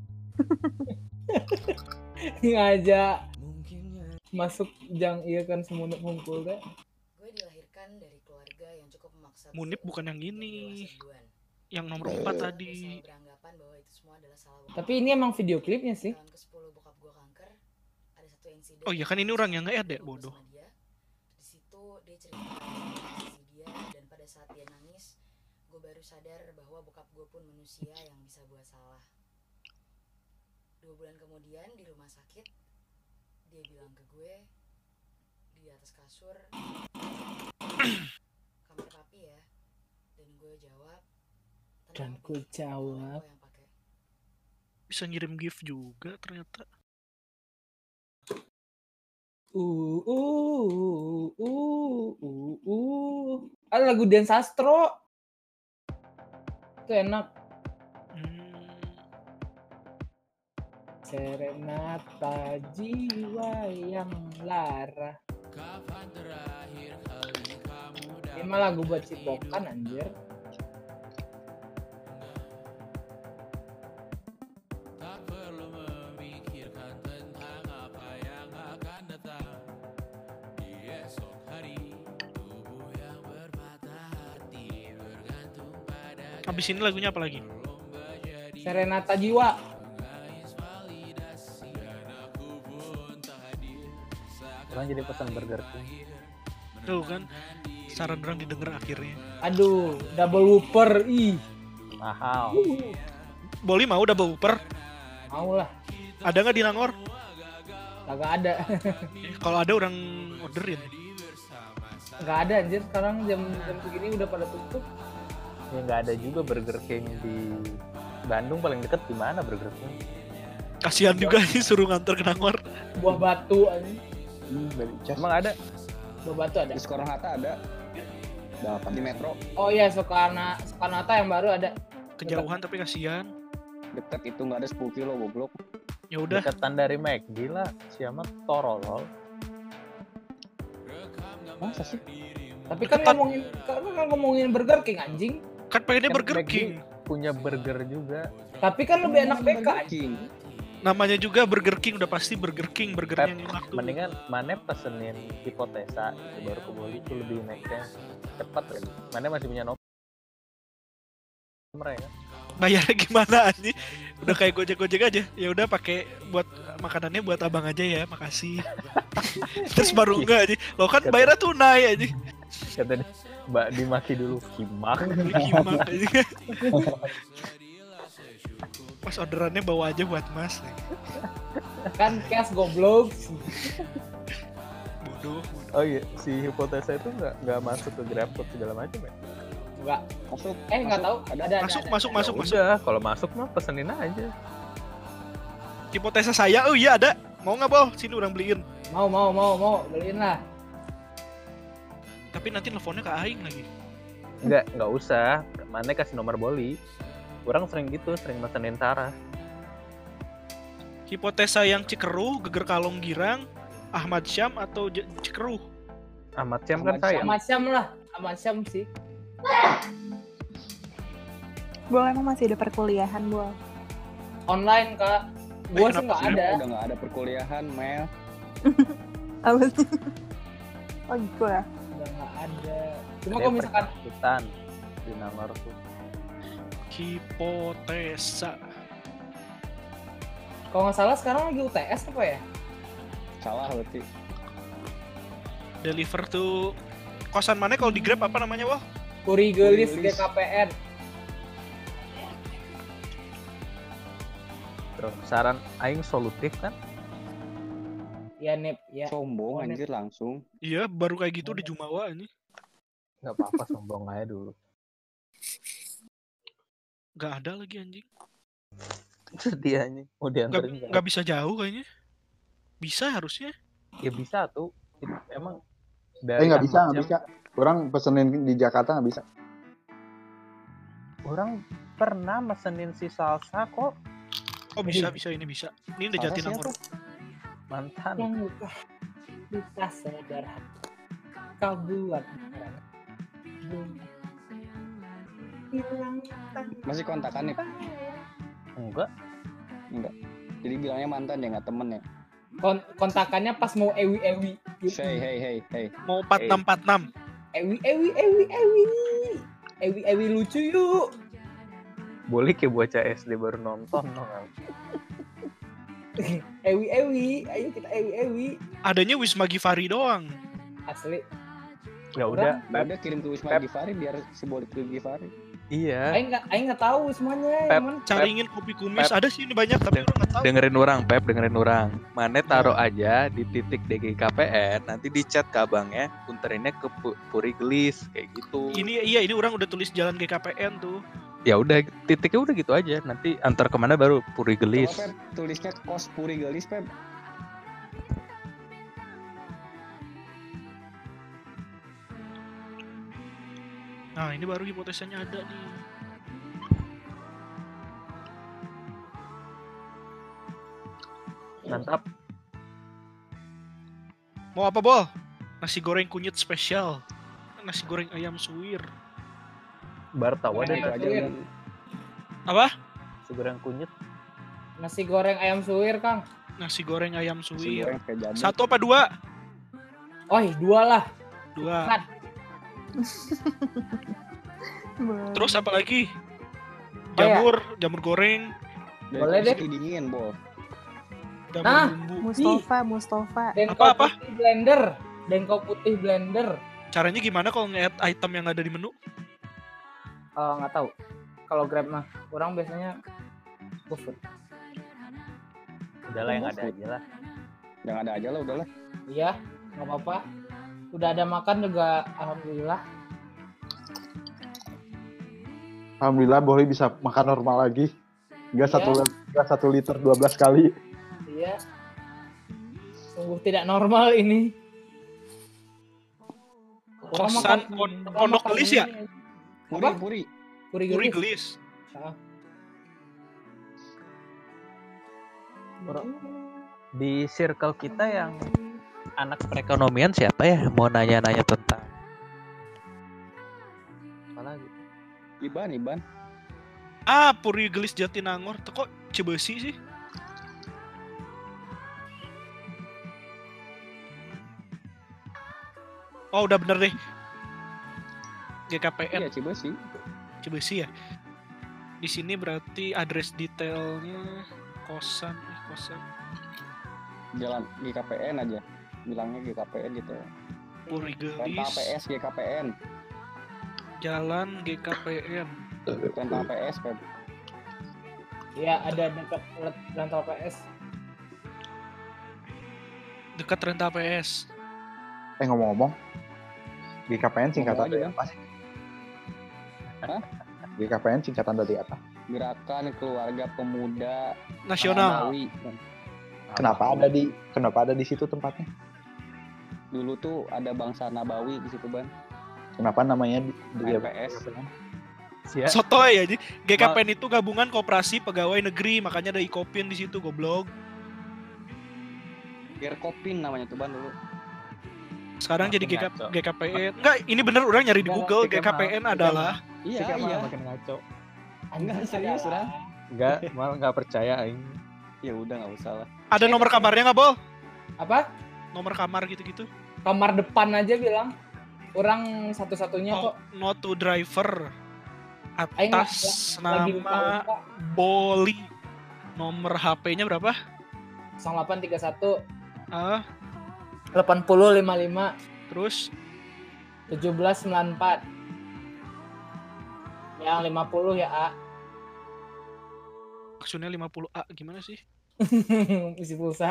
Ngajak masuk jang iya kan semunuk hungkul teh. Gue dilahirkan dari keluarga yang cukup memaksa. Munip gue bukan yang untuk ini. dewasa duluan. Yang nomor 4 Gue tadi. selalu beranggapan bahwa itu semua adalah salah bokap. Tapi ini emang video klipnya sih. Tahun ke-10 bokap gue kanker, ada satu insiden. Oh iya kan ini orang yang nge-add ya, Gue bodoh. sama dia. Di situ dia cerita tentang sisi dia, dan pada saat dia nangis, gue baru sadar bahwa bokap gue pun manusia yang bisa buat salah. 2 bulan kemudian di rumah sakit, dia bilang ke gue di atas kasur, kamar papi gue jawab. Dan gue jawab. Bisa ngirim gift juga ternyata. Ada lagu Dian Sastro. Itu enak. Serenata jiwa yang lara. Ini mah lagu buat cipokan anjir. Habis ini lagunya apa lagi? Serenata jiwa. Orang jadi pesan Burger King. Tuh kan, saran orang didengar akhirnya. Aduh, double whopper, ih. Mahal. Boli mau double whopper? Mau lah. Ada nggak di Nangor? Kagak ada. Kalau ada orang orderin. Nggak ada anjir, sekarang jam segini udah pada tutup. Ya nggak ada juga Burger King di Bandung, paling deket di mana Burger King? Kasihan juga sih suruh nganter ke Nangor. Buah Batu anjir. Emang ada? Buah Batu ada. Di Soekarno-Hatta ada. Di Metro. Oh iya, Soekarno-Hatta yang baru ada. Kejauhan tapi kasihan. Deket itu nggak ada 10 kilo goblok. Ya udah. Deketan dari McD lah, siapa Torolol. Masa sih? Tapi kan ngomongin Burger King anjing. Kan pengennya Burger King. Punya burger juga. Tapi kan lebih enak BK anjing. Namanya juga Burger King, udah pasti Burger King, burgernya yang enak tuh. Mendingan mana pesenin hipotesa itu baru ke Boli itu lebih make sense. Cepat kan. Mana masih punya nomor ya? Bayarnya gimana anjing? Udah kayak Gojek aja. Ya udah pakai buat makanannya buat abang aja ya, makasih. Terus baru enggak aja. Lo kan bayarnya tunai aja. Kata dia, Mbak dimaki dulu kimak. Kimak aja. Pas orderannya bawa aja buat Mas. Kan cash goblok. Bodoh. Oh iya, si hipotesa itu nggak masuk ke GrabFood segala macam ya? Enggak. Masuk. Nggak tahu. Ada. Masuk. Udah, kalau masuk mah pesenin aja. Hipotesa saya, oh iya ada. Mau nggak Bo? Sini orang beliin. Mau. Beliin lah. Tapi nanti teleponnya ke Aing lagi. Nggak usah. Mana kasih nomor Boli. Orang sering gitu, sering mesenin Sarah. Hipotesa yang Cikeruh, Geger Kalong Girang, Ahmad Syam atau Cikeruh? Ahmad Syam kan saya. Ahmad Syam lah. Ahmad Syam sih. Bol emang masih ada perkuliahan, Bol? Online, Kak. Gua sih nggak ada. Udah nggak ada perkuliahan, Mel. Apa sih? Oh gitu ya? Udah nggak ada. Cuma kalau misalkan Hutan di Nangor tuh. Hipotesa. Kalau nggak salah sekarang lagi UTS apa ya? Salah berarti. Deliver tuh kosan mana kalau di Grab apa namanya, Wah? Kurigelis GKPN. Terus saran aing solutif kan? Ya Nip, ya. Sombong anjir langsung. Iya, baru kayak gitu di Jumawa ini. Nggak apa-apa sombong aja dulu. Nggak ada lagi anjing. Sedih anjing. Mau dianterin nggak bisa jauh kayaknya. Bisa harusnya. Ya bisa tuh. Emang dari nggak bisa. Orang pesenin di Jakarta nggak bisa. Orang pernah mesenin si salsa kok. Oh bisa ini bisa. Ini udah Jatinangor. Mantan. Yang luka sadar kau buat Masih kontakan nih? Enggak. Jadi bilangnya mantan ya, nggak temen ya? Kontakannya pas mau ewi. Hey. Mau 4646. Ewi lucu yuk. Boleh kayak bocah SD baru nonton dong. Ewi, ayo kita ewi. Adanya Wisma Givari doang. Asli. Ya udah kirim ke Wisma Givari biar simbolik ke Givari. Iya. Aing nggak tahu semuanya. Pep, Cuman Caringin kopi kumis. Pep. Ada sih ini banyak tapi orang nggak tahu. Dengerin orang. Mana taruh aja di titik DGKPN, nanti dicat ke abangnya, punterinnya ke Puri Gelis kayak gitu. Ini orang udah tulis jalan GKPN tuh. Ya udah, titiknya udah gitu aja. Nanti antar kemana baru Puri Gelis. Coba Pep, tulisnya kos Puri Gelis Pep. Nah ini baru hipotesanya ada nih. Mantap. Mau apa Bol? Nasi goreng kunyit spesial. Nasi goreng ayam suwir. Bar tahu ada Itu nasi aja. goreng, Apa? nasi goreng kunyit. nasi goreng ayam suwir, Kang. Nasi goreng ayam Nasi suwir. goreng kayak jamu. 1 apa 2? Oh, 2 lah. 2. Kan. Terus apa lagi? Oh, ya. Jamur goreng, Dan Boleh deh. kopi dingin, Bo. jamur Nah. bumbu. Mustafa. Dengkau Apa? putih blender. Dengkau putih blender. Caranya gimana kalau nge-add item yang ada di menu? Nggak tahu. Kalau Grab mah, orang biasanya GoFood. Udahlah yang ada aja lah. Yang ada aja lah udahlah. Iya, nggak apa-apa. Udah ada makan juga, alhamdulillah. Alhamdulillah boleh bisa makan normal lagi. Enggak Iya. 1 liter 12 kali. Iya. Sungguh tidak normal ini. Orang Kosan makan- Pondok makan Gelis ini. ya? Apa? Puri. Puri Puri Gelis. Gelis. Di circle kita yang anak perekonomian siapa ya mau nanya-nanya tentang apa lagi? Iban. Ah, Puri Gelis Jatinangor. Tuh kok Cibesi sih? Oh, udah bener deh. GKPN Iya, Cibesi. Cibesi ya. Di sini berarti address detailnya kosan. Jalan GKPN aja. Bilangnya GKPN gitu. Puri Renta Gelis, PS GKPN. Jalan GKPN. Renta PS Pep. Iya, ada dekat rental PS. Dekat Renta PS. Ngomong-ngomong, GKPN singkatan Ngomong aja, dari apa sih? Hah? GKPN singkatan dari apa? Gerakan Keluarga Pemuda Nasional. Nabawi. Kenapa ada di situ tempatnya? Dulu tuh ada bangsa Nabawi di situ, Ban. Kenapa namanya RPS. Sia. Sotoy aja. GKPN itu gabungan koperasi pegawai negeri, makanya ada Ikopin di situ, goblok. Gerkopin namanya tuh, Ban, dulu. Sekarang jadi Makin ngaco. GKPN. Enggak, ini bener orang nyari di Enggak, Google. pikir GKPN malah- adalah Iya, Pikir malah iya. makin ngaco. Enggak, serius, adalah- Ran. Enggak, malah enggak percaya aing. Ya udah nggak usah lah. ada nomor kamarnya nggak, Bol? Apa? Nomor kamar gitu-gitu. Kamar depan aja bilang. Orang satu-satunya Oh, kok. not to driver. Aing Atas lagi nama lupa. Boli. Nomor HP-nya berapa? 0831 Ah, 8055 terus 1794. Yang 50 ya, A. maksudnya 50A gimana sih? Isi pulsa.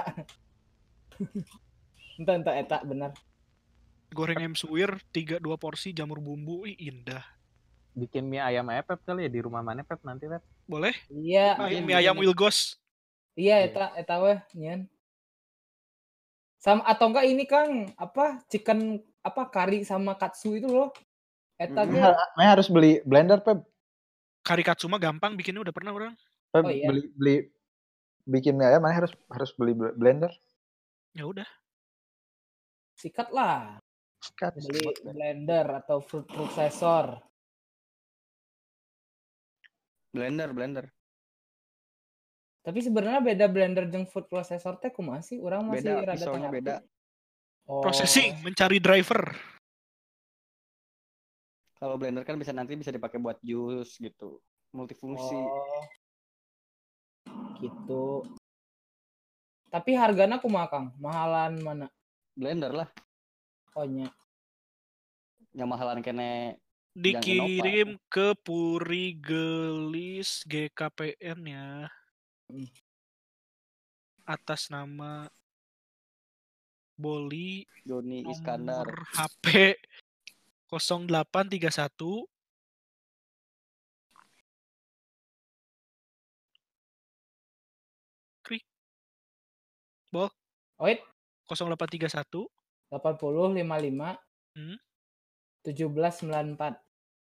Entah eta bener. Goreng ayam suwir 2 porsi jamur bumbu. Ih, indah. Bikin mie ayam aja Pep kali ya di rumah mana Pep nanti Pep. Boleh? Iya, Mie ayam Wilgos. iya eta weh, nyen. Sama atau enggak ini Kang, apa chicken apa kari sama katsu itu loh. Eta ge Nah, harus beli blender, Pep. Kari katsu mah gampang bikinnya, udah pernah orang. Pep, Oh, iya. beli bikin mie ayam mana harus beli blender. Ya udah. sikat lah. Sikat. Beli blender atau food processor. Blender. Tapi sebenarnya beda blender jeung food processor teh kumaha sih? Urang masih Beda, rada pisaunya teu beda. ngarti. Oh. Processing, mencari driver. Kalau blender kan nanti bisa dipakai buat jus gitu. Multifungsi. Oh. Gitu. Tapi hargana kumaha Kang? Mahalan mana? Blender lah. Oh nya. Yang mahalan kene Dikirim ke Puri Gelis GKPN ya. Atas nama Boli, Doni nomor Iskandar. HP 0831 Krik. Bol. Wait. 0831 8055 1794.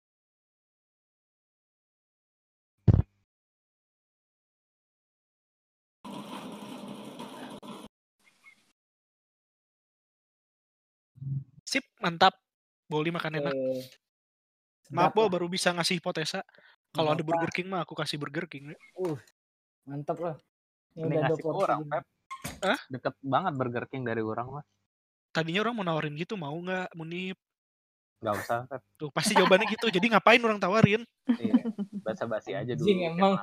Sip, mantap. Boli makan enak. Maaf, Bol, baru bisa ngasih hipotesa. Kalau ada Burger King mah aku kasih Burger King. Mantap lah. Ini ngasih ke orang, Pep. Deket banget Burger King dari orang mah. Tadinya orang mau nawarin gitu, mau nggak, Munib? Nggak usah, Pep. Tuh, pasti jawabannya gitu. Jadi ngapain orang tawarin? Iya, basa-basi aja dulu. Emang.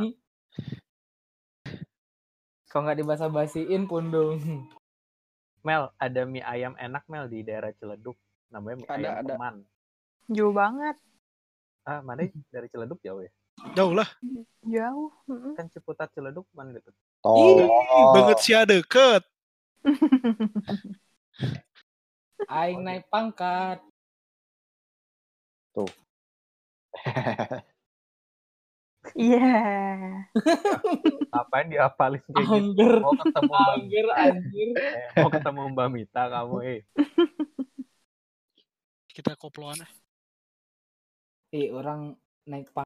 Kok nggak dibasa-basiin pundung. Mel, ada mie ayam enak, Mel, di daerah Ciledug. Namanya mie ayam Teman. Jauh banget. Mana dari Ciledug jauh ya? Jauh lah. Jauh. Kan Ciputat Ciledug mana deket? Banget sih deket. Aing naik pangkat. Tuh. Iya. Apain dihafalin kayak gitu? Mau ketemu mau ketemu Mbak Mita kamu Kita koploan. Orang naik pangkat.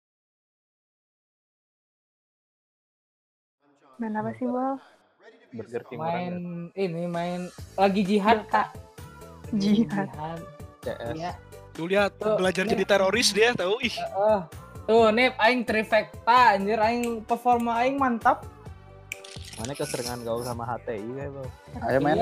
Main apa sih, Bol? Burger King main lagi jihad, Kak. Jihad. CS. Iya. Tuh lihat, belajar jadi teroris dia, tahu ih. Tuh, Nip, aing trifecta, anjir, aing performa aing mantap. Mana keseringan gaul sama HTI kayak, Bro. Ayo main.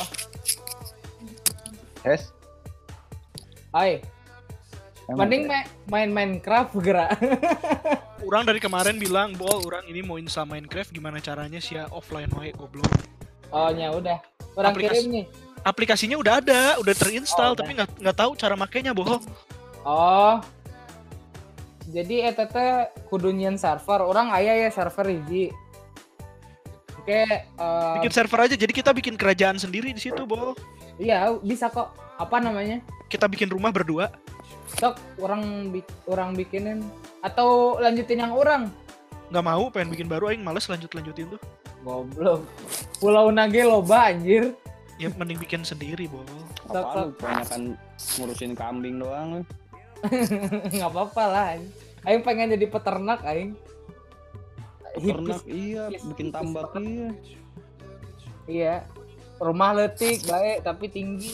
Yes. Hai. Mending main Minecraft gerak. Orang dari kemarin bilang, Bol, orang ini mau install Minecraft, gimana caranya sih ya offline wae goblok. Oh, ya udah. Orang kirim nih. Aplikasinya udah ada, udah terinstall, tapi nggak tahu cara makainya, bohong. Oh. Jadi ETT kudu nyen server. Orang aya ya server hiji. Oke, bikin server aja. Jadi kita bikin kerajaan sendiri di situ, Bol. Iya, bisa kok. Apa namanya? Kita bikin rumah berdua. Sok, orang bikinin atau lanjutin yang orang? Nggak mau, pengen bikin baru, aing males lanjutin tuh. Goblok. Pulau Nage loba anjir. Ya mending bikin sendiri, Bol. Apa lu kebanyakan ngurusin kambing doang lu? Nggak apa-apa lah. Aing pengen jadi peternak, aing. Peternak iya, bikin tambak iya. Iya. Rumah leutik baik tapi tinggi.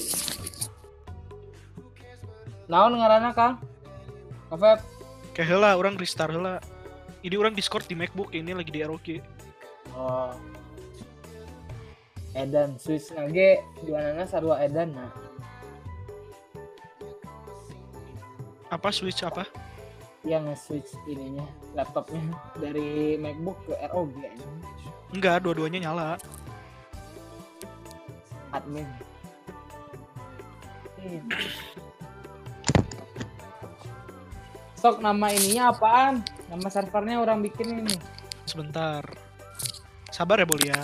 Naon ngaranna, Kang? Kafep. Kayak heula, orang restart heula. Ini orang Discord di MacBook, ini lagi di ROG. Oh. Edan Switch nage jualanna sarua edan nah. Apa Switch apa? Yang nge-switch ininya, laptopnya dari MacBook ke ROG. Enggak, dua-duanya nyala. Admin. Sok nama ininya apaan? Nama servernya orang bikin ini. Sebentar. Sabar ya, Bol ya.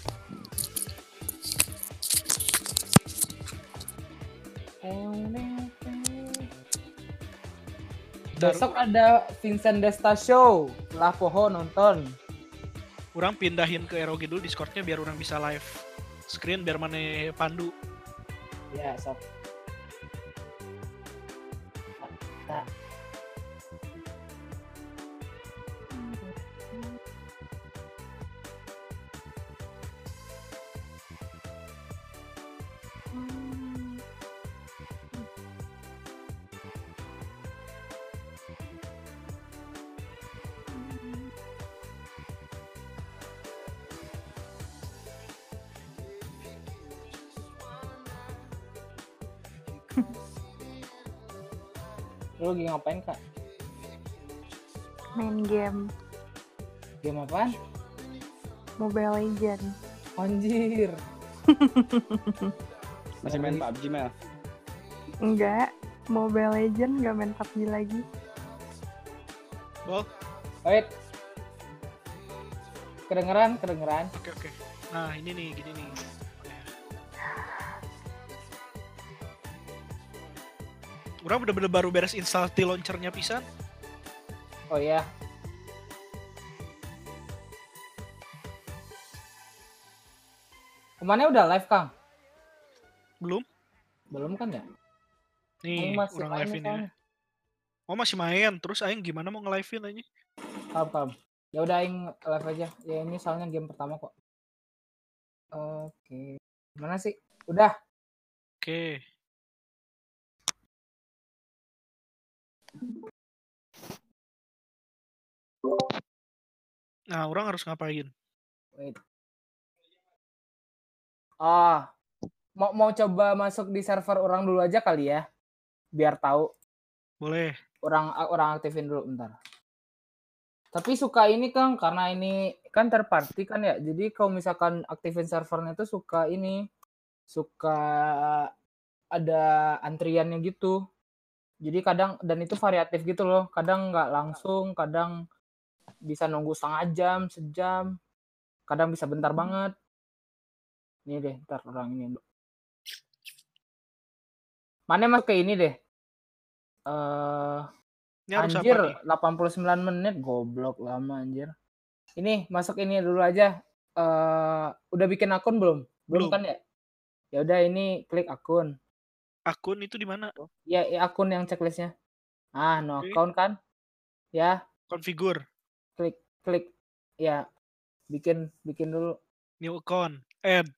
Besok ada Vincent Desta Show. Lah poho nonton. Orang pindahin ke ROG dulu Discord-nya biar orang bisa live screen biar mana pandu. Ya, sok. Nah. Lu lagi ngapain, Kak? Main game. Game apaan? Mobile Legend. Anjir. Masih main PUBG, Mel? Enggak. Mobile Legend gak main PUBG lagi. Bol. Wait. Kedengeran. Oke. Nah, ini nih, gini nih. Orang bener-bener baru beres install launcher-nya pisan. Oh ya. Kemana udah live, Kang? Belum kan ya? Nih, masih orang main live ini ya. soalnya. Oh, masih main. Terus aing gimana mau nge-live-in aja? Paham. Ya udah aing live aja. Ya ini soalnya game pertama kok. Oke. Mana sih? Udah. Oke. Nah, orang harus ngapain? Wait. Mau coba masuk di server orang dulu aja kali ya. Biar tahu. Boleh. Orang aktifin dulu bentar. Tapi suka ini Kang, karena ini kan third party kan ya. Jadi kalau misalkan aktifin servernya tuh suka ada antriannya gitu. Jadi kadang, dan itu variatif gitu loh. Kadang nggak langsung, kadang bisa nunggu setengah jam, sejam. Kadang bisa bentar banget. Ini deh, ntar orang ini dulu. Mana masuk ke ini deh. Anjir, 89 menit. Goblok lama anjir. Ini masuk ini dulu aja. Udah bikin akun belum? Belum kan ya? Ya udah ini klik akun. Akun itu di mana? Ya akun yang checklistnya. No account kan? Ya. Configure. Klik. Ya. Bikin dulu. New account. Add.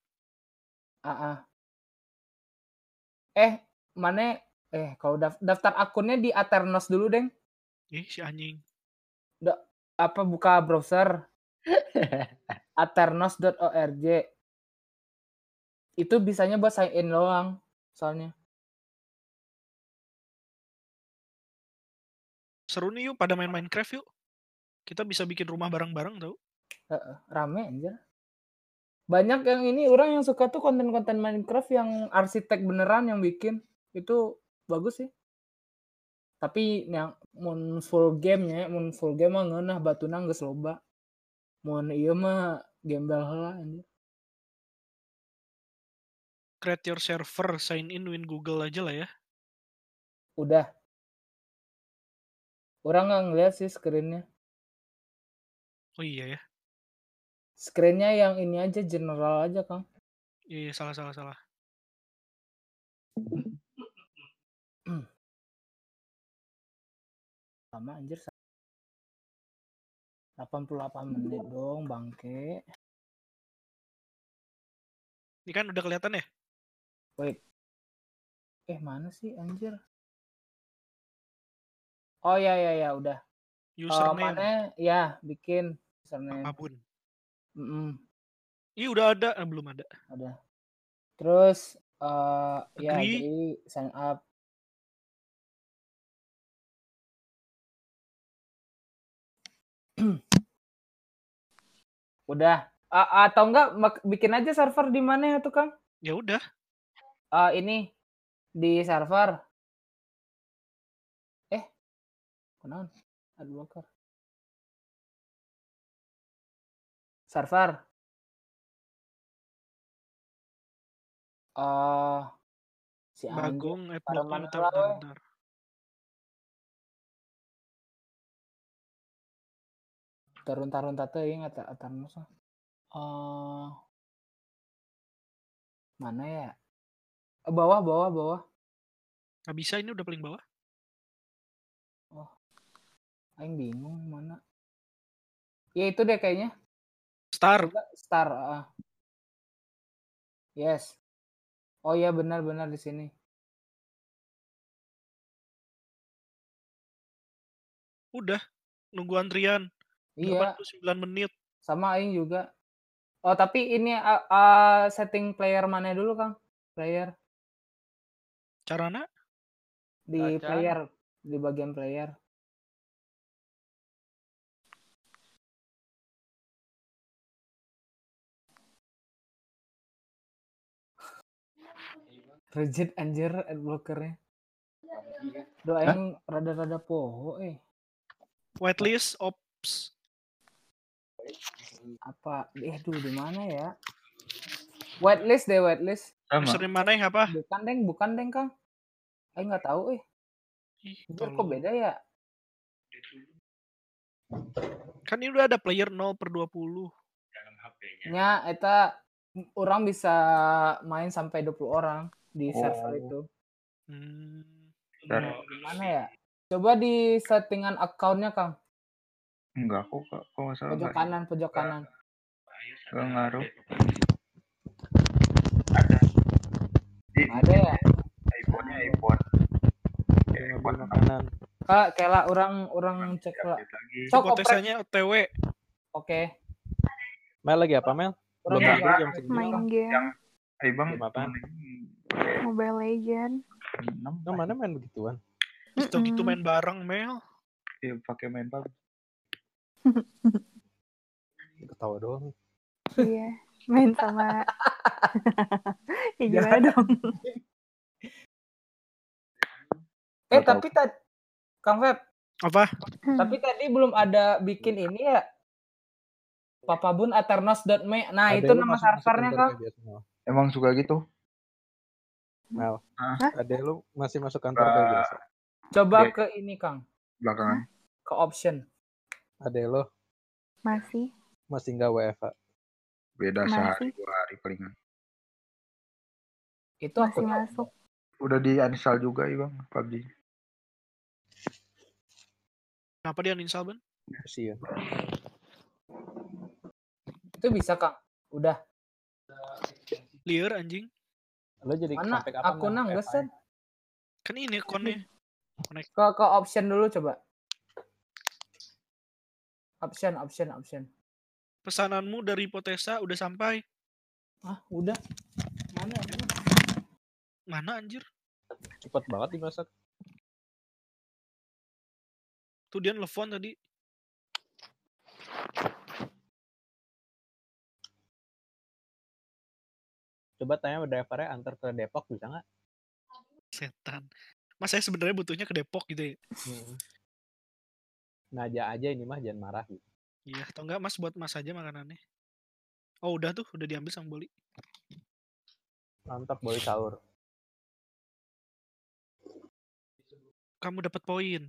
Mana? Kalau daftar akunnya di Aternos dulu, Deng. Si anjing. Buka browser. aternos.org. Itu bisanya buat sign in doang soalnya. Seru nih yuk pada main Minecraft yuk. Kita bisa bikin rumah bareng-bareng tau. Rame aja. Banyak yang ini orang yang suka tuh konten-konten Minecraft yang arsitek beneran yang bikin. Itu bagus sih. Tapi yang mun full game mah ngeunah batuna geus loba. Mun ieu mah gembel heula anjir. Create your server, sign in win Google aja lah ya. Udah. Orang nggak ngeliat sih screen-nya. Oh iya ya. Screen-nya yang ini aja, general aja, Kang. Iya, salah. Lama anjir. 88 menit dong, bangke. Ini kan udah kelihatan ya? Wait. Mana sih anjir? Oh ya, udah. Username. Mana ya, bikin username. Apapun. Ih, udah ada. Belum ada. Ada. Terus agree, sign up. Udah. Atau enggak bikin aja server di mana ya tuh, Kang? Ya udah. Ini di server. Kenaon? Adblocker. Server. Si Bagong Adblocker. bentar. Tarun-tarun teuing Aternos. Mana ya? Bawah. Nggak bisa, ini udah paling bawah. Aing bingung mana. Ya itu deh kayaknya. Star. Yes. Oh iya benar di sini. Udah. Nunggu antrian. Iya. 89 menit. Sama Aing juga. Oh tapi ini setting player mana dulu, Kang? Player. Carana? Di player. Di bagian player. Reject anjir adblockernya. Doa yang rada-rada poho Whitelist Ops. Apa? Di mana ya? Whitelist. Username mana yang apa? Bukan deng Kang. Nggak tahu Anjir, kok beda ya? Kan ini udah ada player 0/20. Nya eta orang bisa main sampai 20 orang di server itu. Gimana ya? Coba di settingan account-nya, Kang. Enggak kok nggak salah. Pojok kanan. Enggak ngaruh. Ada ya? iPhone. Makanan. Kayak orang cek lah. Hipotesanya OTW. Oke. Mel lagi apa, Mel? Belum tidur jam segini. Main game. Bang, Apaan? Mobile Legend. Mana main begituan? Gitu main bareng, Mel. Iya, pakai main bang. Ketawa doang. Iya, main sama. Ya gimana dong? Tapi tadi Kang Feb. Apa? Tapi tadi belum ada bikin ini ya. Papabun Aternos.me. Nah, itu nama servernya, Kang. Emang suka gitu? Mel. Ade lu masih masuk kantor kayak biasa. Coba ke ini, Kang. Belakangan. Ke option. Ade lo Masih nggak WFA? Beda sehari 2 hari palingan. Itu masih masuk. Udah di-uninstall juga ya, Bang, PUBG. Kenapa dia uninstall, Ban? Kasian. Itu bisa, Kang. Udah. Liar anjing. Lo jadi mana sampai kapan? akunnya enggak sen? Kan ini akunnya. Ke option dulu coba. Option. Pesananmu dari Hipotesa udah sampai. Udah. Mana anjir? Cepet banget dimasak. Tuh dia nelfon tadi. Coba tanya drivernya antar ke Depok bisa nggak? Setan. Mas saya sebenarnya butuhnya ke Depok gitu ya. Ngajak aja ini mah jangan marah gitu. Iya, atau enggak Mas buat Mas aja makanannya. Oh udah tuh, udah diambil sama Boli. Mantap Boli sahur. Kamu dapat poin.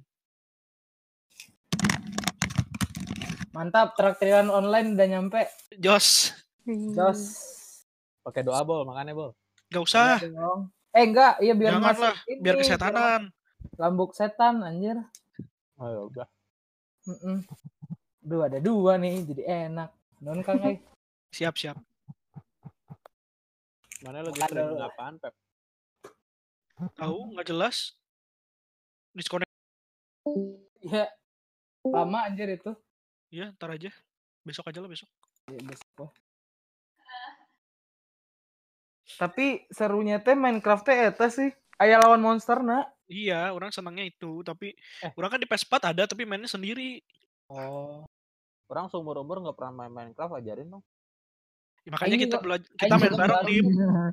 Mantap, traktiran online udah nyampe. Jos. Pakai doa Bol, makannya Bol. Gak usah. Enggak, iya biar jangan masuk lah, ini, biar kesetanan. Lambuk setan anjir. Oh udah. Duh, ada 2 nih, jadi enak. Non Kang Siap. Mana lagi streaming apaan, Pep? Tahu, nggak jelas. Disconnect. Iya. Lama anjir itu. Iya, ntar aja. Besok aja lah, besok. Iya, besok. Tapi serunya teh Minecraft teh eta sih. Aya lawan monster nak. Iya, orang senangnya itu. Tapi orang kan di PS4 ada, tapi mainnya sendiri. Oh. Orang seumur-umur nggak pernah main Minecraft, ajarin dong. Ya, makanya kita main bareng nih.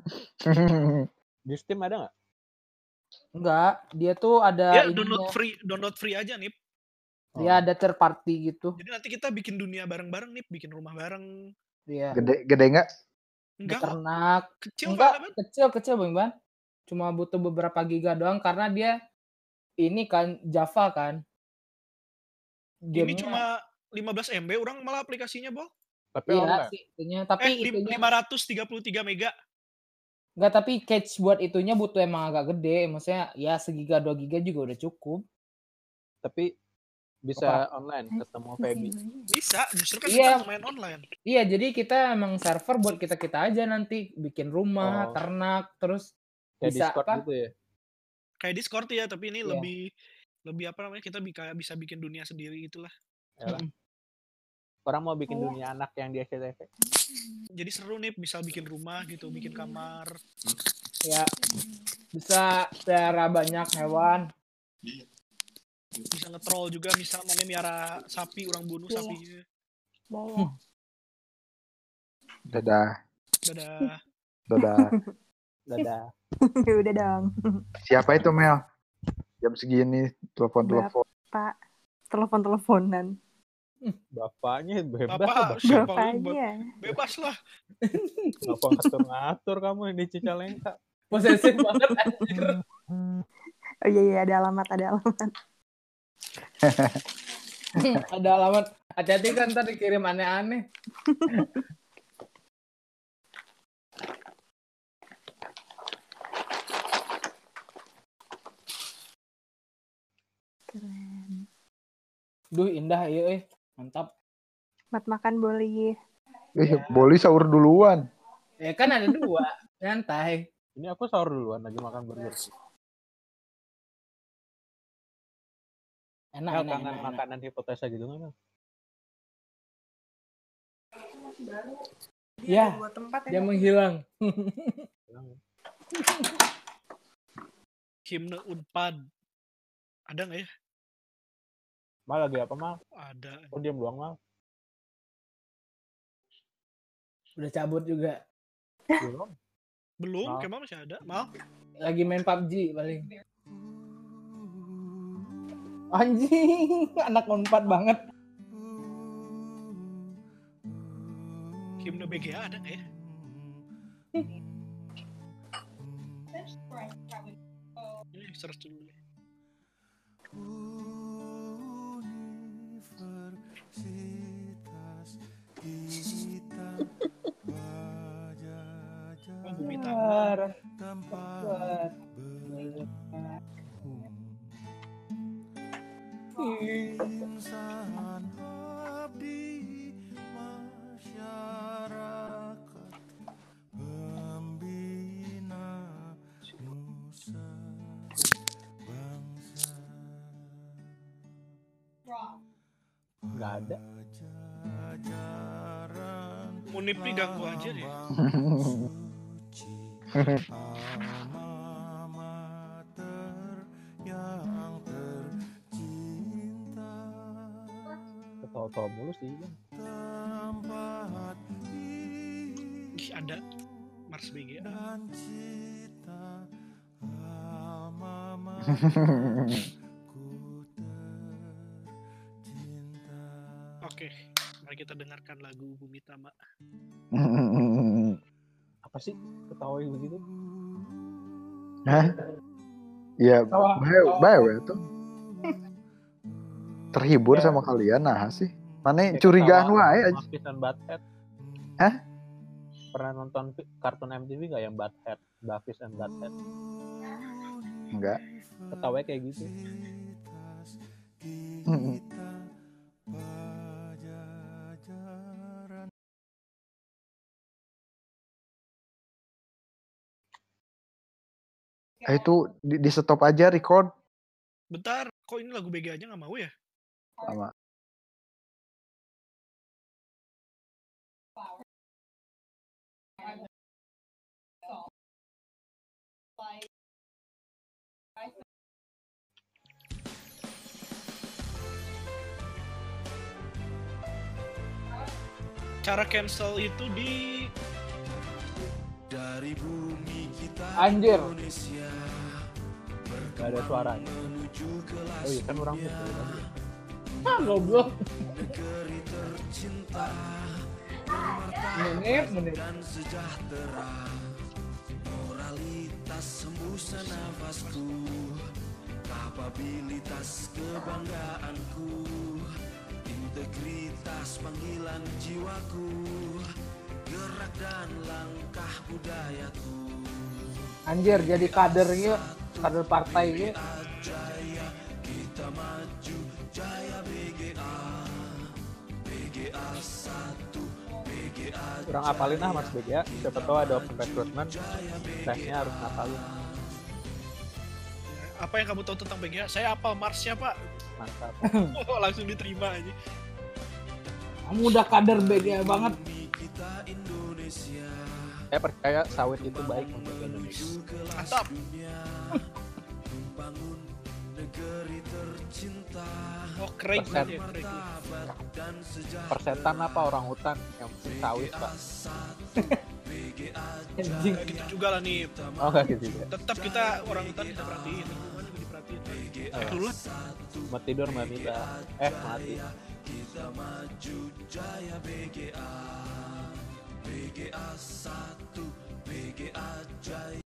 Di Steam ada nggak? Enggak, dia tuh ada. Ya download free aja nih. Dia ada third party gitu. Jadi nanti kita bikin dunia bareng-bareng nih, bikin rumah bareng. Iya. Gede nggak? Enggak. Ternak. Kecil enggak, kan? kecil Bang Ban. Cuma butuh beberapa giga doang karena dia ini kan Java kan. Ini cuma 15 MB, orang malah aplikasinya, Bol. Tapi itunya, tapi itunya 533 mega. Enggak, tapi cache buat itunya butuh emang agak gede. Maksudnya ya 1 giga 2 giga juga udah cukup. Tapi bisa online ketemu Feby. Bisa, justru kan kita main online. Iya, jadi kita emang server buat kita aja nanti bikin rumah, ternak, terus kayak bisa Discord apa? gitu ya. Kayak Discord ya, tapi ini lebih apa namanya? Kita bisa bikin dunia sendiri gitulah. Orang mau bikin dunia anak yang di SCTV. Jadi seru nih, bisa bikin rumah gitu, bikin kamar. Ya, bisa pelihara banyak hewan. Bisa nge-troll juga, misalnya miara sapi, orang bunuh sapinya. Dadah. Udah dong. Siapa itu Mel? Jam segini telepon-telepon. Bapak, telepon-teleponan. Bapaknya bebas Bapak, lah. siapa lu? Bapaknya. Bebas lah. Kenapa ngatur-ngatur kamu di Cicalengka? Posesif banget anjir. Oh iya, ada alamat. Ada alamat. Hati-hati kan ntar dikirim aneh-aneh. Keren. Duh, indah ya, mantap. Mat makan boleh. Boleh sahur duluan. Ya kan ada 2, nyantai. Ini aku sahur duluan lagi makan burger. Enak. Makanan hipotesa gitu kan? Ya, Dua tempat dia menghilang. Himne Unpad. Ada nggak ya? Mal lagi apa, Mal? Ada. Oh, diam doang, Mal. Udah cabut juga. Belum, Mal. Kemal masih ada. Mal. Lagi main PUBG paling. Anjing, anak Unpad banget. Himne BGA ada nggak ya? Ini search dulu nih. Oh, Bumi Tama. Insan abdi masyarakat pembina nusa bangsa. Nggak ada. Munip nih ganggu aja deh. Alma mater yang tercinta. Ketawa-tawa mulu sih. Tempat Ih, ada Mars BGA. dan cita alma mater ku tercinta. Oke, mari kita dengarkan lagu Bumi Tama. Apa sih ketawa begitu? Hah? Ya, bae tuh. Terhibur sama kalian, nah sih. Mana curigaan wae aja. Beavis and Butthead. Hah? Pernah nonton kartun MTV nggak yang Butthead? Beavis and Butthead. Enggak. Ketawa kayak gitu. Itu di stop aja record. Bentar, kok ini lagu BGA aja nggak mau ya? Sama. Cara cancel itu di Dari bumi kita Anjir. Indonesia Gak ada suaranya. menuju ke Oh iya kan orang putih. Goblok. negeri tercinta Menit. dan sejahtera. Moralitas hembusan nafasku, kapabilitas kebanggaanku, integritas panggilan jiwaku, gerak dan langkah budayaku. Anjir, jadi kader gitu, kader partai gitu. Jaya kita maju, jaya BGA, BGA 1, BGA. Kurang apalin lah Mas BGA. Siapa tahu ada open recruitment. Tesnya harus ngapalin. apa yang kamu tahu tentang BGA? Saya apal Marsnya, Pak. Mantap. Oh, langsung diterima aja. Kamu udah kader BGA banget. Saya percaya sawit itu baik untuk Indonesia. Mantap. Oh, Craig Persen. ya, Craig. Persetan apa orang hutan yang penting sawit, Pak. Anjing. Nggak gitu juga lah nih. Oh, enggak gitu ya. Tetap kita orang hutan kita perhatiin, lingkungan juga diperhatiin. Lu mau tidur Mbak Mita. Mati. Kita maju jaya BGA 1 BGA jaya.